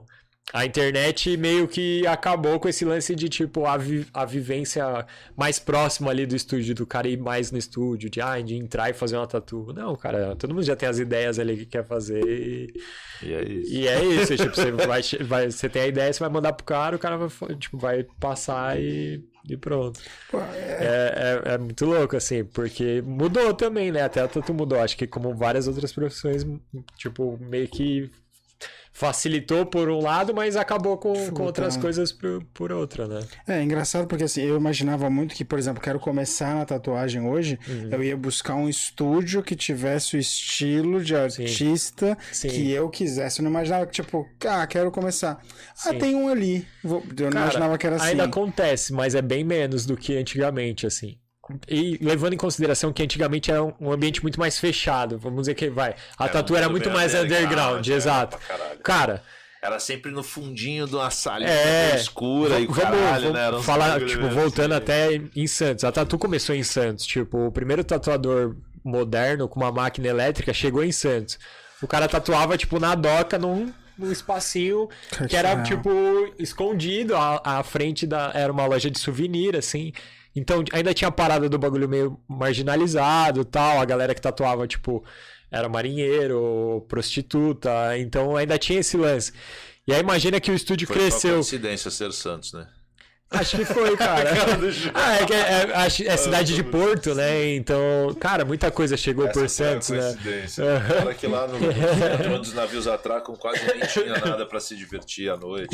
A internet meio que acabou com esse lance de, tipo, a vivência mais próxima ali do estúdio, do cara ir mais no estúdio, de entrar e fazer uma tatu. Não, cara, todo mundo já tem as ideias ali que quer fazer E é isso. e é isso. Tipo, você tem a ideia, você vai mandar pro cara, o cara vai passar e pronto. Pô, É muito louco, assim, porque mudou também, né? Até a tatu mudou. Acho que como várias outras profissões, tipo, meio que facilitou por um lado, mas acabou com outras coisas por outra, né? É engraçado porque assim, eu imaginava muito que, por exemplo, quero começar na tatuagem hoje, eu ia buscar um estúdio que tivesse o estilo de artista Sim. que eu quisesse. Eu não imaginava que, tipo, quero começar. Sim. Tem um ali. Eu não imaginava que era assim. Ainda acontece, mas é bem menos do que antigamente, assim. E levando em consideração que antigamente era um ambiente muito mais fechado, vamos dizer que a tatu era muito mais underground, exato. Cara, era sempre no fundinho de uma sala vamos escura e caralho, né? Era falar, tipo, voltando até em Santos. A tatu começou em Santos, tipo, o primeiro tatuador moderno com uma máquina elétrica chegou em Santos. O cara tatuava, tipo, na doca num espacinho que era, tipo, escondido. À frente era uma loja de souvenir, assim. Então, ainda tinha a parada do bagulho meio marginalizado e tal. A galera que tatuava, tipo, era marinheiro, prostituta. Então, ainda tinha esse lance. E aí, imagina que o estúdio cresceu. Foi coincidência ser Santos, né? Acho que foi, cara. É cidade de Porto, né? Então, cara, muita coisa chegou por Santos, né? Fala que lá no dos navios atracam quase nem tinha nada pra se divertir à noite.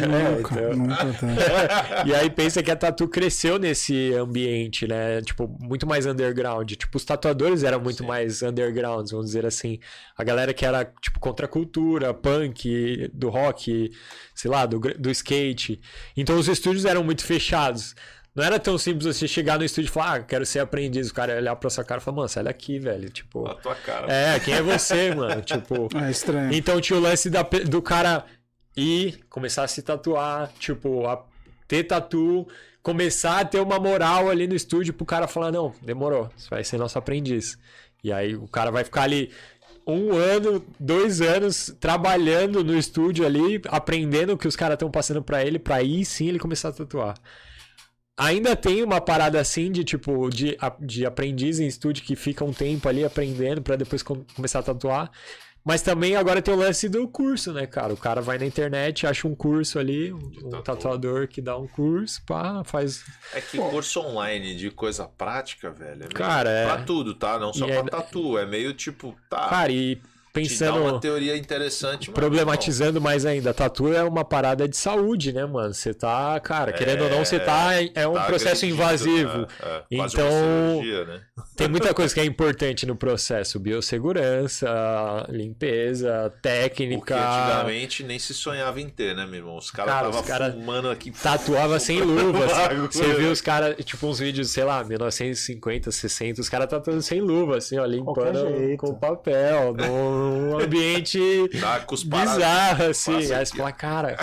E aí pensa que a tatu cresceu nesse ambiente, né? Tipo, muito mais underground. Tipo, os tatuadores eram muito mais underground, vamos dizer assim. A galera que era, tipo, contra a cultura, punk, do rock, sei lá, do skate. Então os estúdios eram muito fechados. Não era tão simples você chegar no estúdio e falar, quero ser aprendiz. O cara ia olhar pra sua cara e falar, mano, sai daqui, velho. Tipo, a tua cara. Quem é você, mano? Tipo, é estranho. Então tinha o lance do cara ir, começar a se tatuar, tipo, a ter tatu, começar a ter uma moral ali no estúdio pro cara falar, não, demorou, você vai ser nosso aprendiz. E aí o cara vai ficar ali 1 ano, 2 anos trabalhando no estúdio ali, aprendendo o que os caras estão passando pra ele, pra aí sim ele começar a tatuar. Ainda tem uma parada assim de tipo de aprendiz em estúdio que fica um tempo ali aprendendo pra depois começar a tatuar. Mas também agora tem o lance do curso, né, cara? O cara vai na internet, acha um curso ali, um tatuador que dá um curso, pá, faz... É que curso online de coisa prática, velho, cara, pra tudo, tá? Não só pra tatu, é meio tipo, tá... Cara, e pensando... Te dá uma teoria interessante, mas problematizando mais ainda, tatu é uma parada de saúde, né, mano? Você tá, cara, querendo ou não, você tá... É um processo invasivo. Então, cirurgia, né? Tem muita coisa que é importante no processo. Biossegurança, limpeza, técnica... O que antigamente nem se sonhava em ter, né, meu irmão? Os caras estavam fumando aqui... Tatuava sem luvas. Você viu os caras, tipo, uns vídeos, sei lá, 1950, 60, os caras tatuando sem luva, assim, ó, limpando com papel, num ambiente bizarro, assim. Aí você fala, cara...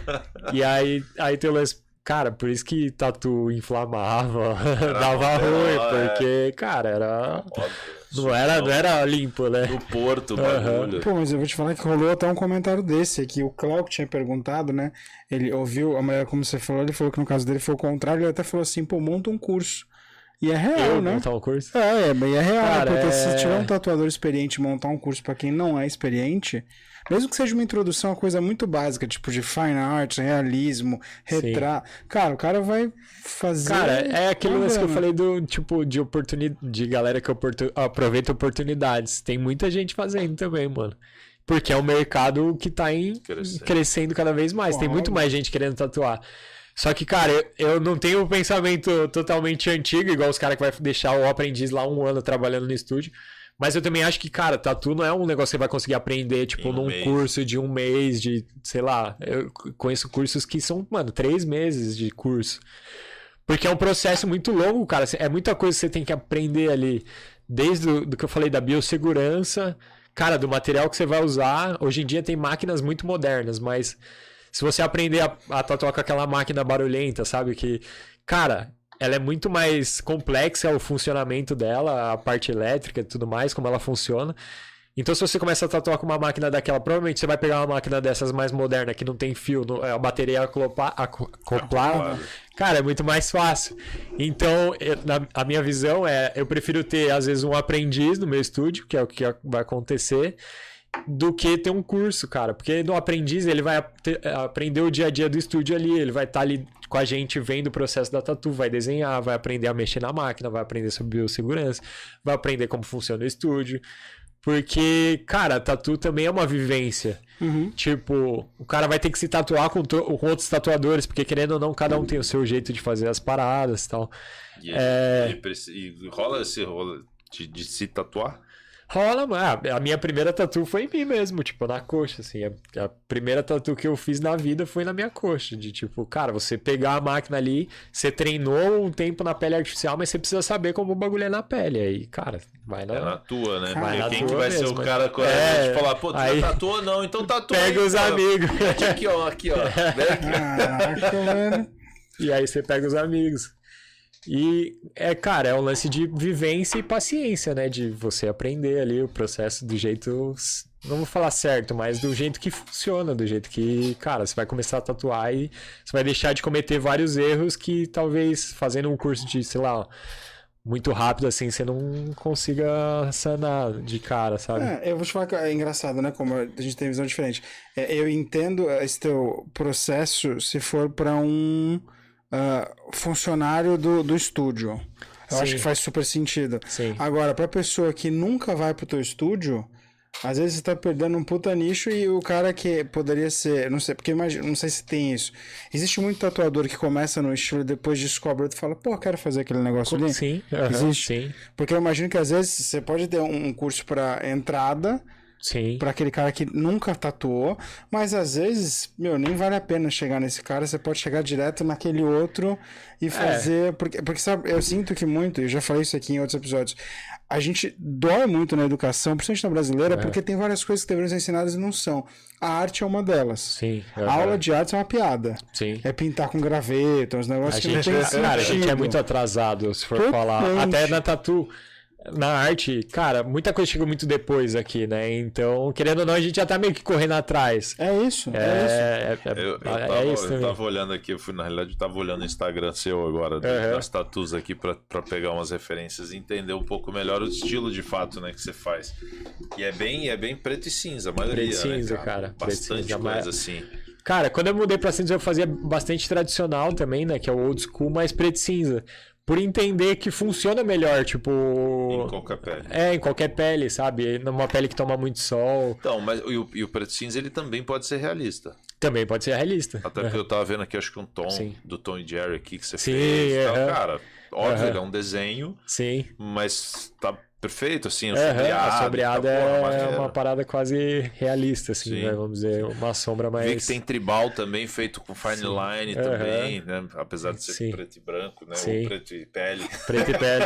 E aí tem o lance... Cara, por isso que tatu inflamava, dava ruim, porque, cara, era... Não era limpo, né? No Porto, bagulho. Pô, mas eu vou te falar que rolou até um comentário desse aqui. O Cláudio tinha perguntado, né? Ele ouviu, como você falou, ele falou que no caso dele foi o contrário. Ele até falou assim, pô, monta um curso. E é real, né? Montar um curso? E é real, cara, porque se tiver um tatuador experiente montar um curso pra quem não é experiente... Mesmo que seja uma introdução, uma coisa muito básica, tipo de fine art, realismo, retrato. Cara, o cara vai fazer... Cara, é aquele lance que eu falei do tipo de galera que aproveita oportunidades. Tem muita gente fazendo também, mano. Porque é um mercado que tá crescendo cada vez mais. Tem muito mais gente querendo tatuar. Só que, cara, eu não tenho um pensamento totalmente antigo, igual os caras que vai deixar o aprendiz lá 1 ano trabalhando no estúdio. Mas eu também acho que, cara, tatu não é um negócio que você vai conseguir aprender, tipo, num curso de 1 mês, de, sei lá. Eu conheço cursos que são, mano, 3 meses de curso. Porque é um processo muito longo, cara. É muita coisa que você tem que aprender ali. Desde do que eu falei da biossegurança, cara, do material que você vai usar. Hoje em dia tem máquinas muito modernas, mas se você aprender a tatuar com aquela máquina barulhenta, sabe? Que, cara... Ela é muito mais complexa o funcionamento dela, a parte elétrica e tudo mais, como ela funciona. Então, se você começa a tatuar com uma máquina daquela, provavelmente você vai pegar uma máquina dessas mais moderna, que não tem fio, a bateria acoplada. Cara, é muito mais fácil. Então, a minha visão eu prefiro ter, às vezes, um aprendiz no meu estúdio, que é o que vai acontecer, do que ter um curso, cara. Porque no aprendiz, ele vai aprender o dia a dia do estúdio ali, ele vai estar ali com a gente vendo o processo da tatu, vai desenhar, vai aprender a mexer na máquina, vai aprender sobre biossegurança, vai aprender como funciona o estúdio. Porque, cara, tatu também é uma vivência. Tipo, o cara vai ter que se tatuar com outros tatuadores, porque querendo ou não, cada um tem o seu jeito de fazer as paradas e tal. E rola esse de se tatuar? Rola, mano. A minha primeira tatu foi em mim mesmo, tipo, na coxa, assim. A primeira tatu que eu fiz na vida foi na minha coxa. De tipo, cara, você pegar a máquina ali, você treinou um tempo na pele artificial, mas você precisa saber como o bagulho é na pele. Aí, cara, vai na... É na tua, né? Vai na quem tua que vai mesmo, ser o cara quando a gente falar, pô, tu aí... já tatuou? Não, então tatua. Pega aí, os amigos. Aqui, ó. Vem aqui. Caraca, mano. E aí você pega os amigos. E, cara, é um lance de vivência e paciência, né? De você aprender ali o processo do jeito, não vou falar certo, mas do jeito que funciona, do jeito que, cara, você vai começar a tatuar e você vai deixar de cometer vários erros que talvez fazendo um curso de, sei lá, muito rápido assim, você não consiga sanar de cara, sabe? Eu vou te falar que é engraçado, né? Como a gente tem visão diferente. Eu entendo esse teu processo se for para um funcionário do estúdio. Eu acho que faz super sentido. Sim. Agora, pra pessoa que nunca vai pro teu estúdio, às vezes você tá perdendo um puta nicho e o cara que poderia ser... Não sei, porque imagina, não sei se tem isso. Existe muito tatuador que começa no estilo e depois descobre e fala, pô, quero fazer aquele negócio ali. Sim, existe. Sim. Porque eu imagino que às vezes você pode ter um curso pra entrada... Sim. Pra aquele cara que nunca tatuou, mas às vezes, nem vale a pena chegar nesse cara, você pode chegar direto naquele outro e fazer, porque sabe, eu sinto que muito, eu já falei isso aqui em outros episódios, a gente dói muito na educação, principalmente na brasileira, porque tem várias coisas que deveriam ser ensinadas e não são. A arte é uma delas. Sim. A aula de arte é uma piada. Sim. É pintar com graveto, uns negócios que não tem sentido. Cara, a gente é muito atrasado, se for falar. Até na tatu... Na arte, cara, muita coisa chegou muito depois aqui, né? Então, querendo ou não, a gente já tá meio que correndo atrás. É isso. Eu tava olhando aqui, na realidade eu tava olhando o Instagram seu agora, das tatus aqui, pra pegar umas referências e entender um pouco melhor o estilo de fato, né, que você faz. E é bem preto e cinza, a maioria, preto e cinza, né, cara? Bastante cinza, coisa assim. Cara, quando eu mudei pra cinza, eu fazia bastante tradicional também, né? Que é o old school, mas preto e cinza. Por entender que funciona melhor, tipo... Em qualquer pele. Em qualquer pele, sabe? Numa pele que toma muito sol. Então, mas e o preto cinza, ele também pode ser realista. Também pode ser realista. Até porque eu tava vendo aqui, acho que um tom do Tom e Jerry aqui que você Sim, fez. Então, cara, óbvio, ele é um desenho. Sim. Mas tá perfeito, assim, a sombreada é uma parada quase realista, assim, né? Vamos dizer, uma sombra mais... Vi que tem tribal também, feito com fine line também, né? Apesar de ser preto e branco, né? Ou preto e pele. Preto e pele.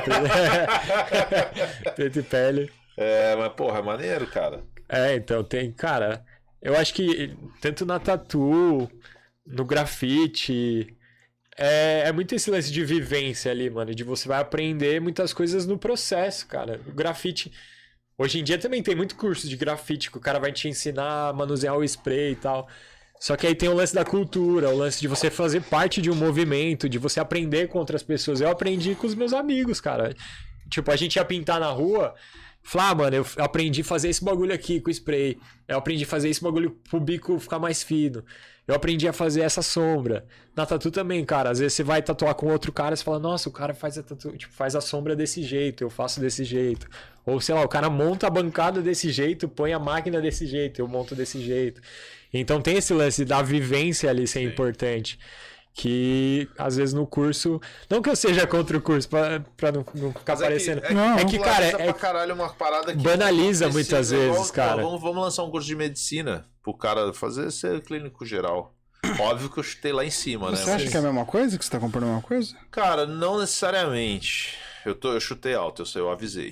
Preto e pele. Mas, porra, é maneiro, cara. Então tem, cara... Eu acho que tanto na tatu, no grafite... É muito esse lance de vivência ali, mano. De você vai aprender muitas coisas no processo, cara. O grafite... Hoje em dia também tem muito curso de grafite que o cara vai te ensinar a manusear o spray e tal. Só que aí tem o lance da cultura, o lance de você fazer parte de um movimento, de você aprender com outras pessoas. Eu aprendi com os meus amigos, cara. Tipo, a gente ia pintar na rua... Falar, mano, eu aprendi a fazer esse bagulho aqui com spray. Eu aprendi a fazer esse bagulho pro bico ficar mais fino. Eu aprendi a fazer essa sombra. Na tatu também, cara. Às vezes você vai tatuar com outro cara e você fala, nossa, o cara faz a tatu, tipo, faz a sombra desse jeito, eu faço desse jeito. Ou, sei lá, o cara monta a bancada desse jeito, põe a máquina desse jeito, eu monto desse jeito. Então tem esse lance da vivência ali ser importante. Que às vezes no curso, não que eu seja contra o curso pra não ficar parecendo, cara, pra caralho uma parada que banaliza muitas vezes, cara. Vamos lançar um curso de medicina pro cara fazer ser clínico geral. Óbvio que eu chutei lá em cima, né? Você acha que é a mesma coisa? Que você tá comprando a mesma coisa? Cara, não necessariamente. Eu chutei alto, eu avisei.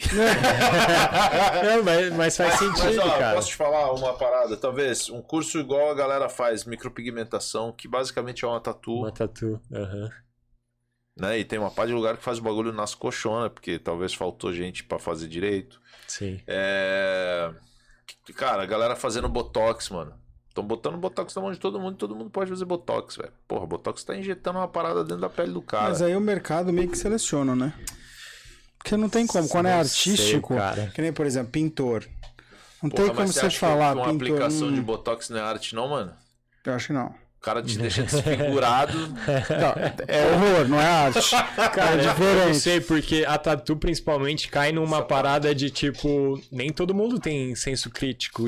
Não, mas faz sentido, cara. Posso te falar uma parada? Talvez um curso igual a galera faz, micropigmentação, que basicamente é uma tatu. Uma tatu, Né? E tem uma par de lugar que faz o bagulho nas coxonas, porque talvez faltou gente pra fazer direito. Sim. Cara, a galera fazendo botox, mano. Estão botando botox na mão de todo mundo pode fazer botox, velho. Porra, botox tá injetando uma parada dentro da pele do cara. Mas aí o mercado meio que seleciona, né? Porque não tem como. Quando é artístico, que nem, por exemplo, pintor. Não tem como você falar uma pintor. Aplicação de botox não é arte, não, mano? Eu acho que não. O cara te deixa desfigurado. Não, é horror, não é arte. Cara, eu não sei, porque a tatu principalmente cai numa parada de tipo, nem todo mundo tem senso crítico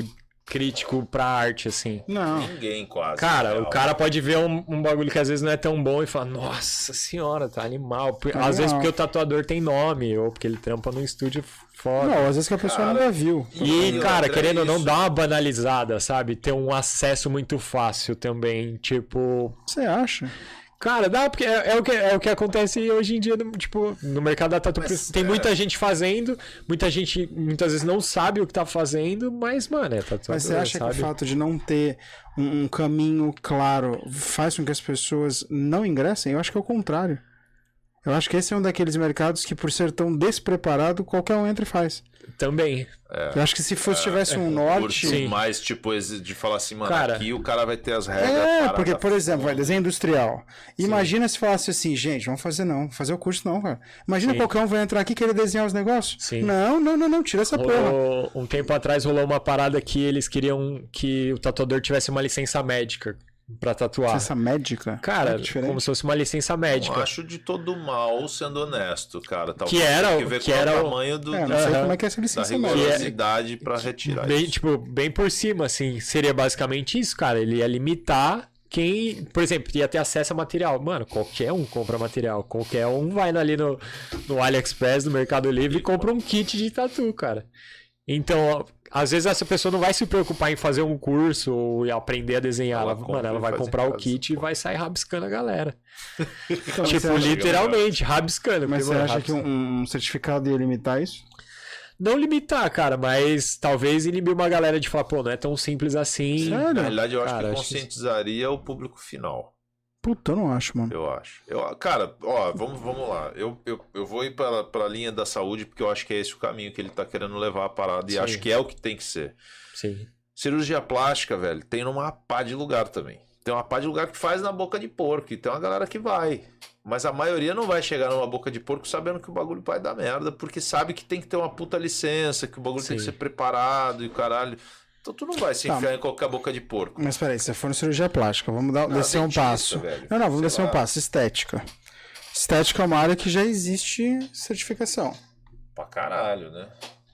pra arte, assim. Não. Ninguém quase. Cara, o cara pode ver um bagulho que às vezes não é tão bom e falar, nossa senhora, tá animal. Às vezes porque o tatuador tem nome, ou porque ele trampa num estúdio foda. Não, às vezes que a pessoa nunca viu. E, cara, querendo ou não, dá uma banalizada, sabe? Ter um acesso muito fácil também, tipo... Você acha? Cara, dá, porque é o que acontece hoje em dia, tipo, no mercado da tatu. Tem muita gente fazendo, muita gente muitas vezes não sabe o que tá fazendo, mas, mano, é tatuador, Mas você acha sabe? que o fato de não ter um caminho claro faz com que as pessoas não ingressem? Eu acho que é o contrário. Eu acho que esse é um daqueles mercados que, por ser tão despreparado, qualquer um entra e faz. Também. Eu acho que se tivesse um norte... Sim. Mais, tipo, de falar assim, mano, cara, aqui o cara vai ter as regras. Porque, por exemplo, desenho industrial. Imagina se falasse assim, gente, vamos fazer o curso não, cara. Imagina qualquer um vai entrar aqui e querer desenhar os negócios. Sim. Não, tira essa porra. Um tempo atrás rolou uma parada que eles queriam que o tatuador tivesse uma licença médica pra tatuar. Licença médica? Cara, como se fosse uma licença médica. Eu acho de todo mal, sendo honesto, cara. Que era o tamanho do... não sei como é que é essa licença médica. Da rigorosidade pra retirar bem, isso. Tipo, bem por cima, assim, seria basicamente isso, cara. Ele ia limitar quem, por exemplo, ia ter acesso a material. Mano, qualquer um compra material. Qualquer um vai ali no AliExpress, no Mercado Livre e compra um kit de tatu, cara. Então, às vezes essa pessoa não vai se preocupar em fazer um curso ou aprender a desenhar. Ela vai comprar o kit e vai sair rabiscando a galera. Então, tipo, literalmente, rabiscando. Mas você acha que um certificado ia limitar isso? Não limitar, cara, mas talvez inibir uma galera de falar, pô, não é tão simples assim. Sério? Na realidade, eu acho Cara, que conscientizaria o público final. Puta, eu não acho, mano. Eu acho. Cara, ó, vamos lá. Eu vou ir pra linha da saúde porque eu acho que é esse o caminho que ele tá querendo levar a parada. E acho que é o que tem que ser. Sim. Cirurgia plástica, velho, tem numa pá de lugar também. Tem uma pá de lugar que faz na boca de porco. E tem uma galera que vai. Mas a maioria não vai chegar numa boca de porco sabendo que o bagulho vai dar merda. Porque sabe que tem que ter uma puta licença, que o bagulho tem que ser preparado e o caralho. Então tu não vai se enfiar em qualquer boca de porco. Mas peraí, se você for na cirurgia plástica, vamos descer um passo. Velho. Vamos descer um passo. Estética. Estética é uma área que já existe certificação. Pra caralho, né?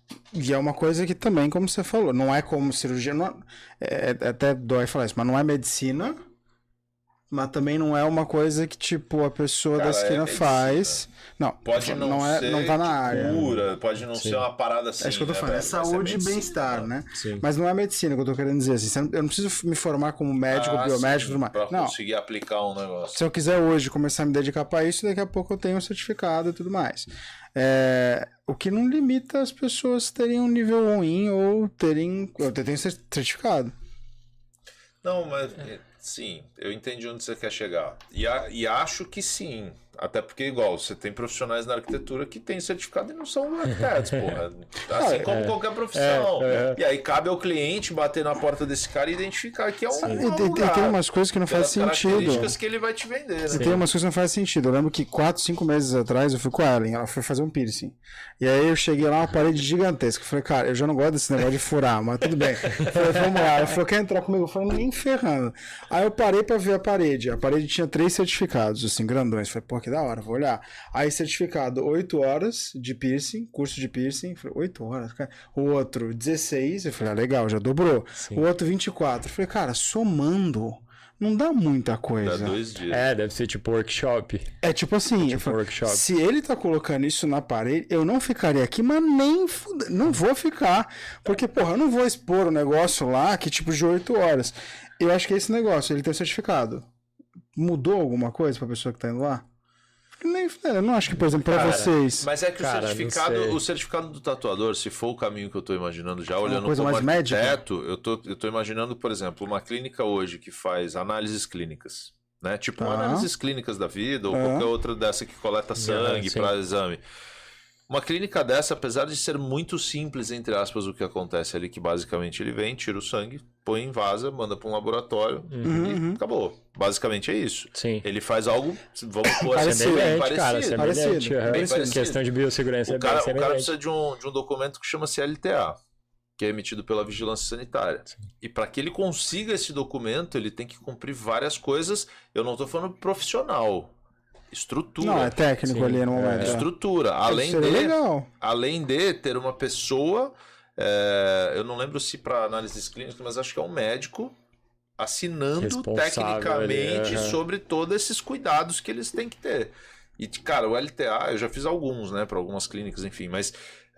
E é uma coisa que também, como você falou, não é como cirurgia. Até dói falar isso, mas não é medicina. Mas também não é uma coisa que, tipo, a pessoa da esquina faz. Não, pode não ser não tá na área. Cura, pode não ser uma parada assim. É isso que eu tô falando. É saúde e bem-estar, né? Sim. Mas não é medicina que eu tô querendo dizer. Assim, eu não preciso me formar como médico, biomédico e tudo mais. Pra não. conseguir aplicar um negócio. Se eu quiser hoje começar a me dedicar para isso, daqui a pouco eu tenho um certificado e tudo mais. O que não limita as pessoas terem um nível ruim ou terem certificado. Não, mas sim, eu entendi onde você quer chegar. E acho que sim. Até porque, igual, você tem profissionais na arquitetura que têm certificado e não são arquitetos, porra. Assim como qualquer profissão. E aí cabe ao cliente bater na porta desse cara e identificar que é um lugar. E tem umas coisas que não faz sentido. Características que ele vai te vender, né? E tem umas coisas que não faz sentido. Eu lembro que 4, 5 meses atrás eu fui com a Ellen, ela foi fazer um piercing. E aí eu cheguei lá, uma parede gigantesca. Eu falei, cara, eu já não gosto desse negócio de furar, mas tudo bem. Eu falei, vamos lá. Ela falou, quer entrar comigo? Eu falei, nem ferrando. Aí eu parei pra ver a parede. A parede tinha 3 certificados, assim, grandões. Eu falei, pô, que da hora, vou olhar. Aí certificado 8 horas de piercing, curso de piercing. Eu falei, 8 horas, cara. O outro 16. Eu falei, legal, já dobrou. Sim. O outro 24. Eu falei, cara, somando, não dá muita coisa. Dá 2 dias. Deve ser tipo workshop. É tipo assim, se ele tá colocando isso na parede, eu não ficaria aqui, mas nem não vou ficar. Porque, porra, eu não vou expor o negócio lá que tipo de 8 horas. Eu acho que é esse negócio, ele tem certificado. Mudou alguma coisa pra pessoa que tá indo lá? Eu não acho que, por exemplo, pra vocês... Mas é que o certificado do tatuador, se for o caminho que eu tô imaginando já, olhando coisa como mais arquiteto, eu tô imaginando, por exemplo, uma clínica hoje que faz análises clínicas, né? Tipo análises clínicas da vida, ou qualquer outra dessa que coleta sangue para exame. Uma clínica dessa, apesar de ser muito simples, entre aspas, o que acontece ali, que basicamente ele vem, tira o sangue, põe em vasa, manda para um laboratório e acabou. Basicamente é isso. Sim. Ele faz algo, vamos pôr Parecido, bem cara, parecido. semelhante. Bem Em parecido. questão de biossegurança O cara é bem semelhante. precisa de um documento que chama CLTA, que é emitido pela Vigilância Sanitária. Sim. E para que ele consiga esse documento, ele tem que cumprir várias coisas. Eu não estou falando profissional. Estrutura. Não, é técnico. Sim, ali no momento. Estrutura. Além de ter uma pessoa, eu não lembro se para análises clínicas, mas acho que é um médico assinando tecnicamente sobre todos esses cuidados que eles têm que ter. E, cara, o LTA, eu já fiz alguns, né, para algumas clínicas, enfim, mas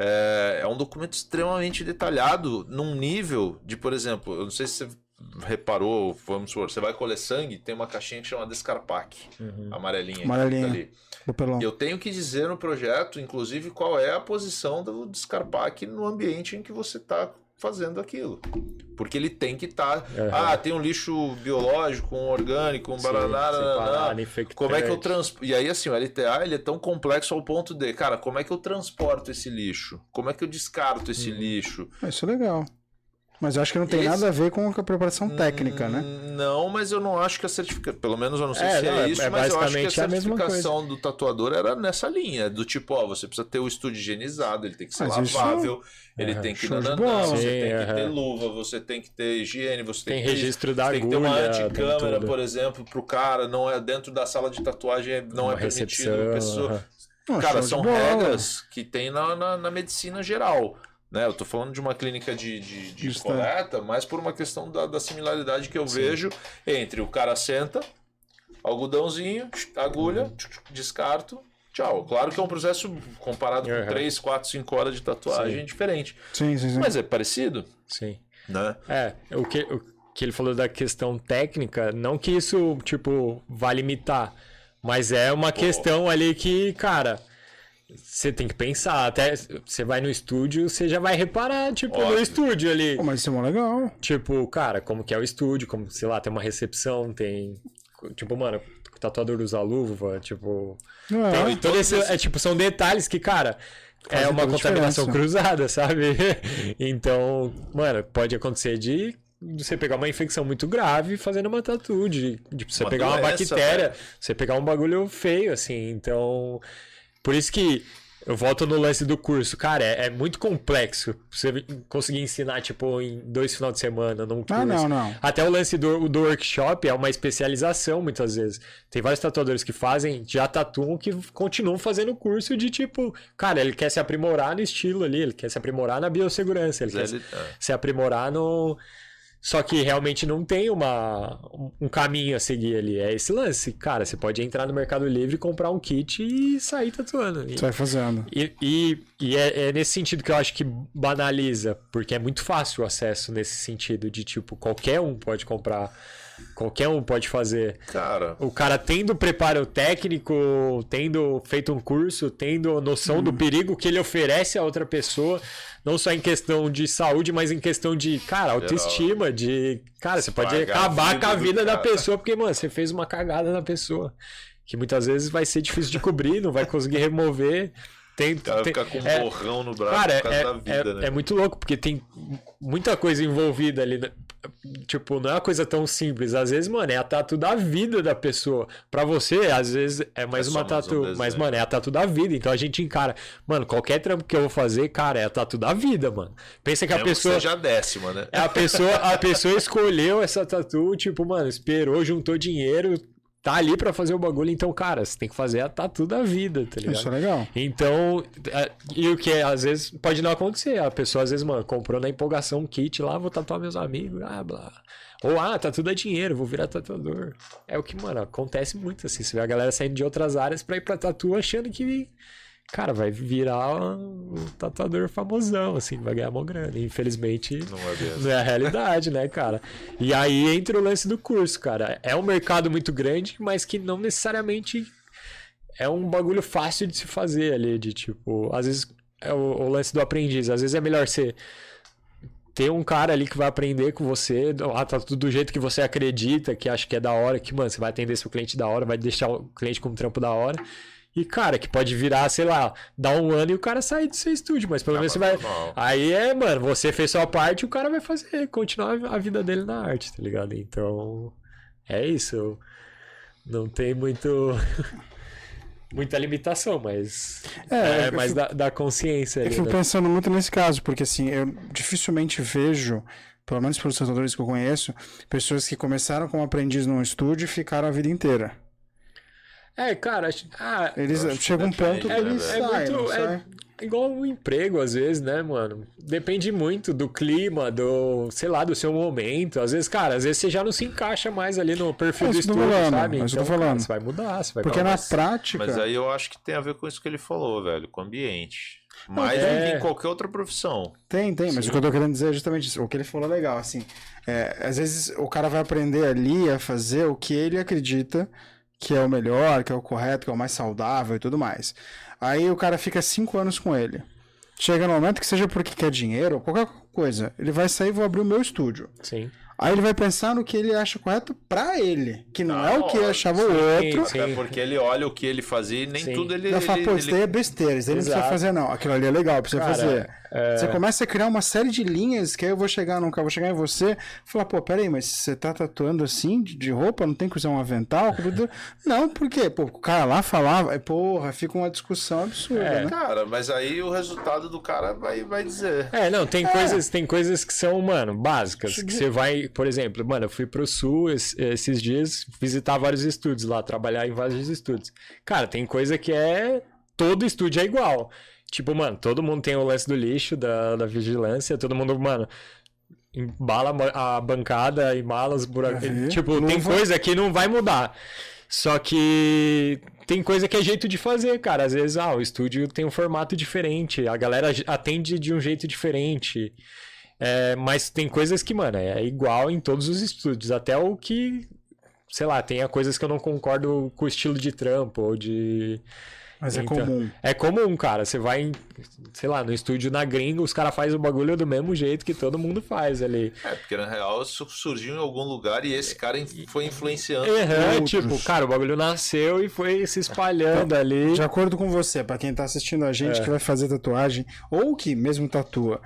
é um documento extremamente detalhado num nível de, por exemplo, eu não sei se você reparou, vamos supor, você vai colher sangue, tem uma caixinha que chama Descarpac, amarelinha. Ali. Eu tenho que dizer no projeto, inclusive, qual é a posição do Descarpac no ambiente em que você está fazendo aquilo. Porque ele tem que estar... tem um lixo biológico, um orgânico, um baraná, como é que eu transporto... E aí, assim, o LTA, ele é tão complexo ao ponto de, cara, como é que eu transporto esse lixo? Como é que eu descarto esse lixo? Isso é legal. Mas eu acho que não tem nada a ver com a preparação técnica, né? Não, mas eu não acho que a certificação... Pelo menos eu não sei se é isso, mas eu acho que a certificação do tatuador era nessa linha. Do tipo, você precisa ter o estúdio higienizado, ele tem que ser lavável, ele tem que... você tem que ter luva, você tem que ter higiene, você tem que registro da agulha, tem que ter uma anticâmera, por exemplo, pro cara, não é dentro da sala de tatuagem, não é permitido pessoa... Cara, são regras que tem na medicina geral. Né? Eu tô falando de uma clínica de coleta, mas por uma questão da similaridade que eu vejo entre o cara senta, algodãozinho, agulha, descarto, tchau. Claro que é um processo comparado com 3, 4, 5 horas de tatuagem diferente. Sim. Mas é parecido. Sim. Né? O que ele falou da questão técnica, não que isso, tipo, vai limitar, mas é uma questão ali que, cara... Você tem que pensar, até você vai no estúdio, você já vai reparar, tipo, no estúdio ali. Mas isso é muito legal. Tipo, cara, como que é o estúdio, como, sei lá, tem uma recepção, tem... Tipo, mano, o tatuador usa luva, tipo... Tem todo esse, tipo, são detalhes que, cara, é uma contaminação cruzada, sabe? Então, mano, pode acontecer de você pegar uma infecção muito grave fazendo uma tatu, de você pegar uma bactéria, você pegar um bagulho feio, assim, então... Por isso que eu volto no lance do curso. Cara, é muito complexo você conseguir ensinar, tipo, em 2 finais de semana num curso. Não. Até o lance do workshop é uma especialização, muitas vezes. Tem vários tatuadores que já tatuam, que continuam fazendo o curso de, tipo... Cara, ele quer se aprimorar no estilo ali, ele quer se aprimorar na biossegurança, ele quer se aprimorar no... Só que realmente não tem um caminho a seguir ali. É esse lance. Cara, você pode entrar no Mercado Livre, comprar um kit e sair tatuando. Sai fazendo. E é nesse sentido que eu acho que banaliza. Porque é muito fácil o acesso nesse sentido. De tipo, qualquer um pode comprar. Qualquer um pode fazer. Cara. O cara tendo preparo técnico, tendo feito um curso, tendo noção do perigo que ele oferece a outra pessoa, não só em questão de saúde, mas em questão de, cara, autoestima, de, cara, você pode acabar com a vida da pessoa, porque, mano, você fez uma cagada na pessoa, que muitas vezes vai ser difícil de cobrir, não vai conseguir remover. O cara fica com um borrão no braço, cara, por causa da vida, né? É muito louco, porque tem muita coisa envolvida ali. Tipo, não é uma coisa tão simples. Às vezes, mano, é a tatu da vida da pessoa. Pra você, às vezes, é mais uma tatu. Mas, mano, é a tatu da vida. Então a gente encara. Mano, qualquer trampo que eu vou fazer, cara, é a tatu da vida, mano. Pensa que a pessoa. Que seja a 10ª, né? A pessoa escolheu essa tatu, tipo, mano, esperou, juntou dinheiro. Tá ali pra fazer o bagulho, então, cara, você tem que fazer a tatu da vida, tá ligado? Isso é legal. Então, e o que às vezes pode não acontecer, a pessoa às vezes, mano, comprou na empolgação um kit lá, vou tatuar meus amigos, blá. Ou, tatu dá dinheiro, vou virar tatuador. É o que, mano, acontece muito, assim, você vê a galera saindo de outras áreas pra ir pra tatu achando que, cara, vai virar um tatuador famosão, assim, vai ganhar uma grana. Infelizmente, não é a realidade, né, cara? E aí entra o lance do curso, cara. É um mercado muito grande, mas que não necessariamente é um bagulho fácil de se fazer ali, de tipo... Às vezes é o lance do aprendiz. Às vezes é melhor você ter um cara ali que vai aprender com você, tá tudo do jeito que você acredita, que acha que é da hora, que, mano, você vai atender seu cliente da hora, vai deixar o cliente com um trampo da hora. E, cara, que pode virar, sei lá, dar um ano e o cara sair do seu estúdio, mas pelo menos você vai... Aí mano, você fez sua parte e o cara vai continuar a vida dele na arte, tá ligado? Então, é isso. Não tem muita limitação, mas é mais da consciência. Eu fico pensando muito nesse caso, porque assim, eu dificilmente vejo, pelo menos pelos tatuadores que eu conheço, pessoas que começaram como aprendiz num estúdio e ficaram a vida inteira. Cara, eles chegam um ponto que eles saem. É igual um emprego, às vezes, né, mano? Depende muito do clima, sei lá, do seu momento. Às vezes, cara, você já não se encaixa mais ali no perfil do estúdio, sabe? Mas então, eu tô falando. Cara, você vai mudar, Porque na prática... Mas aí eu acho que tem a ver com isso que ele falou, velho, com o ambiente. Mais do que em qualquer outra profissão. Tem, mas o que eu tô querendo dizer é justamente isso. O que ele falou é legal, assim. Às vezes o cara vai aprender ali a fazer o que ele acredita que é o melhor, que é o correto, que é o mais saudável e tudo mais. Aí o cara fica 5 anos com ele. Chega no momento que seja porque quer dinheiro ou qualquer coisa, ele vai sair e vou abrir o meu estúdio. Sim. Aí ele vai pensar no que ele acha correto pra ele, que não é o que achava o outro. Sim. É porque ele olha o que ele fazia e nem tudo ele... Ele fala, pô, isso daí é besteira, isso daí não precisa fazer não. Aquilo ali é legal, precisa fazer. Você começa a criar uma série de linhas que aí eu vou chegar em você e falar, pô, peraí, mas você tá tatuando assim, de roupa, não tem que usar um avental? Não, por quê? Pô, o cara lá falava, porra, fica uma discussão absurda, né? Cara, mas aí o resultado do cara vai dizer. Tem coisas que são, mano, básicas, que você vai, por exemplo, mano, eu fui pro Sul esses dias visitar vários estúdios lá, trabalhar em vários estúdios. Cara, tem coisa que todo estúdio é igual. Tipo, mano, todo mundo tem o lance do lixo, da vigilância, todo mundo, mano, embala a bancada, embala os buracos. Tipo, tem coisa que não vai mudar. Só que tem coisa que é jeito de fazer, cara. Às vezes, o estúdio tem um formato diferente, a galera atende de um jeito diferente. Mas tem coisas que, mano, é igual em todos os estúdios. Até o que, sei lá, tem coisas que eu não concordo com o estilo de trampo ou de... Mas então, é comum. É comum, cara. Você vai, sei lá, no estúdio na gringa, os caras fazem o bagulho do mesmo jeito que todo mundo faz ali. Porque na real isso surgiu em algum lugar e esse cara foi influenciando. Tipo, cara, o bagulho nasceu e foi se espalhando ali. De acordo com você, pra quem tá assistindo a gente que vai fazer tatuagem, ou que mesmo tatua,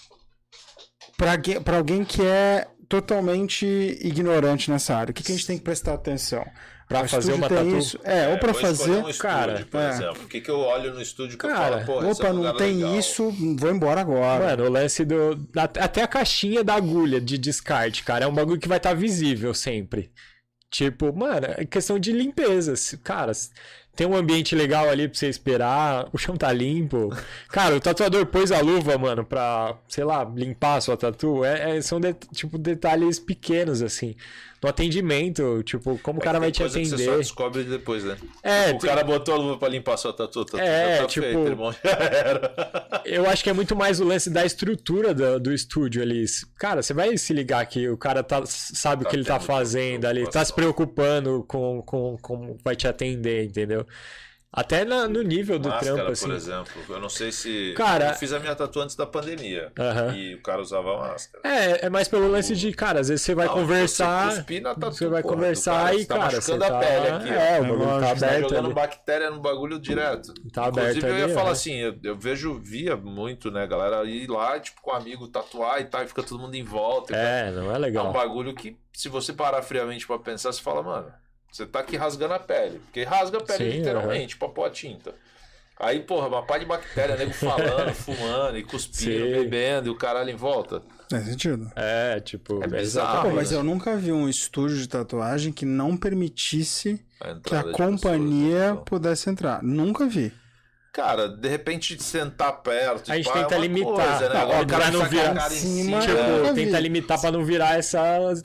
pra alguém que é totalmente ignorante nessa área, o que a gente tem que prestar atenção? Pra fazer uma tatu. Ou pra fazer. Um estúdio, cara, por exemplo. O que eu olho no estúdio que eu falo, pô, opa, não tem legal. Isso, vou embora agora. Mano, o lance até a caixinha da agulha de descarte, cara, é um bagulho que vai estar visível sempre. Tipo, mano, é questão de limpeza. Cara, tem um ambiente legal ali pra você esperar, o chão tá limpo. Cara, o tatuador pôs a luva, mano, pra, sei lá, limpar a sua tatu. São tipo detalhes pequenos, assim. No atendimento, tipo, como o cara vai te atender. Você só descobre depois, né? O cara botou a luva pra limpar a sua tatu, tá tipo, feito, irmão. Já era. Eu acho que é muito mais o lance da estrutura do estúdio ali. Cara, você vai se ligar que o cara sabe o que ele tá fazendo ali, tá se preocupando com como vai te atender, entendeu? Até no nível do máscara, trampo, assim. Por exemplo, eu não sei se... Cara, eu fiz a minha tatu antes da pandemia e o cara usava máscara. É mais pelo lance de, cara, às vezes você vai conversar... Você vai conversar e, cara, você tá... a pele aqui, o bagulho tá aberto tá jogando ali. Bactéria no bagulho direto. Tá aberto. Inclusive, eu ia falar assim, eu via muito, né, galera, ir lá, tipo, com um amigo tatuar e tal, e fica todo mundo em volta. Não é legal. É um bagulho que, se você parar friamente pra pensar, você fala, mano... Você tá aqui rasgando a pele. Porque rasga a pele literalmente pra pôr a tinta. Aí, porra, uma pá de bactéria, nego falando, fumando e cuspindo, bebendo e o caralho em volta. Faz sentido. Tipo... É bizarro. Mas eu nunca vi um estúdio de tatuagem que não permitisse que a companhia pudesse entrar. Nunca vi. Cara, de repente sentar perto. A gente tenta limitar. Coisa, né? O cara não virar em cima. Tenta limitar pra não virar essa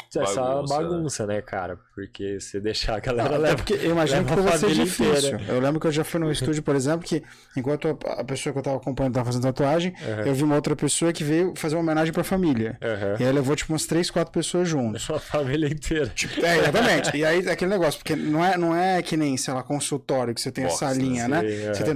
bagunça, né, cara? Porque se deixar a galera leva. Porque eu imagino que vai ser difícil. Inteira. Eu lembro que eu já fui num estúdio, por exemplo, que enquanto a pessoa que eu tava acompanhando tava fazendo tatuagem, eu vi uma outra pessoa que veio fazer uma homenagem pra família. E aí levou tipo umas 3, 4 pessoas juntos. A família inteira. Tipo, exatamente. E aí aquele negócio, porque não é que nem, sei lá, consultório, que você tem a salinha, né? Você tem normalmente a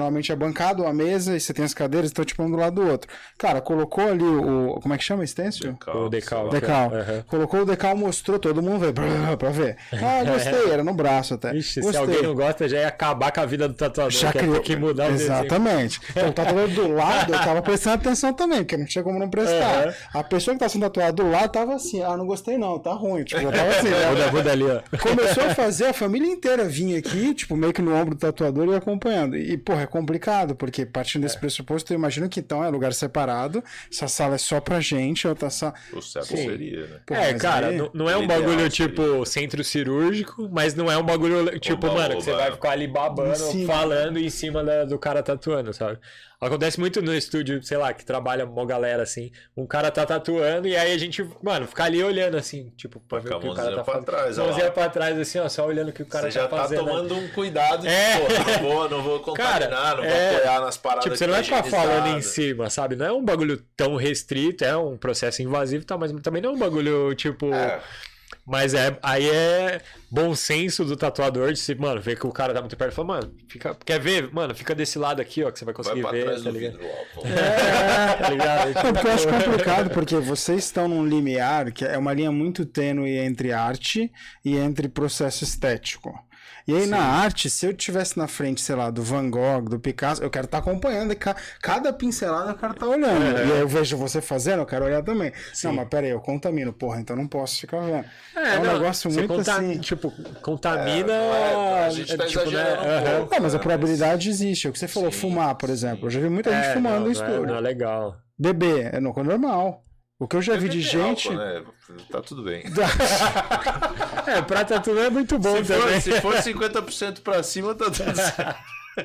bancada, uma mesa, e você tem as cadeiras, então tipo um do lado do outro. Cara, colocou ali o... Como é que chama? Stencil? O decal. Colocou o decal, mostrou, todo mundo veio pra ver. Ah, gostei, era no braço até. Ixi, gostei. se alguém não gosta, já ia acabar com a vida do tatuador. Já criou que mudar o exatamente. Então, o tatuador do lado, eu tava prestando atenção também, porque não tinha como não prestar. A pessoa que tá sendo tatuada do lado tava assim, não gostei não, tá ruim. Tipo, eu tava assim, né? Muda ali, ó. Começou a fazer, a família inteira vinha aqui, tipo, meio que no ombro do tatuador e acompanhando. E, porra, é complicado, porque partindo desse pressuposto, eu imagino que então é lugar separado, essa sala é só pra gente, outra sala... O certo seria, né? Pô, cara, aí... não é um bagulho tipo centro cirúrgico, mas não é um bagulho tipo, mano, que você vai ficar ali babando, falando em cima do cara tatuando, sabe? Acontece muito no estúdio, sei lá, que trabalha uma galera assim. Um cara tá tatuando e aí a gente, mano, fica ali olhando assim, tipo, pra ver o que o cara tá fazendo. Mãozinha pra trás, assim, ó, só olhando o que o cara tá fazendo. Você já tá tomando um cuidado de, pô, não vou contaminar, não vou apoiar nas paradas. Tipo, você não vai ficar falando em cima, sabe? Não é um bagulho tão restrito, é um processo invasivo e tal, mas também não é um bagulho, tipo... Mas aí é bom senso do tatuador de se, mano, ver que o cara tá muito perto e fala, mano, quer ver? Mano, fica desse lado aqui, ó, que você vai conseguir ver, tá ligado? Tá ligado? Porque eu acho complicado, porque vocês estão num limiar que é uma linha muito tênue entre arte e entre processo estético. E aí, na arte, se eu estivesse na frente, sei lá, do Van Gogh, do Picasso, eu quero estar acompanhando. Cada pincelada eu quero estar olhando. E aí eu vejo você fazendo, eu quero olhar também. Sim. Não, mas peraí, eu contamino, porra, então não posso ficar vendo. É um negócio muito assim... Tipo, contamina... a gente tá exagerando um pouco. Mas a probabilidade existe. É o que você falou, fumar, por exemplo. Eu já vi muita gente fumando no estúdio. Não é legal. Beber, é normal. O que eu já vi de gente... Álcool, né? Tá tudo bem. Pra tatu é muito bom também. Se for 50% pra cima, tá tudo certo.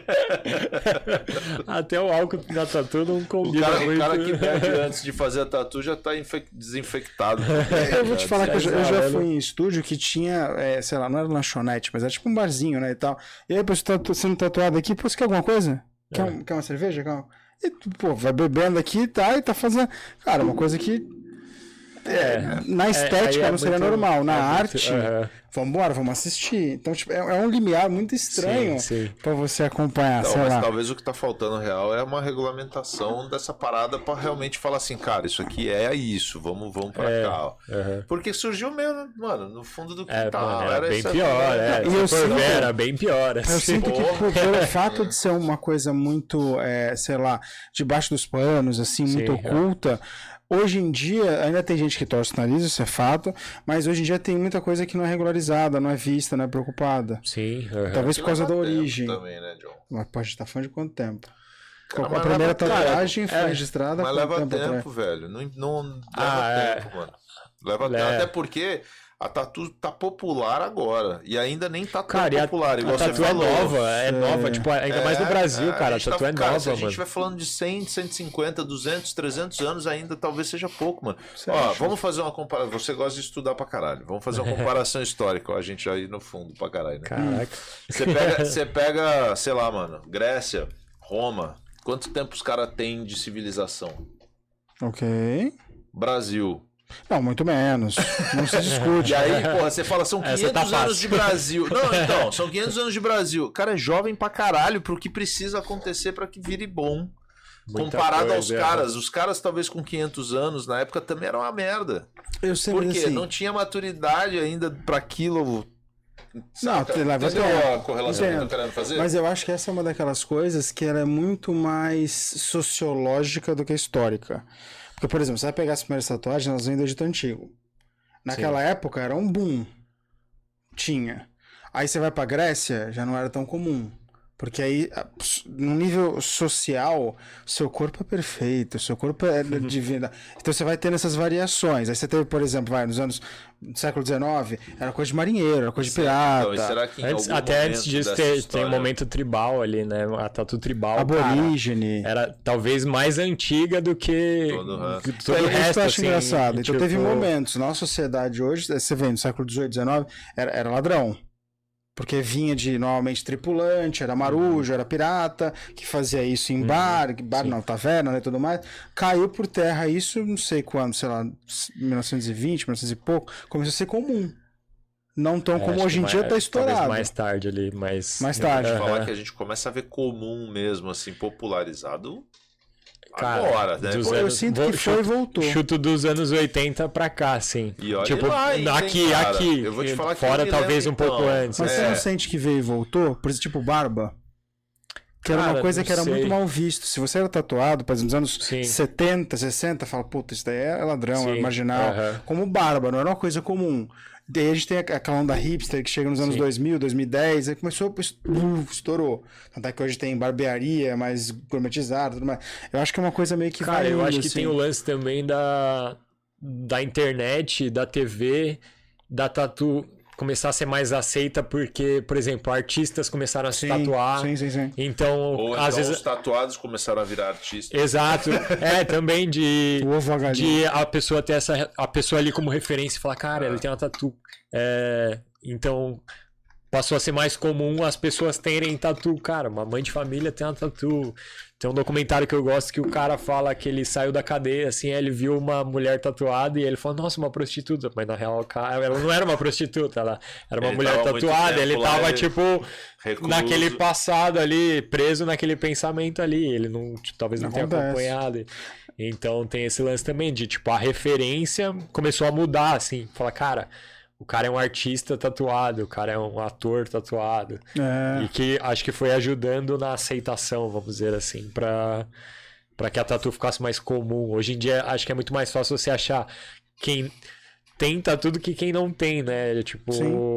Até o álcool da tatu não combina muito. O cara que bebe antes de fazer a tatu já tá desinfectado. Eu vou te falar que eu já fui em estúdio que tinha, sei lá, não era lanchonete, mas era tipo um barzinho, né, e tal. E aí a pessoa tá sendo tatuada aqui, pô, você quer alguma coisa? Quer uma cerveja? E, pô, vai bebendo aqui e tá fazendo... Cara, uma coisa que... na estética não seria normal. Na arte, vambora, vamos assistir. Então, tipo, é um limiar muito estranho pra você acompanhar, então, sei mas lá. Talvez o que tá faltando real é uma regulamentação dessa parada pra realmente falar assim, cara, isso aqui é isso, vamos pra cá. Porque surgiu meio, mano, no fundo do quintal. Era bem pior, era bem pior. Eu sinto que pelo fato de ser uma coisa muito, sei lá, debaixo dos panos, assim, muito oculta, hoje em dia, ainda tem gente que torce o nariz, isso é fato, mas hoje em dia tem muita coisa que não é regularizada, não é vista, não é preocupada. Sim. Talvez por causa da origem. Também, né, John? Mas pode estar falando de quanto tempo? Cara, a primeira tatuagem foi registrada mas leva tempo, velho. Não leva tempo, mano. Leva tempo. Até porque a tatu tá popular agora. E ainda nem tá tão popular. Igual a tatu você falou. é nova. Tipo, ainda mais no Brasil, cara. A tatu é nova, se a gente mano. vai falando de 100, 150, 200, 300 anos ainda, talvez seja pouco, mano. Vamos fazer uma comparação. Você gosta de estudar pra caralho. Vamos fazer uma comparação histórica. A gente aí no fundo pra caralho, né? Caraca. Você pega, sei lá, mano, Grécia, Roma. Quanto tempo os caras têm de civilização? Ok. Brasil. Não, muito menos. Não se discute. E aí, porra, você fala, são 500 anos de Brasil. Não, então, são 500 anos de Brasil. Cara, é jovem pra caralho pro que precisa acontecer pra que vire bom. Comparado aos caras. Os caras, talvez com 500 anos, na época, também eram uma merda. Eu sei. Por quê? Assim, não tinha maturidade ainda pra aquilo. Não, entendeu a correlação que eu tô querendo fazer? Mas eu acho que essa é uma daquelas coisas que ela é muito mais sociológica do que histórica. Porque, por exemplo, você vai pegar as primeiras tatuagens, elas vêm do Egito Antigo. Naquela época era um boom. Tinha. Aí você vai pra Grécia, já não era tão comum. Porque aí, no nível social, seu corpo é perfeito, seu corpo é divino. Então você vai tendo essas variações. Aí você teve, por exemplo, nos anos do século XIX, era coisa de marinheiro, era coisa de pirata. Então, será que até antes disso tem um momento tribal ali, né? A tatu tribal. Aborígene. Cara, era talvez mais antiga do que todo o resto. Eu acho assim, engraçado. Então teve momentos. Na nossa sociedade hoje, você vê, no século XVIII, XIX, era ladrão. Porque vinha normalmente tripulante, era marujo, era pirata, que fazia isso em bar não, taverna, né, tudo mais. Caiu por terra isso, não sei quando, sei lá, 1920, 1900 e pouco, começou a ser comum. não tão como acho hoje em que dia tá estourado. Talvez mais tarde ali, mas... Mais tarde. Falar que a gente começa a ver comum mesmo, assim, popularizado Cara, agora, né? Pô, eu sinto que foi e voltou. Chuto dos anos 80 pra cá, assim. E olha tipo, lá ainda, aqui, cara. aqui. Eu vou te falar que fora eu me talvez lembro, um pouco então. antes. Mas você não sente que veio e voltou? Por exemplo, tipo barba? Que era uma Cara, coisa não que era sei. muito mal visto. Se você era tatuado, por exemplo, nos anos Sim. 70, 60, fala, puta, isso daí é ladrão, é Sim, marginal. aham. Como barba, não era uma coisa comum. Daí a gente tem aquela onda hipster que chega nos anos Sim. 2000, 2010, aí começou, estourou. Tanto é que hoje tem barbearia mais gourmetizada, tudo mais. Eu acho que é uma coisa meio que Cara, vai eu indo, acho que assim. tem o lance também da internet, da TV, da tatu começar a ser mais aceita porque, por exemplo, artistas começaram a se tatuar. Sim. Então, Ou às então vezes... os tatuados começaram a virar artistas. Exato. Também de O ovo a galinha. de a pessoa ter a pessoa ali como referência e falar, cara, ele tem uma tatu. Então passou a ser mais comum as pessoas terem tatu. Cara, uma mãe de família tem uma tatu. Tem um documentário que eu gosto que o cara fala que ele saiu da cadeia, assim, ele viu uma mulher tatuada e ele falou, nossa, uma prostituta. Mas na real, ela não era uma prostituta, ela era uma Ele mulher tava muito tatuada, tempo ele lá, tava, ele tipo, recluso. naquele passado ali, preso naquele pensamento ali. Ele não, talvez não tenha Acontece. acompanhado. Então tem esse lance também de, tipo, a referência começou a mudar, assim. Fala, cara, o cara é um artista tatuado, o cara é um ator tatuado. E que acho que foi ajudando na aceitação, vamos dizer assim, pra que a tatu ficasse mais comum. Hoje em dia, acho que é muito mais fácil você achar quem tem tatu do que quem não tem, né? Tipo,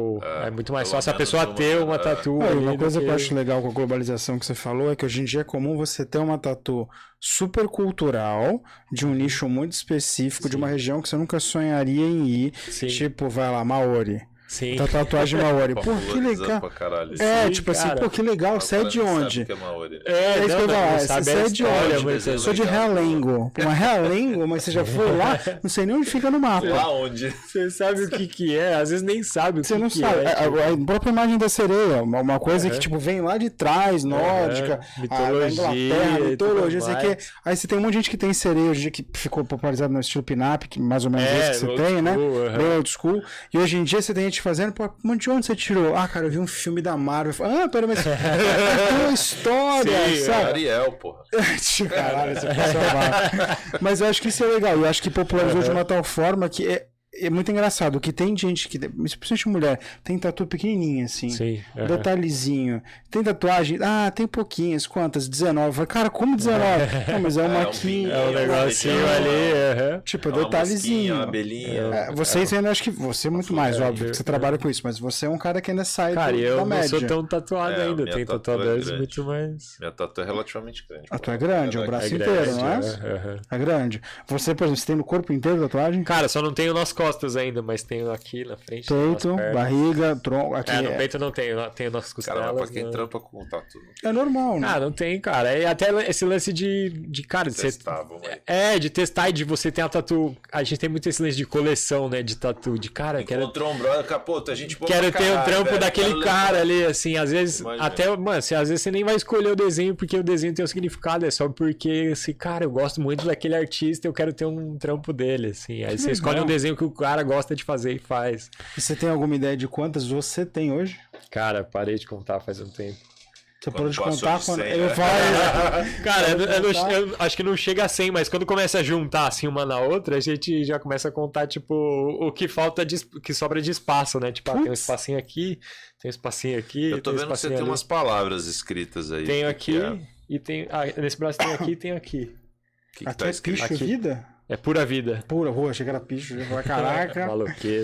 é muito mais pelo fácil a menos pessoa uma- ter uma tatu. E ali uma do coisa que eu que- acho legal com a globalização que você falou é que hoje em dia é comum você ter uma tatu super cultural, de um nicho muito específico, de uma região que você nunca sonharia em ir. Sim. Tipo, vai lá, Maori. Sim. Tá tatuagem Maori. Pô, que Popularizando legal. pra caralho. É, tipo assim, cara. pô, que legal. Você é de onde? Sabe que é Maori, né? É isso que eu ia falar. Você é de onde? mas Eu sou de Realengo. Pô, mas Realengo, mas você já foi lá? Não sei nem onde fica no mapa. Lá onde? Você sabe o que é, às vezes nem sabe o Você que não que sabe. é. tipo, A própria imagem da sereia, uma coisa que, tipo, vem lá de trás, nórdica, mitologia a Inglaterra, e mitologia, tudo sei que. mais. Aí você tem um monte de gente que tem sereia hoje em dia que ficou popularizado no estilo pin-up, que mais ou menos esse que você old tem, né? school, aham. Bem old school. E hoje em dia você tem gente fazendo, pô, de onde você tirou? Ah, cara, eu vi um filme da Marvel. Pera, mas tem uma história, Sim, sabe? Ariel, porra. Caralho, você foi salvar. Mas eu acho que isso é legal. Eu acho que popularizou de uma tal forma que é muito engraçado. Que tem gente que, especialmente mulher, tem tatu pequenininha, assim. Sim. Detalhezinho. Tem tatuagem? Tem pouquinhas. Quantas? 19. Eu falei, cara, como 19? Não, mas é uma aqui. É um negocinho ali. Tipo, Uma detalhezinho. mosquinha, uma abelhinha. Vocês ainda, acho que você é muito mais, óbvio, que você trabalha com isso, mas você é um cara que ainda sai Cara, da eu não média. sou tão tatuado É, ainda. minha Tem tatu é tatuadores grande. muito mais. Minha tatu é relativamente grande. A tua é grande, o braço É inteiro, grande, não é? aham. É grande. Você, por exemplo, você tem no corpo inteiro tatuagem? Cara, só não tenho nas costas ainda, mas tenho aqui na frente. Peito, nas pernas. barriga, tronco. Aqui No peito não tenho nas Cara, mas costelas. pra quem não. trampa com tatu, É normal, né? Não tem, cara. É até esse lance de cara, de você. testar, vamos aí. De testar e de você ter uma tatu. A gente tem muito esse lance de coleção, né? De tatu. De cara, Encontrou um brother, capô, a gente boa quero pra ter um caralho, trampo velho, daquele quero cara levar. ali, assim, às vezes, Imagina. até, mano, às vezes você nem vai escolher o desenho porque o desenho tem um significado, é só porque, assim, cara, eu gosto muito daquele artista, eu quero ter um trampo dele, assim, aí você escolhe um desenho que o cara gosta de fazer e faz. E você tem alguma ideia de quantas você tem hoje? Cara, parei de contar faz um tempo. Você Quando parou de passou contar de quando. 100, Eu né? falo. Cara, contar? eu acho que não chega a 100, mas quando começa a juntar assim uma na outra, a gente já começa a contar, tipo, o que falta, que sobra de espaço, né? Tipo, tem um espacinho aqui, tem um espacinho aqui, Eu tô tem um vendo que você espacinho tem ali. umas palavras escritas aí. Tenho O aqui que é? e tem. Nesse braço tem aqui e tem aqui. O que Aqui tá é escrito? picho Aqui. vida? É pura vida. Pura, rua, achei que era picho. Eu falei, caraca. Maloqueiro.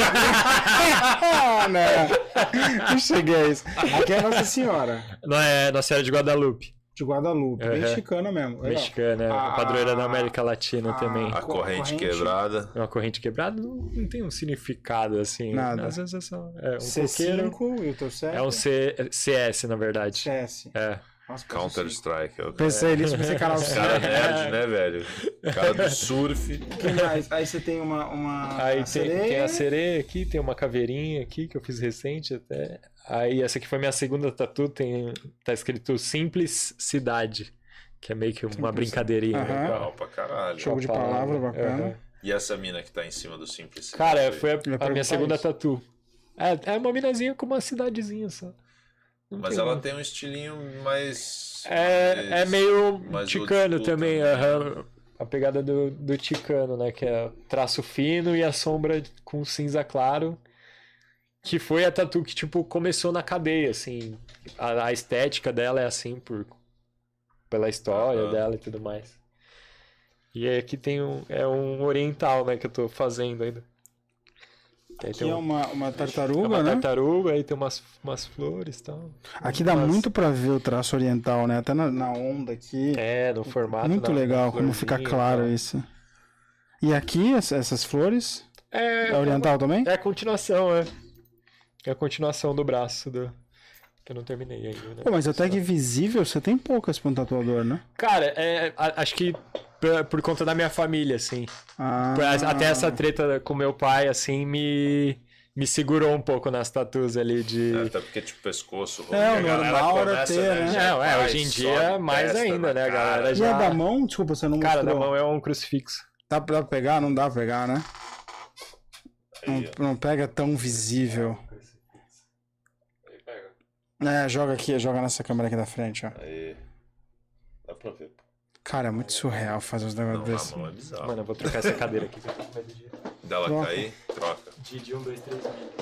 Não. Não cheguei a isso. Aqui é Nossa Senhora Não é Nossa Senhora de Guadalupe. de Guadalupe. Bem Uhum. chicana mesmo. Legal. Mexicana, é Ah, padroeira da América Latina também. A corrente quebrada. Uma corrente quebrada não tem um significado assim. Nada. Às vezes é só. É um C5 coqueiro. e o teu certo? É um CS, na verdade. CS. É. Nossa, Counter-Strike. Pensei nisso, pensei, cara, Cara nerd, né, velho? Cara do surf. O que mais? Aí você tem uma Aí sereia. tem a sereia aqui, tem uma caveirinha aqui que eu fiz recente até. Aí essa aqui foi minha segunda tatu, tá escrito Simples Cidade, que é meio que uma brincadeirinha. Aham. legal. Legal pra caralho. Show de palavra bacana. Aham. E essa mina que tá em cima do Simples? Cara, foi a perguntar minha segunda isso. tatu. É uma minazinha com uma cidadezinha só. Não Mas tem ela muito. tem um estilinho mais... É meio mais ticano old school também, também, aham. A pegada do ticano, né? Que é traço fino e a sombra com cinza claro. Que foi a tatu que, tipo, começou na cadeia, assim. A estética dela é assim pela história dela e tudo mais. E aí aqui tem um oriental, né? Que eu tô fazendo ainda. Aí Aqui tem é uma é tartaruga, uma né? tartaruga, aí tem umas flores e tal. Aqui dá Umas- muito pra ver o traço oriental, né? Até na onda aqui. no formato. Muito na legal como fica florzinha e claro tal. isso. E aqui, essas flores? É É oriental também? É a continuação, é. É a continuação do braço que eu não terminei ainda, né? Pô, mas até que visível você tem poucas pra um tatuador, né? Cara, acho que por conta da minha família, assim. Ah, Até essa treta com meu pai, assim, me segurou um pouco nas tatuas ali de... Até porque, tipo, pescoço... o que a galera normal era começa, ter, né? já Não, vai, hoje em dia sobe mais testa ainda, na né, cara. galera? E Já... a da mão? Desculpa, você não Cara, mostrou. da mão é um crucifixo. Dá pra pegar? Não dá pra pegar, né? Aí, ó. Não pega tão visível. Joga aqui, joga nessa câmera aqui da frente, ó. Aí. Dá pra ver. Cara, é muito surreal fazer uns negócios Não, desses. a mão é bizarro. Mano, eu vou trocar essa cadeira aqui. Dela Troca. cair, troca. De 1, 2, 3,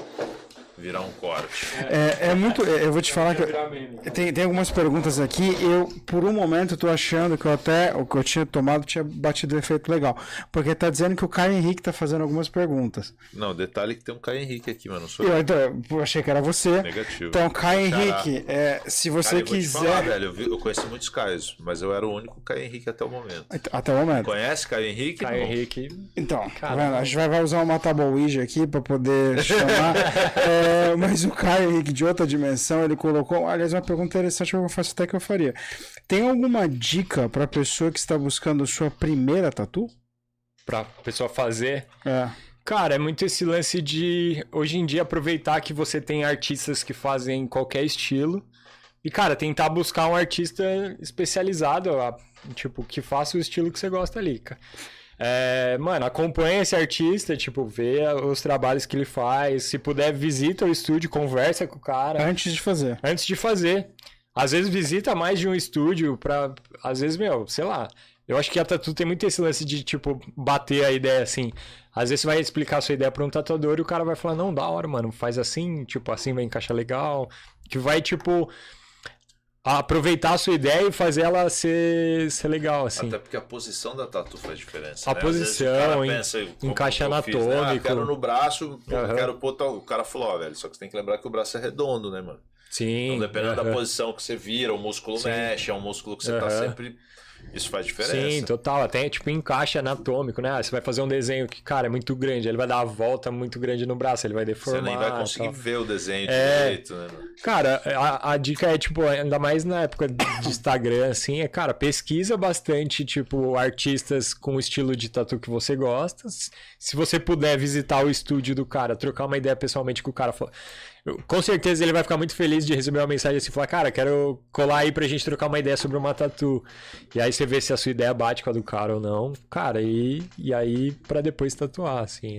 Virar um corte. É muito. Eu vou te falar que. Tem algumas perguntas aqui. Eu, por um momento, tô achando que o que eu tinha tomado tinha batido o efeito legal. Porque tá dizendo que o Caio Henrique tá fazendo algumas perguntas. Não, detalhe que tem um Caio Henrique aqui, mano. Não sou Eu achei que era você. negativo. Então, Caio Xará. Henrique, se você Cara, eu vou te quiser. falar, velho, eu conheci muitos Caios, mas eu era o único Caio Henrique até o momento. Até o momento. Conhece Caio Henrique? Caio Não. Henrique. Então, tá Caramba. vendo? A gente vai usar uma Table Ouija aqui pra poder chamar. Mas o Caio Henrique, de outra dimensão, ele colocou. Aliás, uma pergunta interessante que eu faço até que eu faria. Tem alguma dica pra pessoa que está buscando sua primeira tatu? Pra pessoa fazer. É. Cara, é muito esse lance de, hoje em dia, aproveitar que você tem artistas que fazem qualquer estilo e, cara, tentar buscar um artista especializado, tipo, que faça o estilo que você gosta ali, cara. Mano, acompanha esse artista, tipo, vê os trabalhos que ele faz, se puder, visita o estúdio, conversa com o cara. Antes de fazer. Antes de fazer. Às vezes visita mais de um estúdio pra... Às vezes, sei lá. Eu acho que a tatu tem muito esse lance de, tipo, bater a ideia, assim. Às vezes você vai explicar a sua ideia pra um tatuador e o cara vai falar, não, da hora, mano, faz assim, tipo, assim vai encaixar legal. Que vai, tipo, aproveitar a sua ideia e fazer ela ser legal, assim. Até porque a posição da tatu faz diferença. A né? Às vezes posição, o cara pensa, como encaixe eu fiz, né? anatômico. Quero no braço, Aham. quero pôr tal. O cara falou, ó, velho, só que você tem que lembrar que o braço é redondo, né, mano? Sim. Então, dependendo da aham. posição que você vira, o músculo Sim. mexe, é um músculo que você tá Aham. sempre. Isso faz diferença. Sim, total. Até, tipo, encaixe anatômico, né? Você vai fazer um desenho que, cara, é muito grande. Ele vai dar a volta muito grande no braço, ele vai Você deformar. nem vai conseguir tal. ver o desenho É. direito, né, mano? Cara, a dica é, tipo, ainda mais na época de Instagram, assim, cara, pesquisa bastante, tipo, artistas com o estilo de tatu que você gosta. Se você puder visitar o estúdio do cara, trocar uma ideia pessoalmente com o cara, com certeza ele vai ficar muito feliz de receber uma mensagem assim, falar, cara, quero colar aí pra gente trocar uma ideia sobre uma tatu. E aí você vê se a sua ideia bate com a do cara ou não, cara, e aí pra depois tatuar, assim,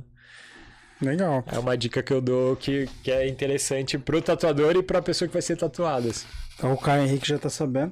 Legal. é uma dica que eu dou que é interessante pro tatuador e pra pessoa que vai ser tatuada. Assim. Então, o Caio Henrique já tá sabendo.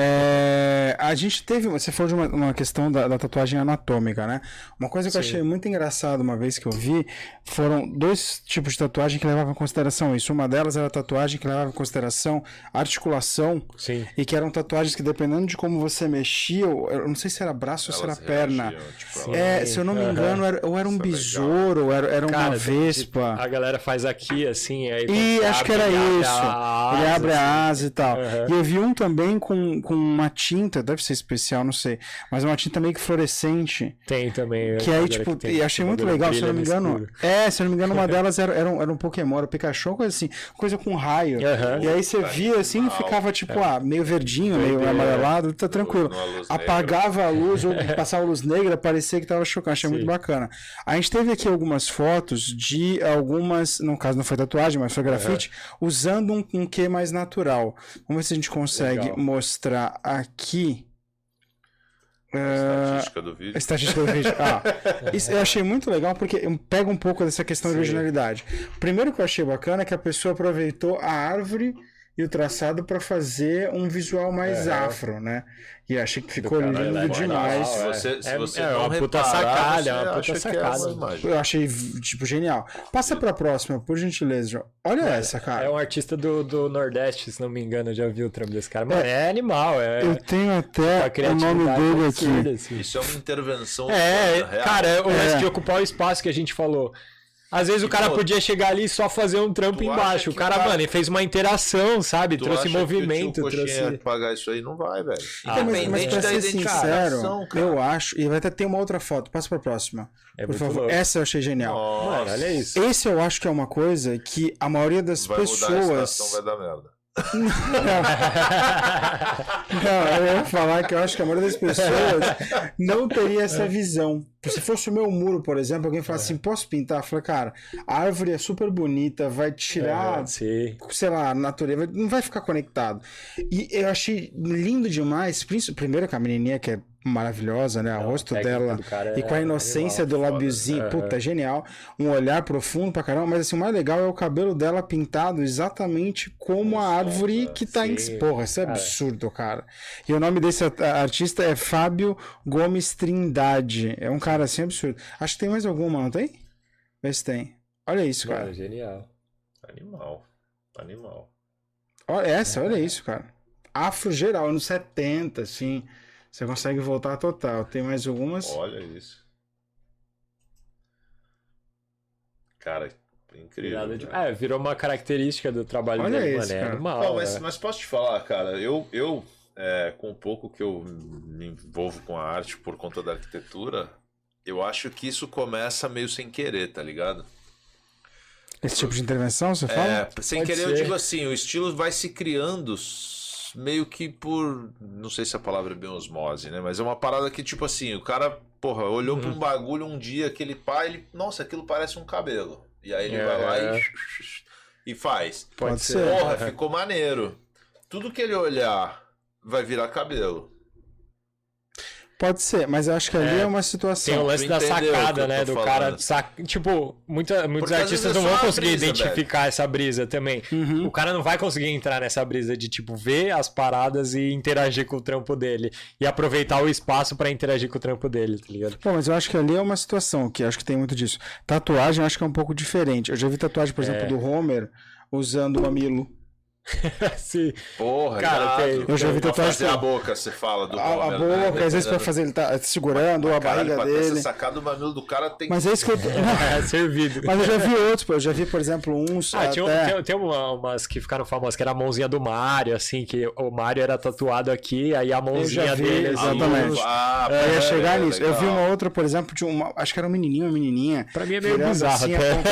A gente teve. Você falou de uma questão da tatuagem anatômica, né? Uma coisa que eu Sim. achei muito engraçada uma vez que eu vi foram dois tipos de tatuagem que levavam em consideração isso. Uma delas era a tatuagem que levava em consideração articulação. Sim. E que eram tatuagens que, dependendo de como você mexia, eu não sei se era braço ou se era Elas perna. reagiam, tipo, Sim. Se eu não me engano, ou era um Isso é legal. besouro, ou era uma Cara, vespa. A galera faz aqui, assim, aí... E quando acho que abre, era ele abre isso. a Ele asa, abre a assim. asa e tal. Uhum. E eu vi um também com uma tinta, deve ser especial, não sei. Mas uma tinta meio que fluorescente. Tem também. Que a aí, galera tipo, que tem, e achei o muito bagulho legal, se eu brilha não me no engano. escuro. Se eu não me engano, uma delas era um Pokémon, era um Pikachu, coisa assim, coisa com raio. Aham. E aí você via assim e ficava, tipo, meio verdinho, meio Doideira. amarelado, tá tranquilo. Numa luz Apagava a luz ou passava a luz negra, parecia que tava chocando. Achei muito Sim. bacana. A gente teve aqui algumas fotos de algumas, no caso não foi tatuagem, mas foi grafite, usando um quê mais natural. Vamos ver se a gente consegue Legal. mostrar aqui. Estatística do vídeo. A estatística do vídeo. Isso eu achei muito legal porque pega um pouco dessa questão de originalidade. Primeiro que eu achei bacana é que a pessoa aproveitou a árvore e o traçado para fazer um visual mais afro, né? E achei que ficou lindo demais. Se você não uma puta reparar, sacada, você é uma puta acha que é uma sacada. imagem. Eu achei, tipo, genial. Passa pra próxima, por gentileza, João. Olha essa, cara. É um artista do Nordeste, se não me engano, eu já vi o trampo desse cara. Mas é animal, Eu tenho até a o nome dele aqui. absurda, assim. Isso é uma intervenção real. Cara, o lance de ocupar o espaço que a gente falou. Às vezes o cara podia chegar ali e só fazer um trampo embaixo. O cara, mano, ele fez uma interação, sabe? Trouxe movimento. Trouxe pagar isso aí, não vai, velho. Mas pra ser sincero, cara. eu acho. E vai até ter uma outra foto. Passa pra próxima. Por favor. louco. Essa eu achei genial. Mano, olha isso. Esse eu acho que é uma coisa que a maioria das Vai mudar a pessoas. estação, vai dar merda. Não, eu ia falar que eu acho que a maioria das pessoas não teria essa visão. Se fosse o meu muro, por exemplo, alguém falasse assim, posso pintar? Eu falei, cara, a árvore é super bonita, vai tirar, sei lá, a natureza, não vai ficar conectado. E eu achei lindo demais, primeiro que a menininha que é maravilhosa, né? O rosto dela e com a inocência do lábiozinho, puta, genial. Um olhar profundo pra caramba, mas assim, o mais legal é o cabelo dela pintado exatamente como a árvore que tá em... Porra, isso é absurdo, cara. E o nome desse artista é Fábio Gomes Trindade. É um cara assim absurdo. Acho que tem mais alguma, não tem? Vê se tem. Olha isso, cara. Genial. Animal. Olha isso, cara. Afro geral, anos 70, assim. Você consegue voltar total. Tem mais algumas? Olha isso. Cara, incrível. Virou uma característica do trabalho Olha dele, isso, mano. É cara. animal. Mas posso te falar, cara, eu com o pouco que eu me envolvo com a arte por conta da arquitetura, eu acho que isso começa meio sem querer, tá ligado? Esse tipo de intervenção, você fala? Sem querer eu digo assim, o estilo vai se criando meio que por, não sei se a palavra é bem osmose, né? Mas é uma parada que tipo assim, o cara, porra, olhou pra um bagulho um dia, aquele pai, nossa, aquilo parece um cabelo. E aí ele vai lá e faz. Pode ser. Porra, ficou maneiro. Tudo que ele olhar vai virar cabelo. Pode ser, mas eu acho que ali é uma situação. Tem o lance da sacada, né? Do cara. Tipo, muitos artistas não vão conseguir identificar essa brisa também. O cara não vai conseguir entrar nessa brisa de, tipo, ver as paradas e interagir com o trampo dele. E aproveitar o espaço pra interagir com o trampo dele, tá ligado? Pô, mas eu acho que ali é uma situação que acho que tem muito disso. Tatuagem eu acho que é um pouco diferente. Eu já vi tatuagem, por exemplo, do Homer usando o mamilo. Sim. Porra, cara, eu já vi tatuagem. Fazer a boca, você fala do a boca, às vezes pra fazer ele tá segurando a barriga dele. Pra sacar o mamilo do cara tem. Mas é isso que eu servido. Mas eu já vi outros, pô. Eu já vi, por exemplo, uns. Tem umas que ficaram famosas, que era a mãozinha do Mario, assim, que o Mario era tatuado aqui, aí a mãozinha dele. Exatamente. Eu ia chegar nisso. Legal. Eu vi uma outra, por exemplo, de uma. Acho que era um menininho, uma menininha. Pra mim é meio bizarro, assim,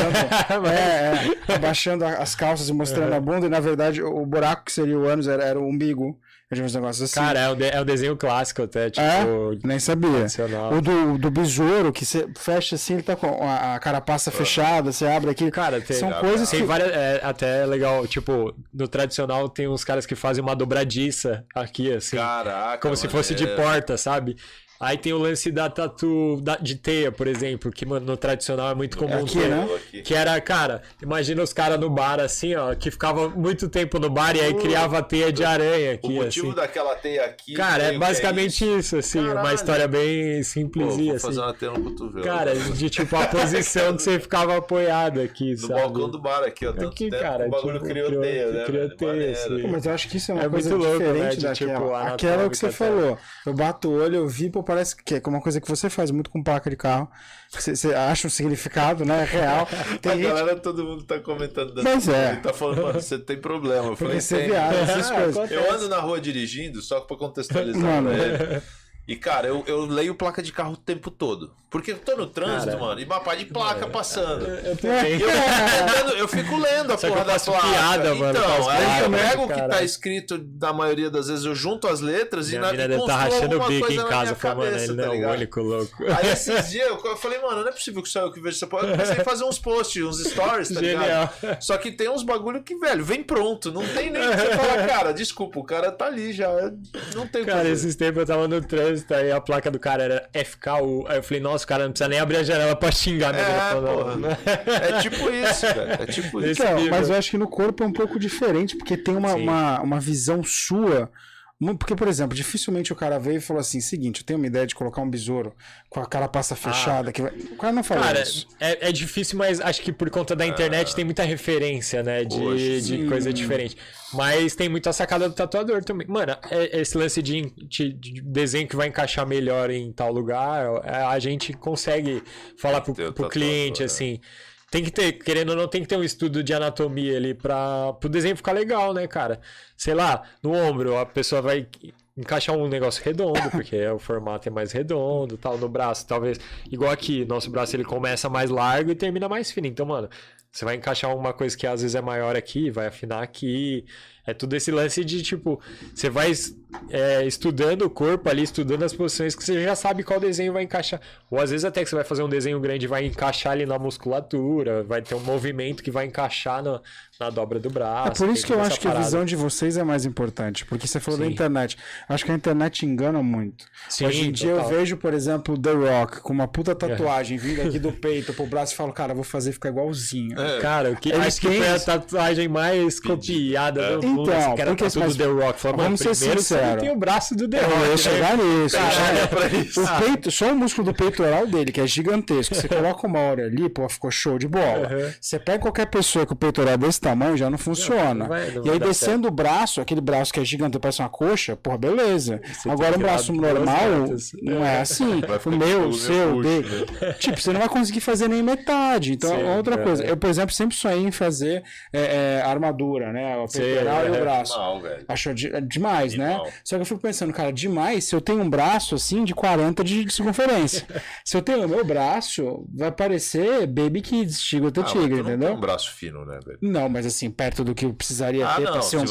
até. Abaixando as calças e mostrando a bunda, e na verdade o buraco que seria o ânus era o umbigo. Eu já vi uns negócios assim. Cara, é o desenho clássico até, tipo... nem sabia. O do besouro, que você fecha assim, ele tá com a carapaça fechada, você abre aqui. Cara, são coisas tem que... várias... até é legal, tipo, no tradicional tem uns caras que fazem uma dobradiça aqui, assim. Caraca, como se fosse de porta, sabe? Aí tem o lance da tatu de teia, por exemplo, que, mano, no tradicional é muito comum aqui, ter. Né? Que era, cara, imagina os caras no bar, assim, ó, que ficava muito tempo no bar e aí criava teia de aranha aqui, o motivo assim. daquela teia aqui... Cara, é basicamente isso, assim, Caralho. Uma história bem simplesinha, vou fazer assim. uma teia no cotovelo. Cara, de tipo, a posição que você ficava apoiado aqui, no sabe? balcão do bar aqui, ó. Aqui, cara, o bagulho tipo, criou teia, né? Criou teia, assim. Pô, mas eu acho que isso é uma coisa muito louco, diferente né? De, daquela. tipo, aquela é o que você falou. Eu bato o olho, eu vi, pô, parece que é uma coisa que você faz muito com placa de carro. Você acha um significado, né? Real. Tem galera, todo mundo tá comentando dessa coisa. Ele tá falando, mano, você tem problema. Eu falei, você viaja, essas coisas. Eu ando na rua dirigindo, só pra contextualizar pra ele. E, cara, eu leio placa de carro o tempo todo. Porque eu tô no trânsito, mano, e mapa de placa passando. Eu fico lendo a porra da placa. Piada, mano, então, aí eu pego o que tá escrito, na maioria das vezes eu junto as letras e construo tá rachando o bico em casa, falando, ele não é o único louco. Aí esses dias eu falei, mano, não é possível que só eu que vejo essa porra. Eu comecei a fazer uns posts, uns stories, tá ligado? Só que tem uns bagulho que, velho, vem pronto. Não tem nem que você falar, cara, desculpa, o cara tá ali já. Não tem o que Cara, fazer. esses tempos eu tava no trânsito trânsito, aí a placa do cara era FKU. Aí eu falei, nossa, o cara não precisa nem abrir a janela pra xingar. É tipo isso, cara. É tipo isso. Então, mas eu acho que no corpo é um pouco diferente, porque tem uma visão sua. Porque, por exemplo, dificilmente o cara veio e falou assim: seguinte, eu tenho uma ideia de colocar um besouro com a carapaça fechada. O cara não fala isso. É difícil, mas acho que por conta da internet tem muita referência, né? De coisa diferente. Mas tem muita sacada do tatuador também. Mano, esse lance de desenho que vai encaixar melhor em tal lugar, a gente consegue falar pro cliente, assim. Tem que ter, querendo ou não, tem que ter um estudo de anatomia ali pro desenho ficar legal, né, cara? Sei lá, no ombro a pessoa vai encaixar um negócio redondo, porque o formato é mais redondo, tal. No braço, talvez, igual aqui, nosso braço ele começa mais largo e termina mais fino. Então, mano, você vai encaixar uma coisa que às vezes é maior aqui, vai afinar aqui. É tudo esse lance de, tipo, você vai estudando o corpo ali, estudando as posições que você já sabe qual desenho vai encaixar. Ou às vezes até que você vai fazer um desenho grande e vai encaixar ali na musculatura, vai ter um movimento que vai encaixar na dobra do braço. É por isso que eu acho que a visão de vocês é mais importante, porque você falou da internet. Acho que a internet engana muito. Sim, hoje em dia eu vejo, por exemplo, The Rock com uma puta tatuagem vindo aqui do peito pro braço e falo, cara, vou fazer ficar igualzinho. Cara, acho que foi a tatuagem mais copiada do mundo. Então, que era porque tudo do The Rock. Falava, vamos ser sinceros. Tem o braço do The Rock. Eu ia chegar nisso. Isso. O peito, só o músculo do peitoral dele, que é gigantesco. Você coloca uma hora ali, pô, ficou show de bola. Você pega qualquer pessoa com o peitoral desse tamanho, já não funciona. E aí descendo o braço, aquele braço que é gigante, parece uma coxa, porra, beleza. Agora um braço normal não é assim. O meu, o seu, o dele. Tipo, você não vai conseguir fazer nem metade. Então, outra coisa. Eu, por exemplo, sempre sonhei em fazer armadura, né? O peitoral e o braço. Animal, velho. Achou demais, né? Só que eu fico pensando, cara, demais se eu tenho um braço assim de 40 de circunferência. Se eu tenho o meu braço, vai parecer Baby Kids, Tigo até Tigre, entendeu? Não tem um braço fino, né, velho? Não, mas assim, perto do que eu precisaria ter pra ser um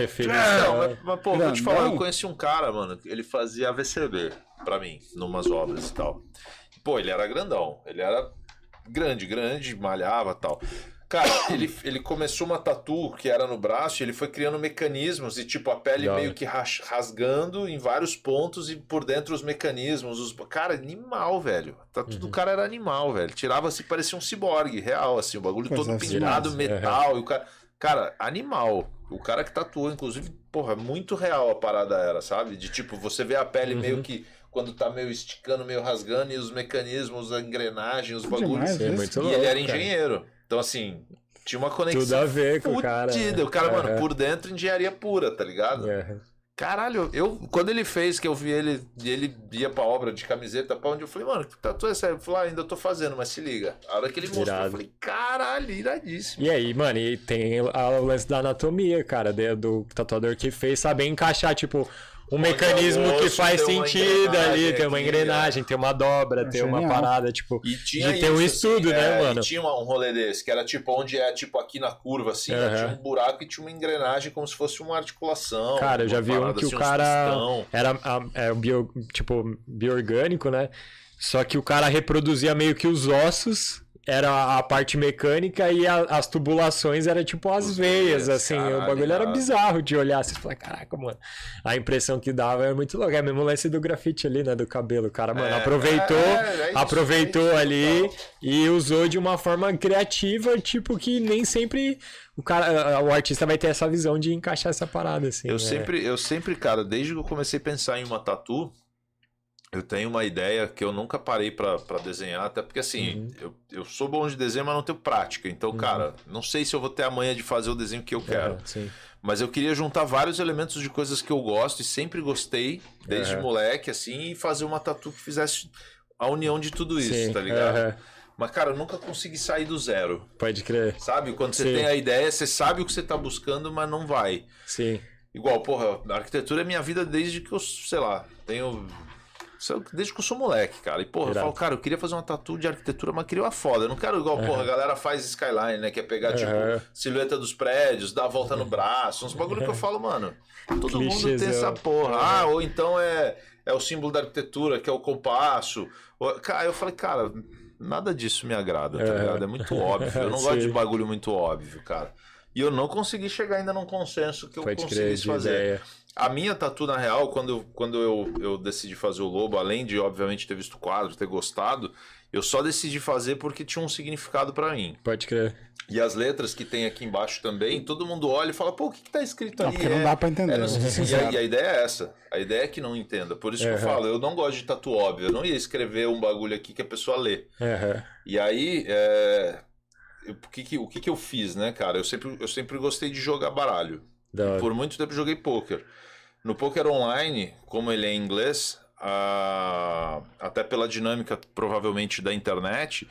mas pô, vou te falar, eu conheci um cara, mano, ele fazia AVCB pra mim, numas obras e tal. Pô, ele era grandão, ele era grande, malhava e tal. Cara, ele começou uma tatu que era no braço e ele foi criando mecanismos e tipo a pele meio que rasgando em vários pontos e por dentro os mecanismos. Cara, animal, velho. A tatu do cara era animal, velho. Tirava-se, parecia um ciborgue, real, assim. O bagulho todo pintado, metal. E o cara... Cara, animal. O cara que tatuou, inclusive, porra, muito real a parada era, sabe? De tipo, você vê a pele meio que... Quando tá meio esticando, meio rasgando e os mecanismos, a engrenagem, os bagulhos. Muito e louco, ele era engenheiro. Então, assim, tinha uma conexão. Tudo a ver com o cara. O cara, mano, por dentro, engenharia pura, tá ligado? Caralho, quando ele fez, que eu vi ele ia pra obra de camiseta, pra onde eu falei, mano, que tatu é essa? Ele falou, ainda tô fazendo, mas se liga. A hora que ele mostrou, eu falei, caralho, iradíssimo. E aí, mano, e tem o lance da anatomia, cara, do tatuador que fez saber encaixar, tipo... Um mecanismo que faz sentido ali, tem uma engrenagem, tem uma dobra, tem uma parada, tipo, de ter um estudo, né, mano? E tinha um rolê desse, que era tipo, onde é, tipo, aqui na curva, assim, tinha um buraco e tinha uma engrenagem como se fosse uma articulação. Cara, eu já vi um que o cara era bioorgânico, né? Só que o cara reproduzia meio que os ossos, era a parte mecânica e as tubulações era tipo as veias, assim, caralho, o bagulho era bizarro de olhar, você fala, caraca, mano, a impressão que dava era muito louca, é mesmo o lance do grafite ali, né, do cabelo, o cara, mano, aproveitou ali e usou de uma forma criativa, tipo, que nem sempre o artista vai ter essa visão de encaixar essa parada, assim. Eu sempre, cara, desde que eu comecei a pensar em uma tatu, eu tenho uma ideia que eu nunca parei pra desenhar, até porque assim, eu sou bom de desenho, mas não tenho prática. Então, cara, não sei se eu vou ter a manha de fazer o desenho que eu quero. Mas eu queria juntar vários elementos de coisas que eu gosto e sempre gostei, desde moleque, assim, e fazer uma tatu que fizesse a união de tudo isso, tá ligado? Mas, cara, eu nunca consegui sair do zero. Pode crer. Sabe? Quando você tem a ideia, você sabe o que você tá buscando, mas não vai. Sim. Igual, porra, a arquitetura é minha vida desde que eu, sei lá, tenho... Desde que eu sou moleque, cara. E, porra, eu falo, cara, eu queria fazer uma tatu de arquitetura, mas queria uma foda. Eu não quero igual, porra, a galera faz skyline, né? Que é pegar, tipo, silhueta dos prédios, dar a volta no braço. Uns bagulho que eu falo, mano, todo mundo tem essa porra. Ou então é o símbolo da arquitetura, que é o compasso. Cara, eu falei, cara, nada disso me agrada, tá ligado? É muito óbvio. Eu não gosto de bagulho muito óbvio, cara. E eu não consegui chegar ainda num consenso que eu conseguisse fazer. A minha tatu, na real, quando eu decidi fazer o lobo, além de, obviamente, ter visto o quadro, ter gostado, eu só decidi fazer porque tinha um significado pra mim. Pode crer. E as letras que tem aqui embaixo também, todo mundo olha e fala, pô, o que tá escrito ali? Porque não dá pra entender. E a ideia é essa. A ideia é que não entenda. Por isso que eu falo, eu não gosto de tatu óbvio. Eu não ia escrever um bagulho aqui que a pessoa lê. E aí, o que eu fiz, né, cara? Eu sempre gostei de jogar baralho. Por muito tempo eu joguei pôquer. No poker online, como ele é em inglês, até pela dinâmica provavelmente da internet,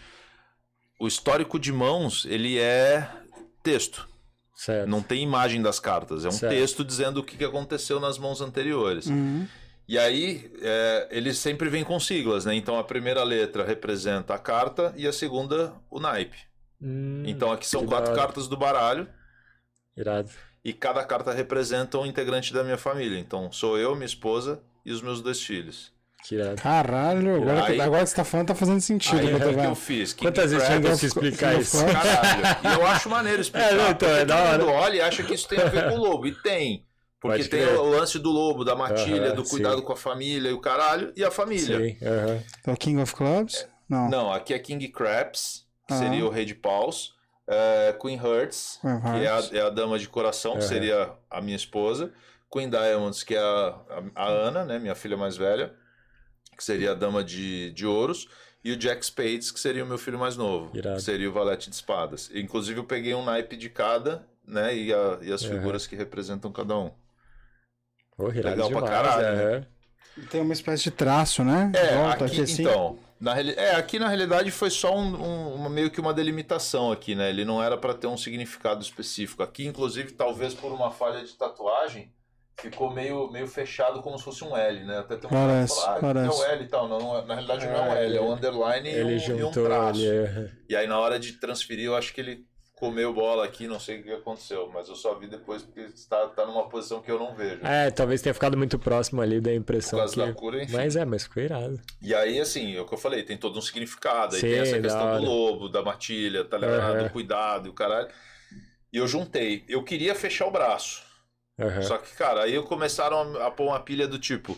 o histórico de mãos ele é texto. Certo. Não tem imagem das cartas, é um texto dizendo o que aconteceu nas mãos anteriores. E aí ele sempre vem com siglas, né? Então a primeira letra representa a carta e a segunda o naipe. Então aqui são 4 cartas do baralho. Irado. E cada carta representa um integrante da minha família. Então, sou eu, minha esposa e os meus 2 filhos. Que irado. Caralho, agora que você tá falando, tá fazendo sentido. Aí, o que eu fiz? Quantas vezes tinha que te explicar isso? Caralho. E eu acho maneiro explicar. Então, é da hora. Todo mundo olha e acha que isso tem a ver com o lobo. E tem. Porque Pode tem crer. o lance do lobo, da matilha, do cuidado sim. com a família e o caralho. E a família. Sim, Então, King of Clubs? Não, aqui é King Craps, que seria o rei de paus. Queen Hearts, que é a dama de coração, que seria a minha esposa. Queen Diamonds, que é a Ana, né, minha filha mais velha, que seria a dama de ouros. E o Jack Spades, que seria o meu filho mais novo, Irado. que seria o valete de espadas. Inclusive eu peguei um naipe de cada, né, e as figuras que representam cada um. Legal pra caralho, né? Tem uma espécie de traço, né? Volta aqui assim. Então, aqui na realidade foi só meio que uma delimitação aqui, né? Ele não era para ter um significado específico. Aqui, inclusive, talvez por uma falha de tatuagem, ficou meio fechado como se fosse um L, né? Até tem uma parece. é o L e tal. Não, na realidade não é um L, é um underline e um traço. E aí na hora de transferir, eu acho que ele comeu bola aqui, não sei o que aconteceu, mas eu só vi depois porque tá numa posição que eu não vejo. Talvez tenha ficado muito próximo ali da impressão. Por causa da cura, enfim. Mas ficou irado. E aí, assim, é o que eu falei, tem todo um significado. Aí tem essa questão do lobo, da matilha, tá ligado? Do cuidado e o caralho. E eu juntei. Eu queria fechar o braço. Só que, cara, aí começaram a pôr uma pilha do tipo...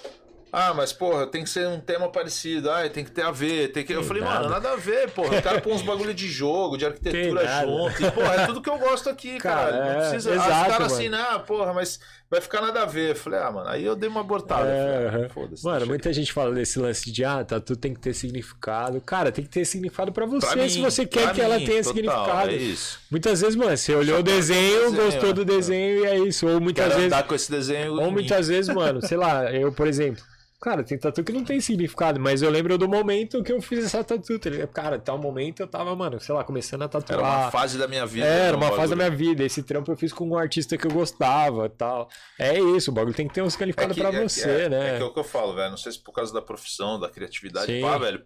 mas porra, tem que ser um tema parecido. Tem que ter a ver. Eu falei, mano, nada a ver, porra. O cara põe uns bagulho de jogo, de arquitetura junto. E, porra, é tudo que eu gosto aqui, cara. Não precisa. Os caras assim, porra, mas vai ficar nada a ver. Eu falei, mano, aí eu dei uma abortada. Foda-se. Mano, muita gente fala desse lance de tatu tem que ter significado. Cara, tem que ter significado pra você, se você quer que ela tenha significado. É isso. Muitas vezes, mano, você olhou o desenho, gostou do desenho e é isso. Ou muitas vezes. Andar com esse desenho. Ou muitas vezes, mano, sei lá, eu, por exemplo. Cara, tem tatu que não tem significado, mas eu lembro do momento que eu fiz essa tatu. Cara, tal momento eu tava, mano, sei lá, começando a tatuar. Era uma fase da minha vida. Era uma fase da minha vida. Esse trampo eu fiz com um artista que eu gostava e tal. É isso, o bagulho tem que ter um significado pra você, né? É que é o que eu falo, velho. Não sei se por causa da profissão, da criatividade. Velho,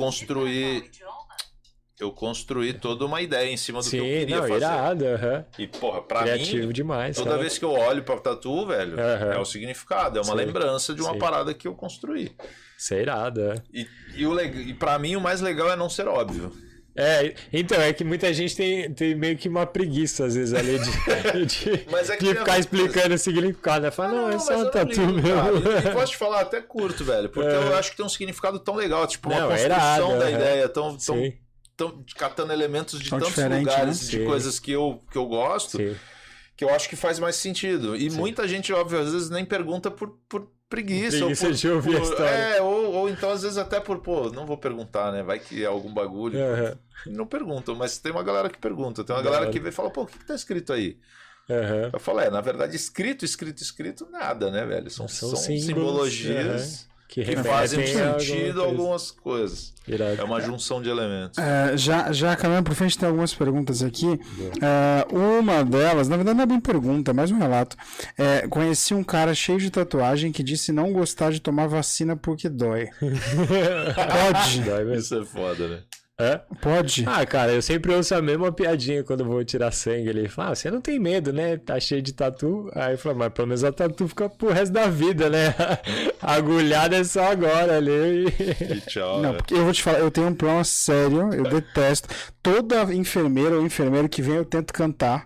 eu construí toda uma ideia em cima do que eu queria fazer. Irado, E, porra, pra criativo mim, demais, toda vez que eu olho pra tatu, velho, é o significado, é uma lembrança de uma parada que eu construí. Isso é irado, E pra mim, o mais legal é não ser óbvio. Então, é que muita gente tem meio que uma preguiça, às vezes, ali de ficar explicando o significado, né? Fala, não, é só um tatu mesmo. E posso te falar, até curto, velho, porque eu acho que tem um significado tão legal, tipo, uma construção da ideia, tão catando elementos de tantos lugares, de coisas que eu gosto, que eu acho que faz mais sentido. E muita gente, óbvio, às vezes nem pergunta por preguiça. Preguiça de ouvir a história. Ou então às vezes até não vou perguntar, né? Vai que é algum bagulho. Não perguntam, mas tem uma galera que pergunta. Tem uma galera que vem e fala, pô, o que tá escrito aí? Eu falo, na verdade, escrito, nada, né, velho? São simbologias... Que fazem sentido algumas coisas. É uma junção de elementos. Já caminhando por frente, tem algumas perguntas aqui. Uma delas, na verdade não é bem pergunta, é mais um relato. Conheci um cara cheio de tatuagem que disse não gostar de tomar vacina porque dói. Pode? Isso é foda, né? Pode? Cara, eu sempre ouço a mesma piadinha quando eu vou tirar sangue. Ele fala, você não tem medo, né? Tá cheio de tatu. Aí eu falo, mas pelo menos a tatu fica pro resto da vida, né? A agulhada é só agora ali. E tchau. Não, porque eu vou te falar, eu tenho um problema sério, eu detesto. Toda enfermeira ou enfermeiro que vem eu tento cantar.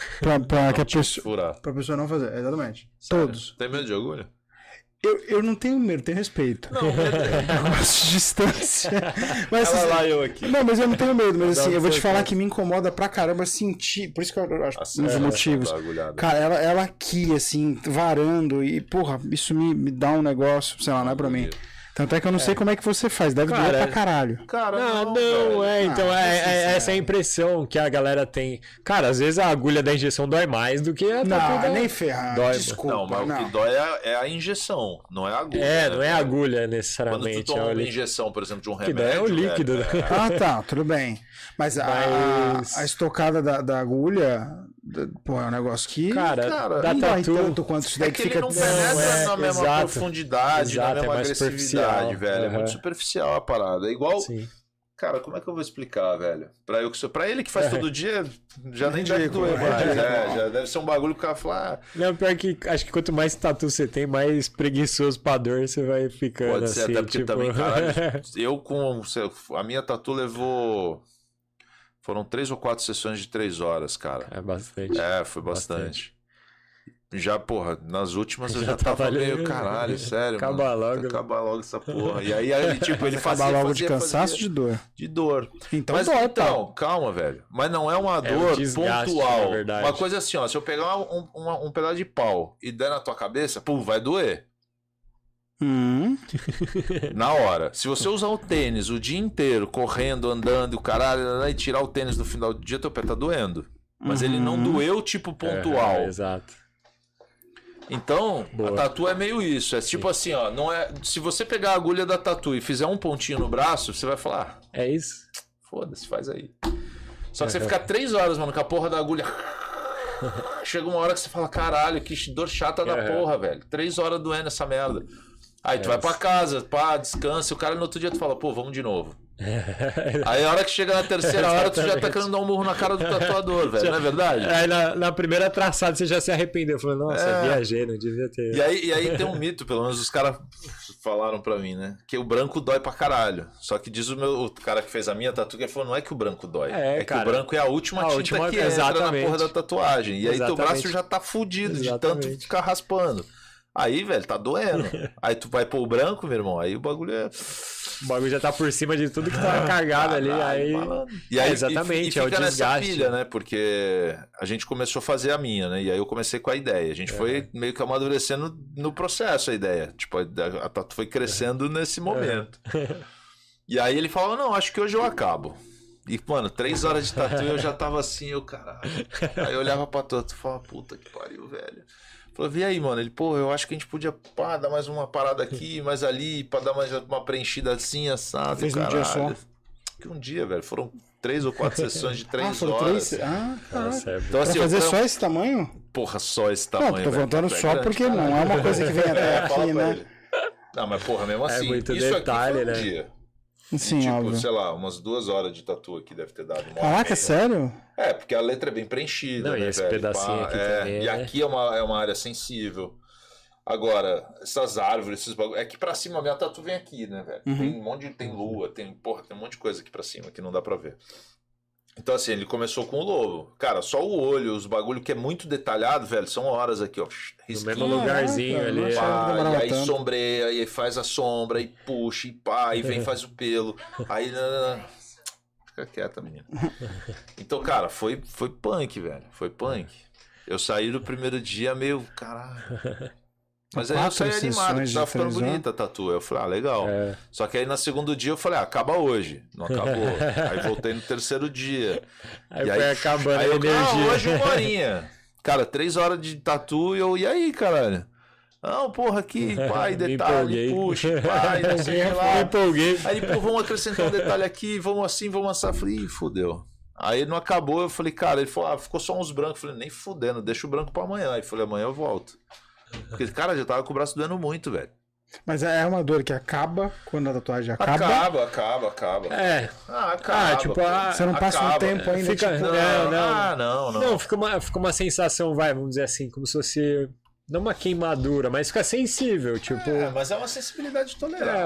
Pra que a te pessoa, furar. pra pessoa não fazer, exatamente. Sério? Todos. Tem medo de agulha? Eu não tenho medo, tenho respeito. Não, medo Eu gosto de distância. Mas, Ela assim, lá, eu aqui. não, mas eu não tenho medo, mas Dá assim, um eu vou te certeza. falar que me incomoda pra caramba sentir. Por isso que eu acho um dos motivos. Agulhada. Cara, ela aqui, assim, varando, e, porra, isso me dá um negócio, sei lá, não é pra mim. Tanto é que eu não sei como é que você faz, deve doer Cara, pra caralho. Cara, Não, velho. então essa é a impressão que a galera tem. Cara, às vezes a agulha da injeção dói mais do que a tatu Não, da... nem ferrar, Dói, desculpa. Não, mas o que dói é a injeção, não é a agulha. É, né, não é a velho? agulha Quando tu necessariamente. toma é o uma líquido. injeção, por exemplo, de um Que remédio... daí é o líquido. velho, né? Ah, tá, tudo bem. Mas a estocada da agulha, pô, é um negócio que Cara, da não dói tatu... tanto quanto isso daí É que ele não Não, penetra é, na mesma exato. profundidade, Exato, na é mesma mais agressividade, superficial. velho. É Aham. muito superficial a parada. É igual... Sim. Cara, como é que eu vou explicar, velho? Pra ele que faz todo dia, já nem deve ridículo, doer é mais. ridículo. Já deve ser um bagulho que o cara fala... Não, pior que acho que quanto mais tatu você tem, mais preguiçoso pra dor você vai ficando Pode ser, assim, até porque tipo... também, caralho, eu com... A minha tatu levou... Foram 3 ou 4 sessões de 3 horas, cara. É bastante. É, foi bastante. Já, porra, nas últimas eu Já já tava tava ali, meio, caralho, sério, Acaba mano. logo. Acabar logo essa porra. E aí ele, tipo, ele acabar fazia, logo de fazia, cansaço fazia de dor. de dor. Então Mas dói, então, pá. calma, velho. Mas não é uma É dor um desgaste, pontual. na verdade. Uma coisa assim, ó, se eu pegar um pedaço de pau e der na tua cabeça, pô, vai doer. Na hora. Se você usar o tênis o dia inteiro, correndo, andando, e o caralho, e tirar o tênis no final do dia, teu pé tá doendo. Mas ele não doeu, tipo, pontual. É, exato. Então, Boa. a tatu é meio isso. É tipo assim, ó, não é. Se você pegar a agulha da tatu e fizer um pontinho no braço, você vai falar, É isso. foda-se, faz aí. Só que você ficar 3 horas, mano, com a porra da agulha. Chega uma hora que você fala, caralho, que dor chata da porra, velho. 3 horas doendo essa merda. Aí tu vai pra casa, pá, descansa, e o cara no outro dia tu fala, pô, vamos de novo. Aí a hora que chega na terceira hora, tu já tá querendo dar um murro na cara do tatuador, velho, não é verdade? Aí na primeira traçada você já se arrependeu. Falou, nossa, viajei, não devia ter. E aí tem um mito, pelo menos os caras falaram pra mim, né? Que o branco dói pra caralho. Só que diz o cara que fez a minha tatu, que ele falou, não é que o branco dói. É cara, que o branco é a última tinta que entra exatamente. na porra da tatuagem. E aí teu braço Exatamente. já tá fudido de Exatamente. tanto ficar raspando. Aí, velho, tá doendo. Aí tu vai pôr o branco, meu irmão, aí o bagulho é... O bagulho já tá por cima de tudo que tá cagado ali. Caralho, Aí... malandro. E aí, exatamente, e é o fica nessa desgaste. pilha, né? Porque a gente começou a fazer a minha, né? E aí eu comecei com a ideia. A gente foi meio que amadurecendo no processo a ideia. Tipo, a tatu foi crescendo nesse momento. E aí ele falou, não, acho que hoje eu acabo. E, mano, 3 horas de tatu eu já tava assim, eu, caralho. Aí eu olhava pra tatu e falava, puta que pariu, velho. Falei, vê aí, mano. Ele, pô, eu acho que a gente podia dar mais uma parada aqui, mais ali, pra dar mais uma preenchida assim, assado. Fez um dia só? Que um dia, velho. Foram 3 ou 4 sessões de 3 foram horas. 3? Ah, caralho. Nossa, é... Então, Pra assim, fazer eu, só esse tamanho? porra, só esse Não, tamanho. tô velho. voltando Tatu é só grande, porque caralho. não é uma coisa que vem até Fala aqui, pra né? ele. Não, mas porra, mesmo assim, muito isso detalhe, aqui foi um né? dia. Sim, E, tipo, óbvio. sei lá, umas 2 horas de tatu aqui deve ter dado. Caraca, sério? É, porque a letra é bem preenchida, Não, né, e esse velho? pedacinho aqui também, E né? aqui é uma área sensível. Agora, essas árvores, esses bagulho... É que pra cima, a minha tatu vem aqui, né, velho? Tem um monte de... Tem lua, tem um monte de coisa aqui pra cima que não dá pra ver. Então, assim, ele começou com o lobo. Cara, só o olho, os bagulho que é muito detalhado, velho, são horas aqui, ó. No mesmo lugarzinho Caraca, ali. nossa. Pá, demorava e aí tanto. sombreia, e aí faz a sombra, e puxa, e pá, e vem faz o pelo. Aí. Fica quieta, menina. Então, cara, foi punk, velho. Foi punk. Eu saí do primeiro dia meio. Caralho. Mas aí eu 4 saí animado, porque sessões tava de ficando 3 horas. bonita a tatu. Eu falei, legal. É. Só que aí no segundo dia eu falei, acaba hoje. Não acabou. Aí voltei no terceiro dia. Aí E foi acabando a eu, energia. hoje 1 horinha. Cara, 3 horas de tatu e aí, caralho? Não, porra, aqui, pai, Me detalhe, empolguei. puxa, pai, não sei o que Me lá. empolguei. Aí, pô, vamos acrescentar um detalhe aqui, vamos assim, vamos assar. Eu falei, ih, fudeu. Aí não acabou, eu falei, cara, ele falou, ficou só uns brancos. Eu falei, nem fudendo, deixa o branco pra amanhã. Aí eu falei, amanhã eu volto. Porque, cara, já tava com o braço doendo muito, velho. Mas é uma dor que acaba quando a tatuagem acaba. Acaba. É. Acaba. tipo, pô. Você não passa um tempo ainda, Fica... tipo... Não. Não. Não, fica uma sensação, vai, vamos dizer assim, como se fosse Não uma queimadura, mas fica sensível, tipo... mas é uma sensibilidade tolerável.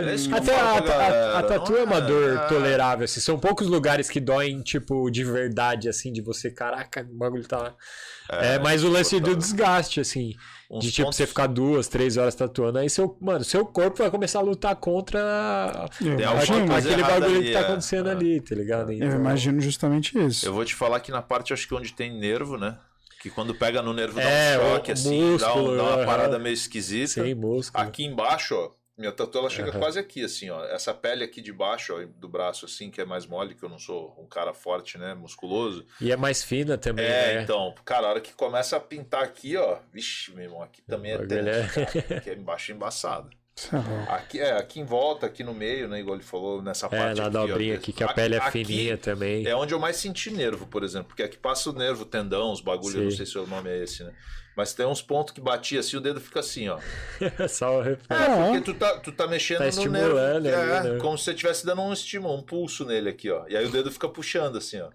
A tatu é uma dor tolerável, assim. São poucos lugares que doem, tipo, de verdade, assim, de você, caraca, o bagulho tá... mas o lance do desgaste, assim, de tipo, você ficar 2, 3 horas tatuando, aí seu corpo vai começar a lutar contra aquele bagulho ali, que tá acontecendo ali, tá ligado? Então... Eu imagino justamente isso. Eu vou te falar que na parte, acho que onde tem nervo, né? Que quando pega no nervo dá um choque, assim, músculo, dá uma parada meio esquisita. Sim, músculo. Aqui embaixo, ó, minha tatu ela chega quase aqui, assim, ó. Essa pele aqui de baixo, ó, do braço, assim, que é mais mole, que eu não sou um cara forte, né, musculoso. E é mais fina também, né? Então, cara, a hora que começa a pintar aqui, ó, vixe, meu irmão, aqui também é tenso, cara. Aqui é embaixo embaçado. Aqui em volta, aqui no meio, né? Igual ele falou, nessa parte na aqui. dobrinha aqui, que a pele é fininha também. É onde eu mais senti nervo, por exemplo. Porque aqui passa o nervo, tendão, os bagulhos, eu não sei se o nome é esse, né? Mas tem uns pontos que batia assim, o dedo fica assim, ó. Só o porque tu tá mexendo no nervo. Né? Como se você estivesse dando um estímulo, um pulso nele aqui, ó. E aí o dedo fica puxando assim, ó.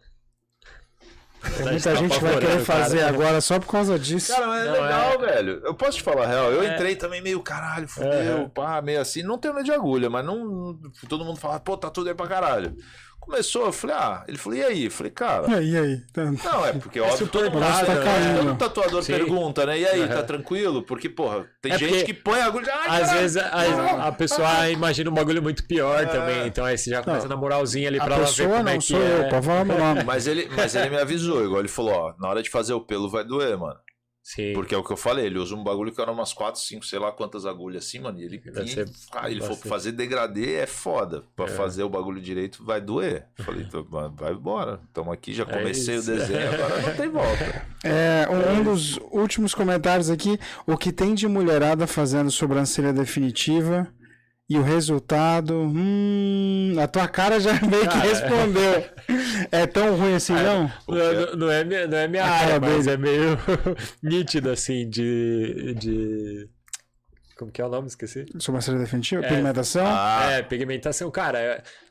Muita gente vai querer fazer agora só por causa disso. Cara, mas é legal, velho. Eu posso te falar a real. Eu entrei também meio, caralho, fudeu, pá, meio assim. Não tenho medo de agulha, mas não. Todo mundo fala, pô, tá tudo aí pra caralho. Começou, eu falei, ele falou, e aí? Eu falei, cara. E aí? Não, é porque óbvio super todo tatuador pergunta, né? E aí, tá tranquilo? Porque, porra, tem gente que põe a agulha. Às vezes a pessoa imagina um bagulho muito pior também. Então aí você já começa na moralzinha ali pra ela ver como é que sou eu, pra falar meu nome. Mas ele me avisou, igual ele falou, ó, na hora de fazer o pelo vai doer, mano. Sim. Porque é o que eu falei, ele usa um bagulho que era umas 4, 5, sei lá quantas agulhas assim, mano. E ele falou, fazer degradê é foda. Pra fazer o bagulho direito vai doer. Eu falei, vai embora. Estamos aqui, já comecei o desenho, agora não tem volta. Um dos últimos comentários aqui, o que tem de mulherada fazendo sobrancelha definitiva e o resultado... a tua cara já meio que respondeu. É tão ruim assim, não? Não é minha área, mas é meio nítido, assim, de... Como que é o nome? Esqueci. Sobrancelha definitiva? Pigmentação? Pigmentação. Cara,